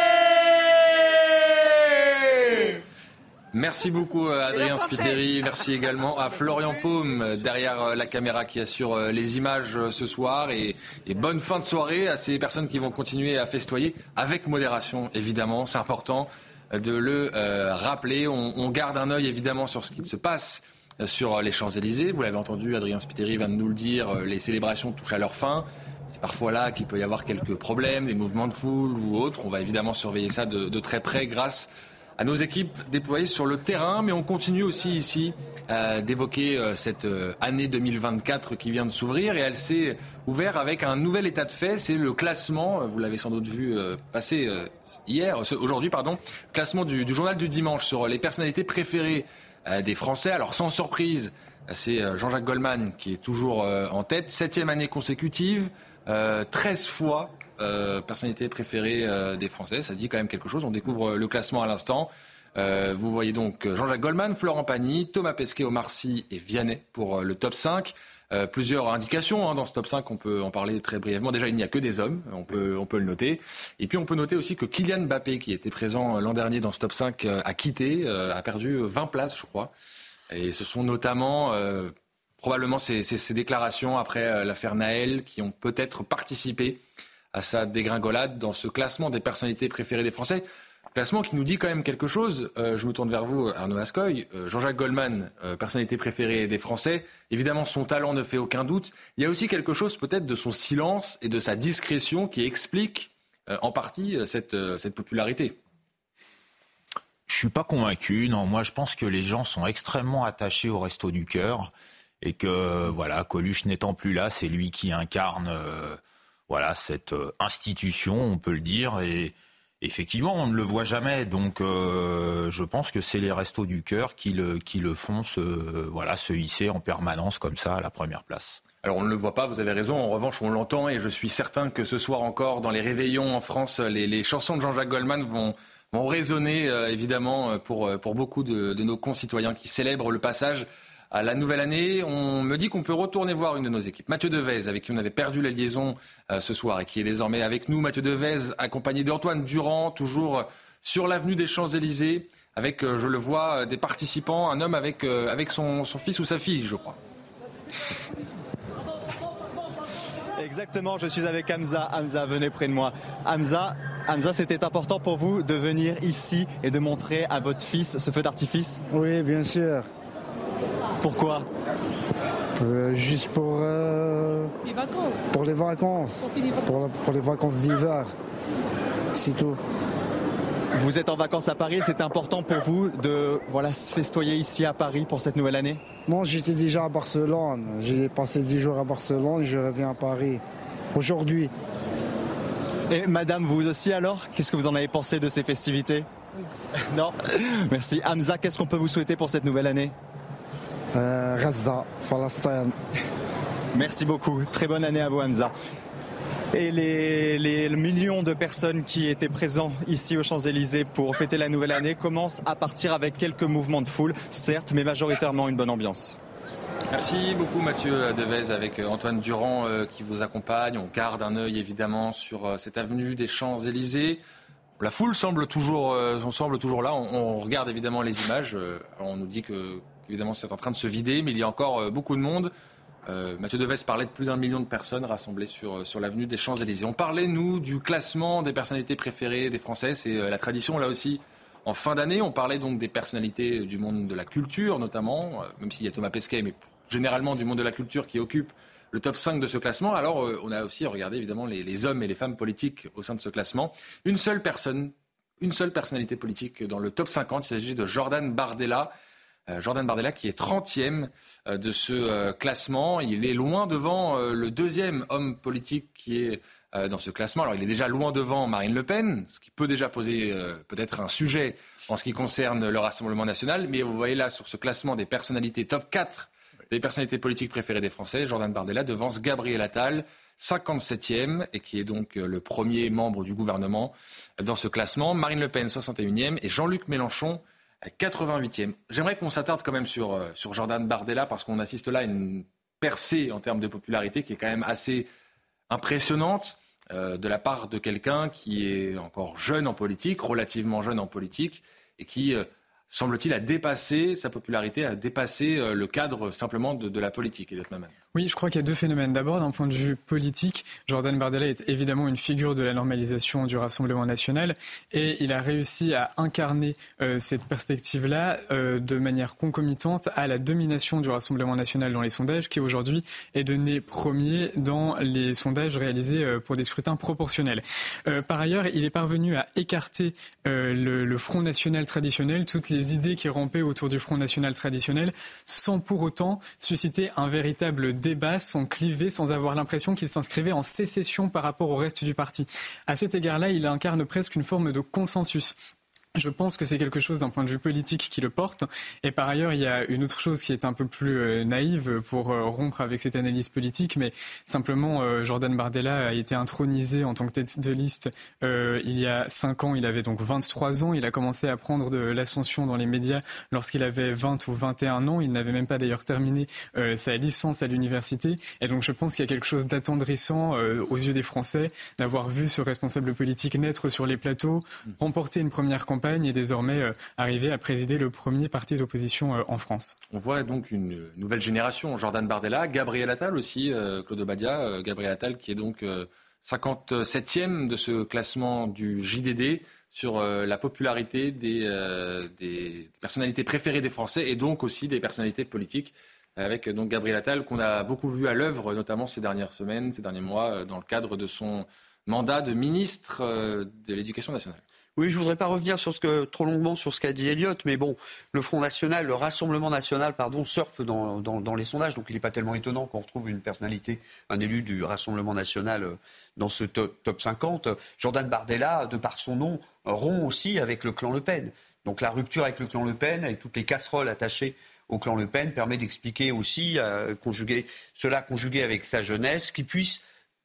Merci beaucoup Adrien Spiteri, merci également à Florian Paume derrière la caméra qui assure les images ce soir et, et bonne fin de soirée à ces personnes qui vont continuer à festoyer avec modération évidemment, c'est important de le euh, rappeler, on, on garde un œil évidemment sur ce qui se passe sur les Champs-Élysées, vous l'avez entendu, Adrien Spiteri vient de nous le dire, les célébrations touchent à leur fin. C'est parfois là qu'il peut y avoir quelques problèmes, des mouvements de foule ou autres, on va évidemment surveiller ça de, de très près grâce à nos équipes déployées sur le terrain, mais on continue aussi ici euh, d'évoquer euh, cette euh, année deux mille vingt-quatre qui vient de s'ouvrir et elle s'est ouverte avec un nouvel état de fait, c'est le classement, vous l'avez sans doute vu euh, passer euh, hier, euh, aujourd'hui pardon, classement du, du journal du dimanche sur les personnalités préférées euh, des Français. Alors sans surprise, c'est euh, Jean-Jacques Goldman qui est toujours euh, en tête, septième année consécutive, euh, treize fois. Euh, personnalité préférée euh, des Français, ça dit quand même quelque chose. On découvre le classement à l'instant. Euh, vous voyez donc Jean-Jacques Goldman, Florent Pagny, Thomas Pesquet, Omar Sy et Vianney pour euh, le top cinq. Euh, plusieurs indications hein, dans ce top cinq, on peut en parler très brièvement. Déjà, il n'y a que des hommes, on peut, on peut le noter. Et puis on peut noter aussi que Kylian Mbappé, qui était présent l'an dernier dans ce top cinq, euh, a quitté, euh, a perdu vingt places, je crois. Et ce sont notamment... Euh, probablement ces, ces, ces déclarations après euh, l'affaire Naël qui ont peut-être participé à sa dégringolade dans ce classement des personnalités préférées des Français. Classement qui nous dit quand même quelque chose. Euh, je me tourne vers vous, Arnaud Ascoy. Euh, Jean-Jacques Goldman, euh, personnalité préférée des Français. Évidemment, son talent ne fait aucun doute. Il y a aussi quelque chose peut-être de son silence et de sa discrétion qui explique euh, en partie euh, cette, euh, cette popularité. Je suis pas convaincu. Non, moi je pense que les gens sont extrêmement attachés au Resto du Cœur et que voilà, Coluche n'étant plus là, c'est lui qui incarne... Euh, Voilà, cette institution, on peut le dire, et, Effectivement, on ne le voit jamais, donc euh, je pense que c'est les Restos du Cœur qui le, qui le font se, voilà, se hisser en permanence comme ça à la première place. Alors on ne le voit pas, vous avez raison, en revanche on l'entend et je suis certain que ce soir encore dans les réveillons en France, les, les chansons de Jean-Jacques Goldman vont, vont résonner euh, évidemment pour, pour beaucoup de, de nos concitoyens qui célèbrent le passage à la nouvelle année. On me dit qu'on peut retourner voir une de nos équipes. Mathieu Devez, avec qui on avait perdu la liaison euh, ce soir et qui est désormais avec nous. Mathieu Devez, accompagné d'Antoine Durand, toujours sur l'avenue des Champs-Élysées, avec, euh, je le vois, des participants, un homme avec, euh, avec son, son fils ou sa fille, je crois. Exactement, je suis avec Hamza. Hamza, venez près de moi. Hamza, Hamza, c'était important pour vous de venir ici et de montrer à votre fils ce feu d'artifice ? Oui, bien sûr. Pourquoi ? euh, Juste pour... Euh, les vacances. Pour les vacances. Pour les vacances, pour, pour les vacances d'hiver. C'est tout. Vous êtes en vacances à Paris, c'est important pour vous de voilà, se festoyer ici à Paris pour cette nouvelle année ? Non, j'étais déjà à Barcelone. J'ai passé dix jours à Barcelone et je reviens à Paris aujourd'hui. Et madame, vous aussi alors ? Qu'est-ce que vous en avez pensé de ces festivités ? Non ? Merci. Hamza, qu'est-ce qu'on peut vous souhaiter pour cette nouvelle année ? euh, Gaza, Palestine. Merci beaucoup. Très bonne année à vous, Hamza. Et les, les millions de personnes qui étaient présents ici aux Champs-Élysées pour fêter la nouvelle année commencent à partir avec quelques mouvements de foule, certes, mais majoritairement une bonne ambiance. Merci beaucoup Mathieu Devez avec Antoine Durand euh, qui vous accompagne. On garde un œil évidemment sur euh, cette avenue des Champs-Élysées. La foule semble toujours, euh, on semble toujours là. On, on regarde évidemment les images. Euh, alors on nous dit que évidemment c'est en train de se vider, mais il y a encore euh, beaucoup de monde. Euh, Mathieu Devez parlait de plus d'un million de personnes rassemblées sur, sur l'avenue des Champs-Élysées. On parlait, nous, du classement des personnalités préférées des Français. C'est euh, la tradition, là aussi, en fin d'année. On parlait donc des personnalités du monde de la culture, notamment, euh, même s'il y a Thomas Pesquet, mais généralement du monde de la culture qui occupe le top cinq de ce classement. Alors, euh, on a aussi regardé, évidemment, les, les hommes et les femmes politiques au sein de ce classement. Une seule personne, une seule personnalité politique dans le top cinquante. Il s'agit de Jordan Bardella. Euh, Jordan Bardella qui est trentième euh, de ce euh, classement. Il est loin devant euh, le deuxième homme politique qui est euh, dans ce classement. Alors il est déjà loin devant Marine Le Pen, ce qui peut déjà poser euh, peut-être un sujet en ce qui concerne le Rassemblement national. Mais vous voyez là sur ce classement des personnalités top quatre, des personnalités politiques préférées des Français, Jordan Bardella devance Gabriel Attal, cinquante-septième, et qui est donc euh, le premier membre du gouvernement euh, dans ce classement. Marine Le Pen, soixante et unième, et Jean-Luc Mélenchon, quatre-vingt-huitième. J'aimerais qu'on s'attarde quand même sur, sur Jordan Bardella parce qu'on assiste là à une percée en termes de popularité qui est quand même assez impressionnante euh, de la part de quelqu'un qui est encore jeune en politique, relativement jeune en politique et qui, euh, semble-t-il, a dépassé sa popularité, a dépassé euh, le cadre simplement de, de la politique. Elliot Maman. Oui, je crois qu'il y a deux phénomènes. D'abord, d'un point de vue politique, Jordan Bardella est évidemment une figure de la normalisation du Rassemblement national et il a réussi à incarner euh, cette perspective-là euh, de manière concomitante à la domination du Rassemblement national dans les sondages qui aujourd'hui est donné premier dans les sondages réalisés euh, pour des scrutins proportionnels. Euh, par ailleurs, il est parvenu à écarter euh, le, le Front national traditionnel, toutes les idées qui rampaient autour du Front national traditionnel, sans pour autant susciter un véritable débat, sans cliver, sans avoir l'impression qu'il s'inscrivait en sécession par rapport au reste du parti. À cet égard-là, il incarne presque une forme de consensus. Je pense que c'est quelque chose d'un point de vue politique qui le porte. Et par ailleurs, il y a une autre chose qui est un peu plus euh, naïve pour euh, rompre avec cette analyse politique, mais simplement, euh, Jordan Bardella a été intronisé en tant que tête de liste euh, il y a cinq ans. Il avait donc vingt-trois ans. Il a commencé à prendre de l'ascension dans les médias lorsqu'il avait vingt ou vingt et un ans. Il n'avait même pas d'ailleurs terminé euh, sa licence à l'université. Et donc je pense qu'il y a quelque chose d'attendrissant euh, aux yeux des Français d'avoir vu ce responsable politique naître sur les plateaux, remporter une première campagne et désormais euh, arriver à présider le premier parti d'opposition euh, en France. On voit donc une nouvelle génération, Jordan Bardella, Gabriel Attal aussi, euh, Claude Obadia, euh, Gabriel Attal qui est donc euh, cinquante-septième de ce classement du J D D sur euh, la popularité des, euh, des, des personnalités préférées des Français et donc aussi des personnalités politiques, avec donc Gabriel Attal qu'on a beaucoup vu à l'œuvre, notamment ces dernières semaines, ces derniers mois, euh, dans le cadre de son mandat de ministre euh, de l'Éducation nationale. Oui, je ne voudrais pas revenir sur ce que, trop longuement sur ce qu'a dit Elliott, mais bon, le Front National, le Rassemblement National, pardon, surfe dans, dans, dans les sondages, donc il n'est pas tellement étonnant qu'on retrouve une personnalité, un élu du Rassemblement National dans ce top, top cinquante. Jordan Bardella, de par son nom, rompt aussi avec le clan Le Pen. Donc la rupture avec le clan Le Pen, avec toutes les casseroles attachées au clan Le Pen, permet d'expliquer aussi, euh, conjuguer, cela conjugué avec sa jeunesse, qu'il puisse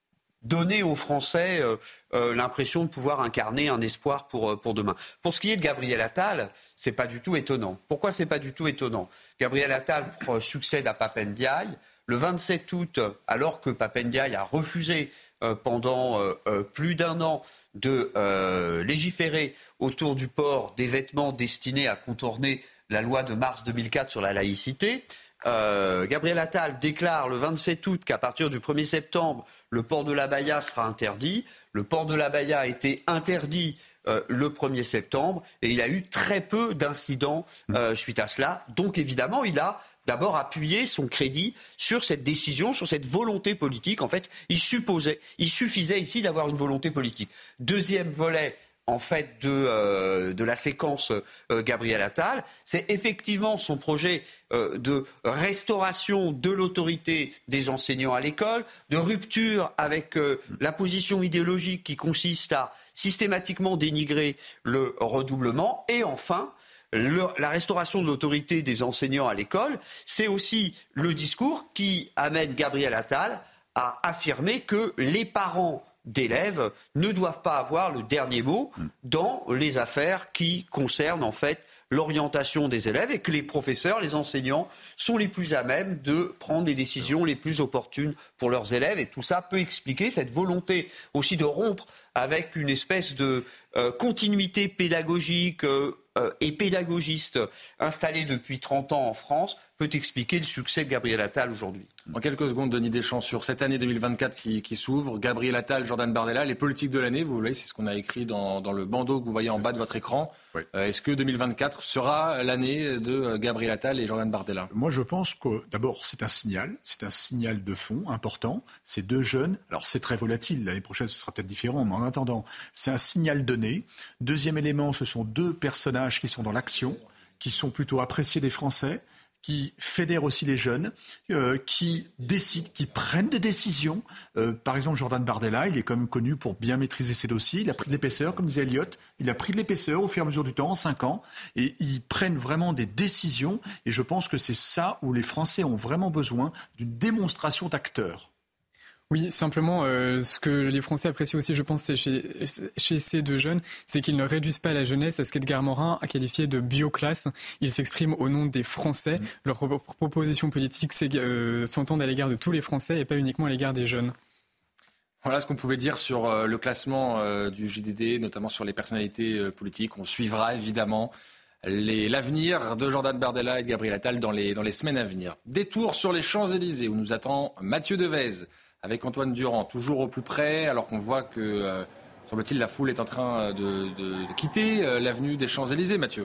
donner aux Français euh, euh, l'impression de pouvoir incarner un espoir pour, euh, pour demain. Pour ce qui est de Gabriel Attal, c'est pas du tout étonnant. Pourquoi c'est pas du tout étonnant ? Gabriel Attal euh, succède à Pape Ndiaye. Le vingt-sept août, alors que Pape Ndiaye a refusé euh, pendant euh, euh, plus d'un an de euh, légiférer autour du port des vêtements destinés à contourner la loi de mars deux mille quatre sur la laïcité, Euh, Gabriel Attal déclare le vingt-sept août qu'à partir du premier septembre, le port de l'abaya sera interdit. Le port de l'abaya a été interdit euh, le premier septembre et il a eu très peu d'incidents euh, suite à cela. Donc évidemment, il a d'abord appuyé son crédit sur cette décision, sur cette volonté politique. En fait, il supposait, il suffisait ici d'avoir une volonté politique. Deuxième volet, en fait, de, euh, de la séquence euh, Gabriel Attal, c'est effectivement son projet euh, de restauration de l'autorité des enseignants à l'école, de rupture avec euh, la position idéologique qui consiste à systématiquement dénigrer le redoublement, et enfin, le, la restauration de l'autorité des enseignants à l'école, c'est aussi le discours qui amène Gabriel Attal à affirmer que les parents d'élèves ne doivent pas avoir le dernier mot dans les affaires qui concernent en fait l'orientation des élèves et que les professeurs, les enseignants sont les plus à même de prendre des décisions les plus opportunes pour leurs élèves. Et tout ça peut expliquer cette volonté aussi de rompre avec une espèce de euh, continuité pédagogique euh, euh, et pédagogiste installée depuis trente ans en France, peut expliquer le succès de Gabriel Attal aujourd'hui. En quelques secondes, Denis Deschamps, sur cette année deux mille vingt-quatre qui, qui s'ouvre, Gabriel Attal, Jordan Bardella, les politiques de l'année, vous voyez, c'est ce qu'on a écrit dans, dans le bandeau que vous voyez en bas de votre écran. Oui. Euh, est-ce que deux mille vingt-quatre sera l'année de Gabriel Attal et Jordan Bardella ? Moi, je pense que d'abord, c'est un signal, c'est un signal de fond important. Ces deux jeunes, alors c'est très volatile, l'année prochaine ce sera peut-être différent, mais en attendant, c'est un signal donné. Deuxième élément, ce sont deux personnages qui sont dans l'action, qui sont plutôt appréciés des Français, qui fédèrent aussi les jeunes, euh, qui décident, qui prennent des décisions. Euh, par exemple, Jordan Bardella, il est quand même connu pour bien maîtriser ses dossiers. Il a pris de l'épaisseur, comme disait Elliott. Il a pris de l'épaisseur au fur et à mesure du temps, en cinq ans. Et ils prennent vraiment des décisions. Et je pense que c'est ça où les Français ont vraiment besoin d'une démonstration d'acteurs. Oui, simplement, euh, ce que les Français apprécient aussi, je pense, c'est chez, chez ces deux jeunes, c'est qu'ils ne réduisent pas la jeunesse à ce qu'Edgar Morin a qualifié de bioclasse. Ils s'expriment au nom des Français. Mmh. Leurs propositions politiques euh, s'entendent à l'égard de tous les Français et pas uniquement à l'égard des jeunes. Voilà ce qu'on pouvait dire sur euh, le classement euh, du J D D, notamment sur les personnalités euh, politiques. On suivra évidemment les, l'avenir de Jordan Bardella et de Gabriel Attal dans les, dans les semaines à venir. Détour sur les Champs-Élysées où nous attend Mathieu Devez avec Antoine Durand, toujours au plus près, alors qu'on voit que, euh, semble-t-il, la foule est en train de, de, de quitter euh, l'avenue des Champs-Élysées, Mathieu.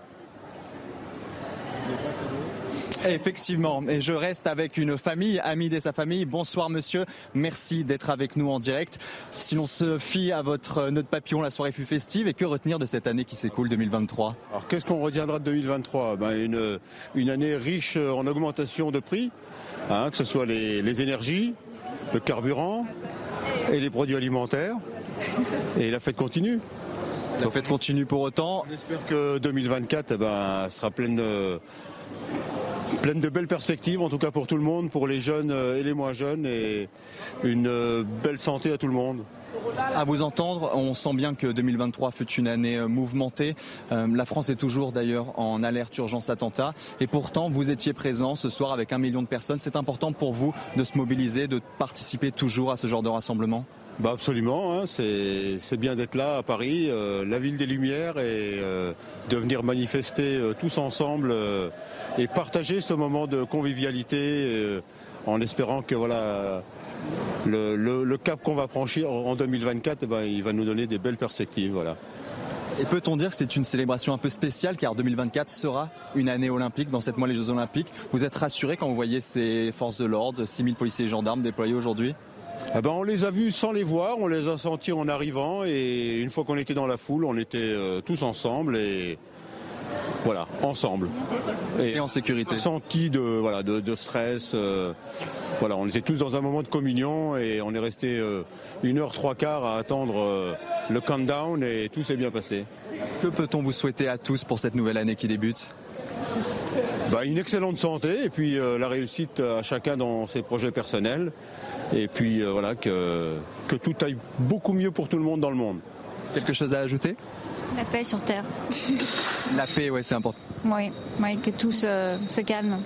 Effectivement, et je reste avec une famille, Hamid et sa famille. Bonsoir monsieur, merci d'être avec nous en direct. Si l'on se fie à votre note papillon, la soirée fut festive, et que retenir de cette année qui s'écoule deux mille vingt-trois ? Alors qu'est-ce qu'on retiendra de deux mille vingt-trois ? Ben, une, une année riche en augmentation de prix, hein, que ce soit les, les énergies, le carburant et les produits alimentaires. Et la fête continue. La fête continue pour autant. On espère que deux mille vingt-quatre eh ben, sera pleine de, pleine de belles perspectives, en tout cas pour tout le monde, pour les jeunes et les moins jeunes, et une belle santé à tout le monde. À vous entendre, on sent bien que deux mille vingt-trois fut une année mouvementée. Euh, la France est toujours d'ailleurs en alerte urgence attentat. Et pourtant, vous étiez présent ce soir avec un million de personnes. C'est important pour vous de se mobiliser, de participer toujours à ce genre de rassemblement ? Bah absolument, hein. c'est, c'est bien d'être là à Paris, euh, la ville des Lumières, et euh, de venir manifester euh, tous ensemble euh, et partager ce moment de convivialité euh, en espérant que voilà... Le, le, le cap qu'on va franchir en deux mille vingt-quatre, eh ben, il va nous donner des belles perspectives. Voilà. Et peut-on dire que c'est une célébration un peu spéciale, car deux mille vingt-quatre sera une année olympique, dans sept mois les Jeux Olympiques. Vous êtes rassuré quand vous voyez ces forces de l'ordre, six mille policiers et gendarmes déployés aujourd'hui ? Eh ben, on les a vus sans les voir, on les a sentis en arrivant et une fois qu'on était dans la foule, on était euh, tous ensemble et voilà, ensemble. Et, et en sécurité. Senti de, voilà, de, de stress. Euh, voilà, on était tous dans un moment de communion et on est resté euh, une heure trois quarts à attendre euh, le countdown et tout s'est bien passé. Que peut-on vous souhaiter à tous pour cette nouvelle année qui débute ? Bah, une excellente santé et puis euh, la réussite à chacun dans ses projets personnels. Et puis euh, voilà, que, que tout aille beaucoup mieux pour tout le monde dans le monde. Quelque chose à ajouter ? La paix sur Terre. La paix, oui, c'est important. Oui, oui, que tout se, se calme.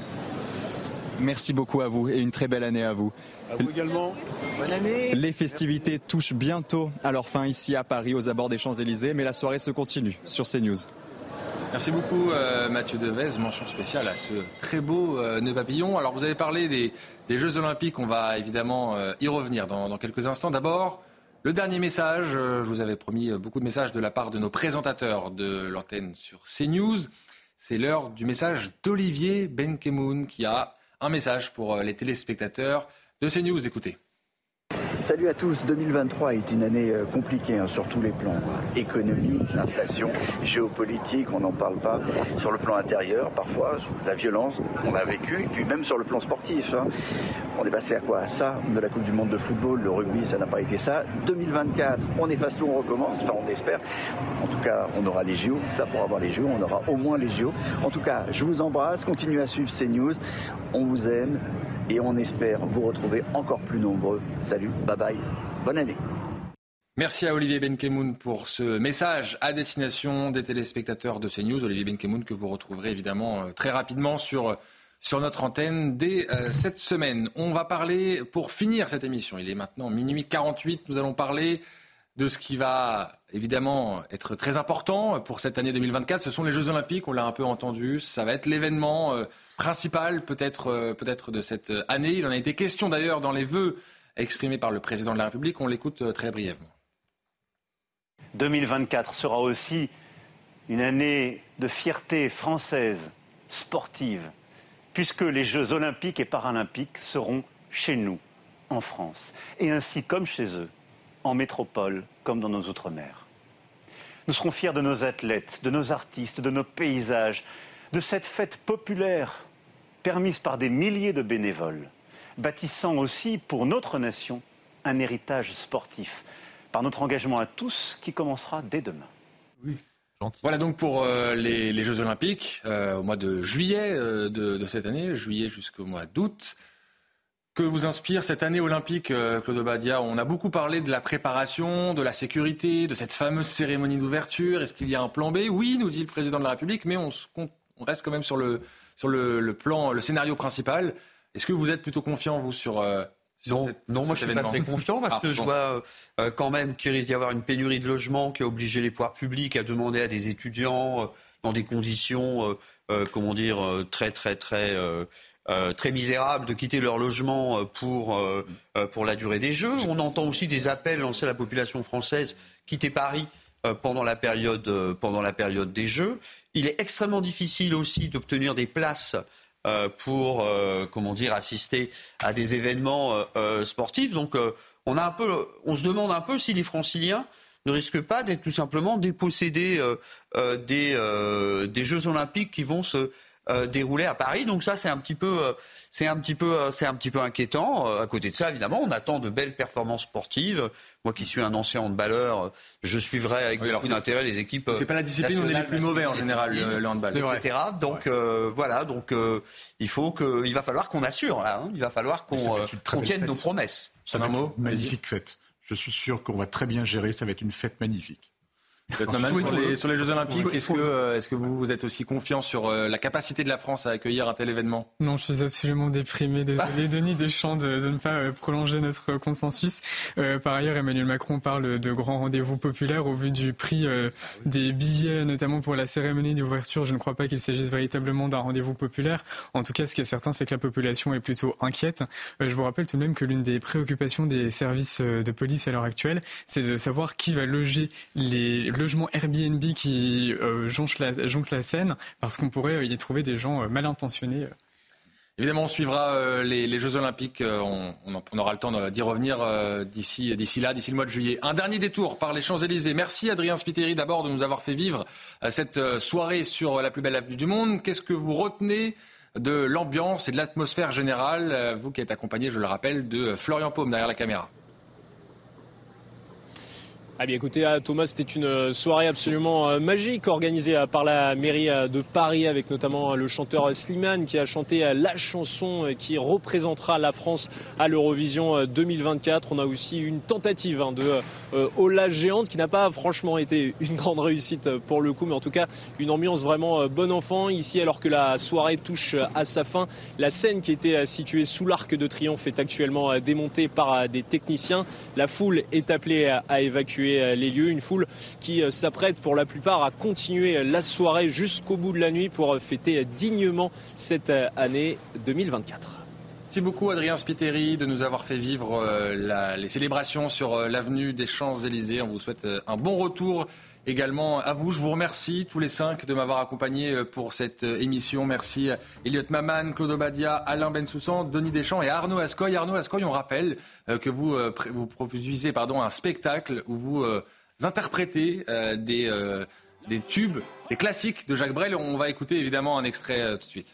Merci beaucoup à vous et une très belle année à vous. À vous également. Bonne année. Les festivités touchent bientôt à leur fin ici à Paris, aux abords des Champs-Élysées, mais la soirée se continue sur CNews. Merci beaucoup euh, Mathieu Devez, mention spéciale à ce très beau euh, nœud papillon. Alors vous avez parlé des, des Jeux Olympiques, on va évidemment euh, y revenir dans, dans quelques instants. D'abord, le dernier message, euh, je vous avais promis beaucoup de messages de la part de nos présentateurs de l'antenne sur CNews. C'est l'heure du message d'Olivier Benkemoun qui a un message pour euh, les téléspectateurs de CNews. Écoutez. Salut à tous, deux mille vingt-trois est une année compliquée hein, sur tous les plans. Économique, l'inflation, géopolitique, on n'en parle pas. Sur le plan intérieur, parfois, la violence qu'on a vécue, et puis même sur le plan sportif. Hein. On est passé à quoi ? À ça, de la Coupe du Monde de football, le rugby, ça n'a pas été ça. deux mille vingt-quatre, on efface tout, on recommence, enfin on espère. En tout cas, on aura les J O, ça pour avoir les J O, on aura au moins les J O. En tout cas, je vous embrasse, continuez à suivre CNews, on vous aime. Et on espère vous retrouver encore plus nombreux. Salut, bye bye, bonne année. Merci à Olivier Benkemoun pour ce message à destination des téléspectateurs de CNews. Olivier Benkemoun que vous retrouverez évidemment très rapidement sur, sur notre antenne dès euh, cette semaine. On va parler, pour finir cette émission, il est maintenant minuit quarante-huit, nous allons parler de ce qui va évidemment être très important pour cette année deux mille vingt-quatre. Ce sont les Jeux Olympiques, on l'a un peu entendu. Ça va être l'événement euh, principal peut-être, euh, peut-être de cette année. Il en a été question d'ailleurs dans les vœux exprimés par le président de la République. On l'écoute euh, très brièvement. deux mille vingt-quatre sera aussi une année de fierté française, sportive, puisque les Jeux Olympiques et Paralympiques seront chez nous, en France. Et ainsi comme chez eux, en métropole comme dans nos outre-mer. Nous serons fiers de nos athlètes, de nos artistes, de nos paysages, de cette fête populaire permise par des milliers de bénévoles, bâtissant aussi pour notre nation un héritage sportif, par notre engagement à tous qui commencera dès demain. Oui. Voilà donc pour euh, les, les Jeux Olympiques euh, au mois de juillet euh, de, de cette année, juillet jusqu'au mois d'août. Que vous inspire cette année olympique, Claude Obadia ? On a beaucoup parlé de la préparation, de la sécurité, de cette fameuse cérémonie d'ouverture. Est-ce qu'il y a un plan B ? Oui, nous dit le président de la République, mais on, on reste quand même sur le, sur le, le plan, le scénario principal. Est-ce que vous êtes plutôt confiant, vous, sur, euh, sur non, cette, non, sur moi cet je suis événement ? pas très confiant parce ah, que je bon. vois euh, quand même qu'il risque d'y avoir une pénurie de logements qui a obligé les pouvoirs publics à demander à des étudiants euh, dans des conditions, euh, euh, comment dire, euh, très très très euh, Euh, très misérables de quitter leur logement pour, euh, pour la durée des Jeux. On entend aussi des appels lancés à la population française quitter Paris euh, pendant, la période, euh, pendant la période des Jeux. Il est extrêmement difficile aussi d'obtenir des places euh, pour euh, comment dire, assister à des événements euh, euh, sportifs. Donc euh, on, a un peu, on se demande un peu si les Franciliens ne risquent pas d'être tout simplement dépossédés euh, euh, des, euh, des Jeux Olympiques qui vont se Euh, déroulé à Paris. Donc ça, c'est un petit peu, euh, c'est un petit peu, euh, c'est un petit peu inquiétant. Euh, à côté de ça, évidemment, on attend de belles performances sportives. Moi, qui suis un ancien handballeur, euh, je suivrai avec oui, beaucoup d'intérêt les équipes. C'est pas la discipline où on est les plus mauvais en général, le, le handball, et cetera. Donc ouais. euh, voilà, donc euh, il faut que, il va falloir qu'on assure là. Hein. Il va falloir qu'on, euh, qu'on tienne fête. nos promesses. Ça va être une magnifique fête. Je suis sûr qu'on va très bien gérer. Ça va être une fête magnifique. Sur les, sur les Jeux Olympiques, est-ce que, est-ce que vous, vous êtes aussi confiant sur la capacité de la France à accueillir un tel événement ? Non, je suis absolument déprimé. Désolé, Denis Deschamps, de, de ne pas prolonger notre consensus. Euh, par ailleurs, Emmanuel Macron parle de grands rendez-vous populaires au vu du prix euh, des billets, notamment pour la cérémonie d'ouverture. Je ne crois pas qu'il s'agisse véritablement d'un rendez-vous populaire. En tout cas, ce qui est certain, c'est que la population est plutôt inquiète. Euh, je vous rappelle tout de même que l'une des préoccupations des services de police à l'heure actuelle, c'est de savoir qui va loger les logement Airbnb qui euh, jonche la, jonche la Seine, parce qu'on pourrait y trouver des gens euh, mal intentionnés. Évidemment, on suivra euh, les, les Jeux Olympiques. Euh, on, on aura le temps d'y revenir euh, d'ici, d'ici là, d'ici le mois de juillet. Un dernier détour par les Champs-Élysées. Merci Adrien Spiteri d'abord de nous avoir fait vivre euh, cette euh, soirée sur la plus belle avenue du monde. Qu'est-ce que vous retenez de l'ambiance et de l'atmosphère générale, euh, vous qui êtes accompagné, je le rappelle, de Florian Paume derrière la caméra? Ah bien écoutez Thomas, c'était une soirée absolument magique organisée par la mairie de Paris avec notamment le chanteur Slimane qui a chanté la chanson qui représentera la France à l'Eurovision deux mille vingt-quatre. On a aussi une tentative de Ola géante qui n'a pas franchement été une grande réussite pour le coup, mais en tout cas une ambiance vraiment bon enfant ici alors que la soirée touche à sa fin. La scène qui était située sous l'Arc de Triomphe est actuellement démontée par des techniciens. La foule est appelée à évacuer les lieux, une foule qui s'apprête pour la plupart à continuer la soirée jusqu'au bout de la nuit pour fêter dignement cette année deux mille vingt-quatre. Merci beaucoup Adrien Spiteri de nous avoir fait vivre euh, la, les célébrations sur euh, l'avenue des Champs-Élysées. On vous souhaite euh, un bon retour également à vous. Je vous remercie tous les cinq de m'avoir accompagné euh, pour cette euh, émission. Merci euh, Elliot Maman, Claude Obadia, Alain Bensoussan, Denis Deschamps et Arnaud Ascoy. Arnaud Ascoy, on rappelle euh, que vous, euh, pré- vous produisez pardon, un spectacle où vous euh, interprétez euh, des, euh, des tubes, des classiques de Jacques Brel. On va écouter évidemment un extrait euh, tout de suite.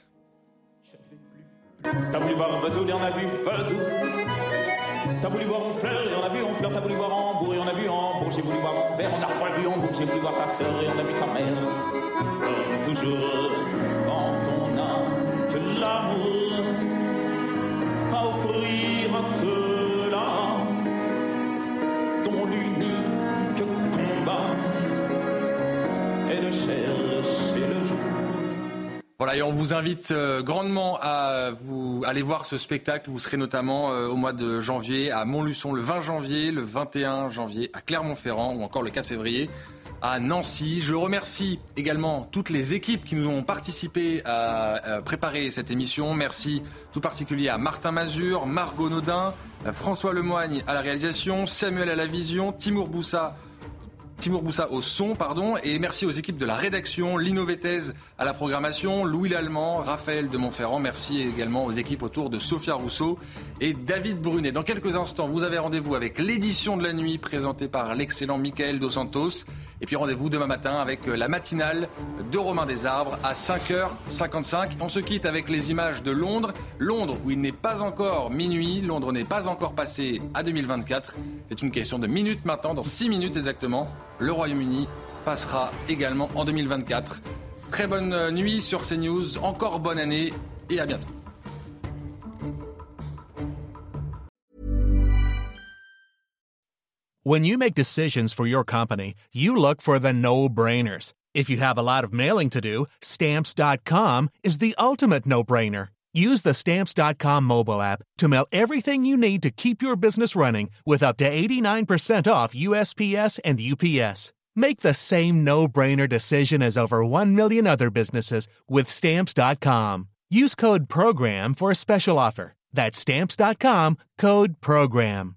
T'as voulu voir Vesoul et on a vu Vesoul. T'as voulu voir Honfleur et on a vu Honfleur. T'as voulu voir Hambourg et on a vu Hambourg. J'ai voulu voir Anvers, on a revu Hambourg. J'ai voulu voir ta sœur et on a vu ta mère. Comme toujours, quand on a que l'amour à offrir à ceux-là dont l'unique combat est de chercher le jour. Voilà, et on vous invite euh, grandement à vous aller voir ce spectacle. Vous serez notamment euh, au mois de janvier à Montluçon le vingt janvier, le vingt et un janvier à Clermont-Ferrand ou encore le quatre février à Nancy. Je remercie également toutes les équipes qui nous ont participé à, à préparer cette émission. Merci tout particulier à Martin Mazur, Margot Naudin, François Lemoigne à la réalisation, Samuel à la vision, Timour Boussa Timour Boussa au son, pardon, et merci aux équipes de la rédaction, Lino Vettez à la programmation, Louis Lallemand, Raphaël de Montferrand. Merci également aux équipes autour de Sophia Rousseau et David Brunet. Dans quelques instants, vous avez rendez-vous avec l'édition de la nuit présentée par l'excellent Mickaël Dos Santos. Et puis rendez-vous demain matin avec la matinale de Romain Desarbres à cinq heures cinquante-cinq. On se quitte avec les images de Londres. Londres où il n'est pas encore minuit. Londres n'est pas encore passé à deux mille vingt-quatre. C'est une question de minutes maintenant. Dans six minutes exactement, le Royaume-Uni passera également en deux mille vingt-quatre. Très bonne nuit sur CNews. Encore bonne année et à bientôt. When you make decisions for your company, you look for the no-brainers. If you have a lot of mailing to do, Stamps dot com is the ultimate no-brainer. Use the Stamps dot com mobile app to mail everything you need to keep your business running with up to eighty-nine percent off U S P S and U P S. Make the same no-brainer decision as over one million other businesses with Stamps dot com. Use code PROGRAM for a special offer. That's Stamps dot com, code PROGRAM.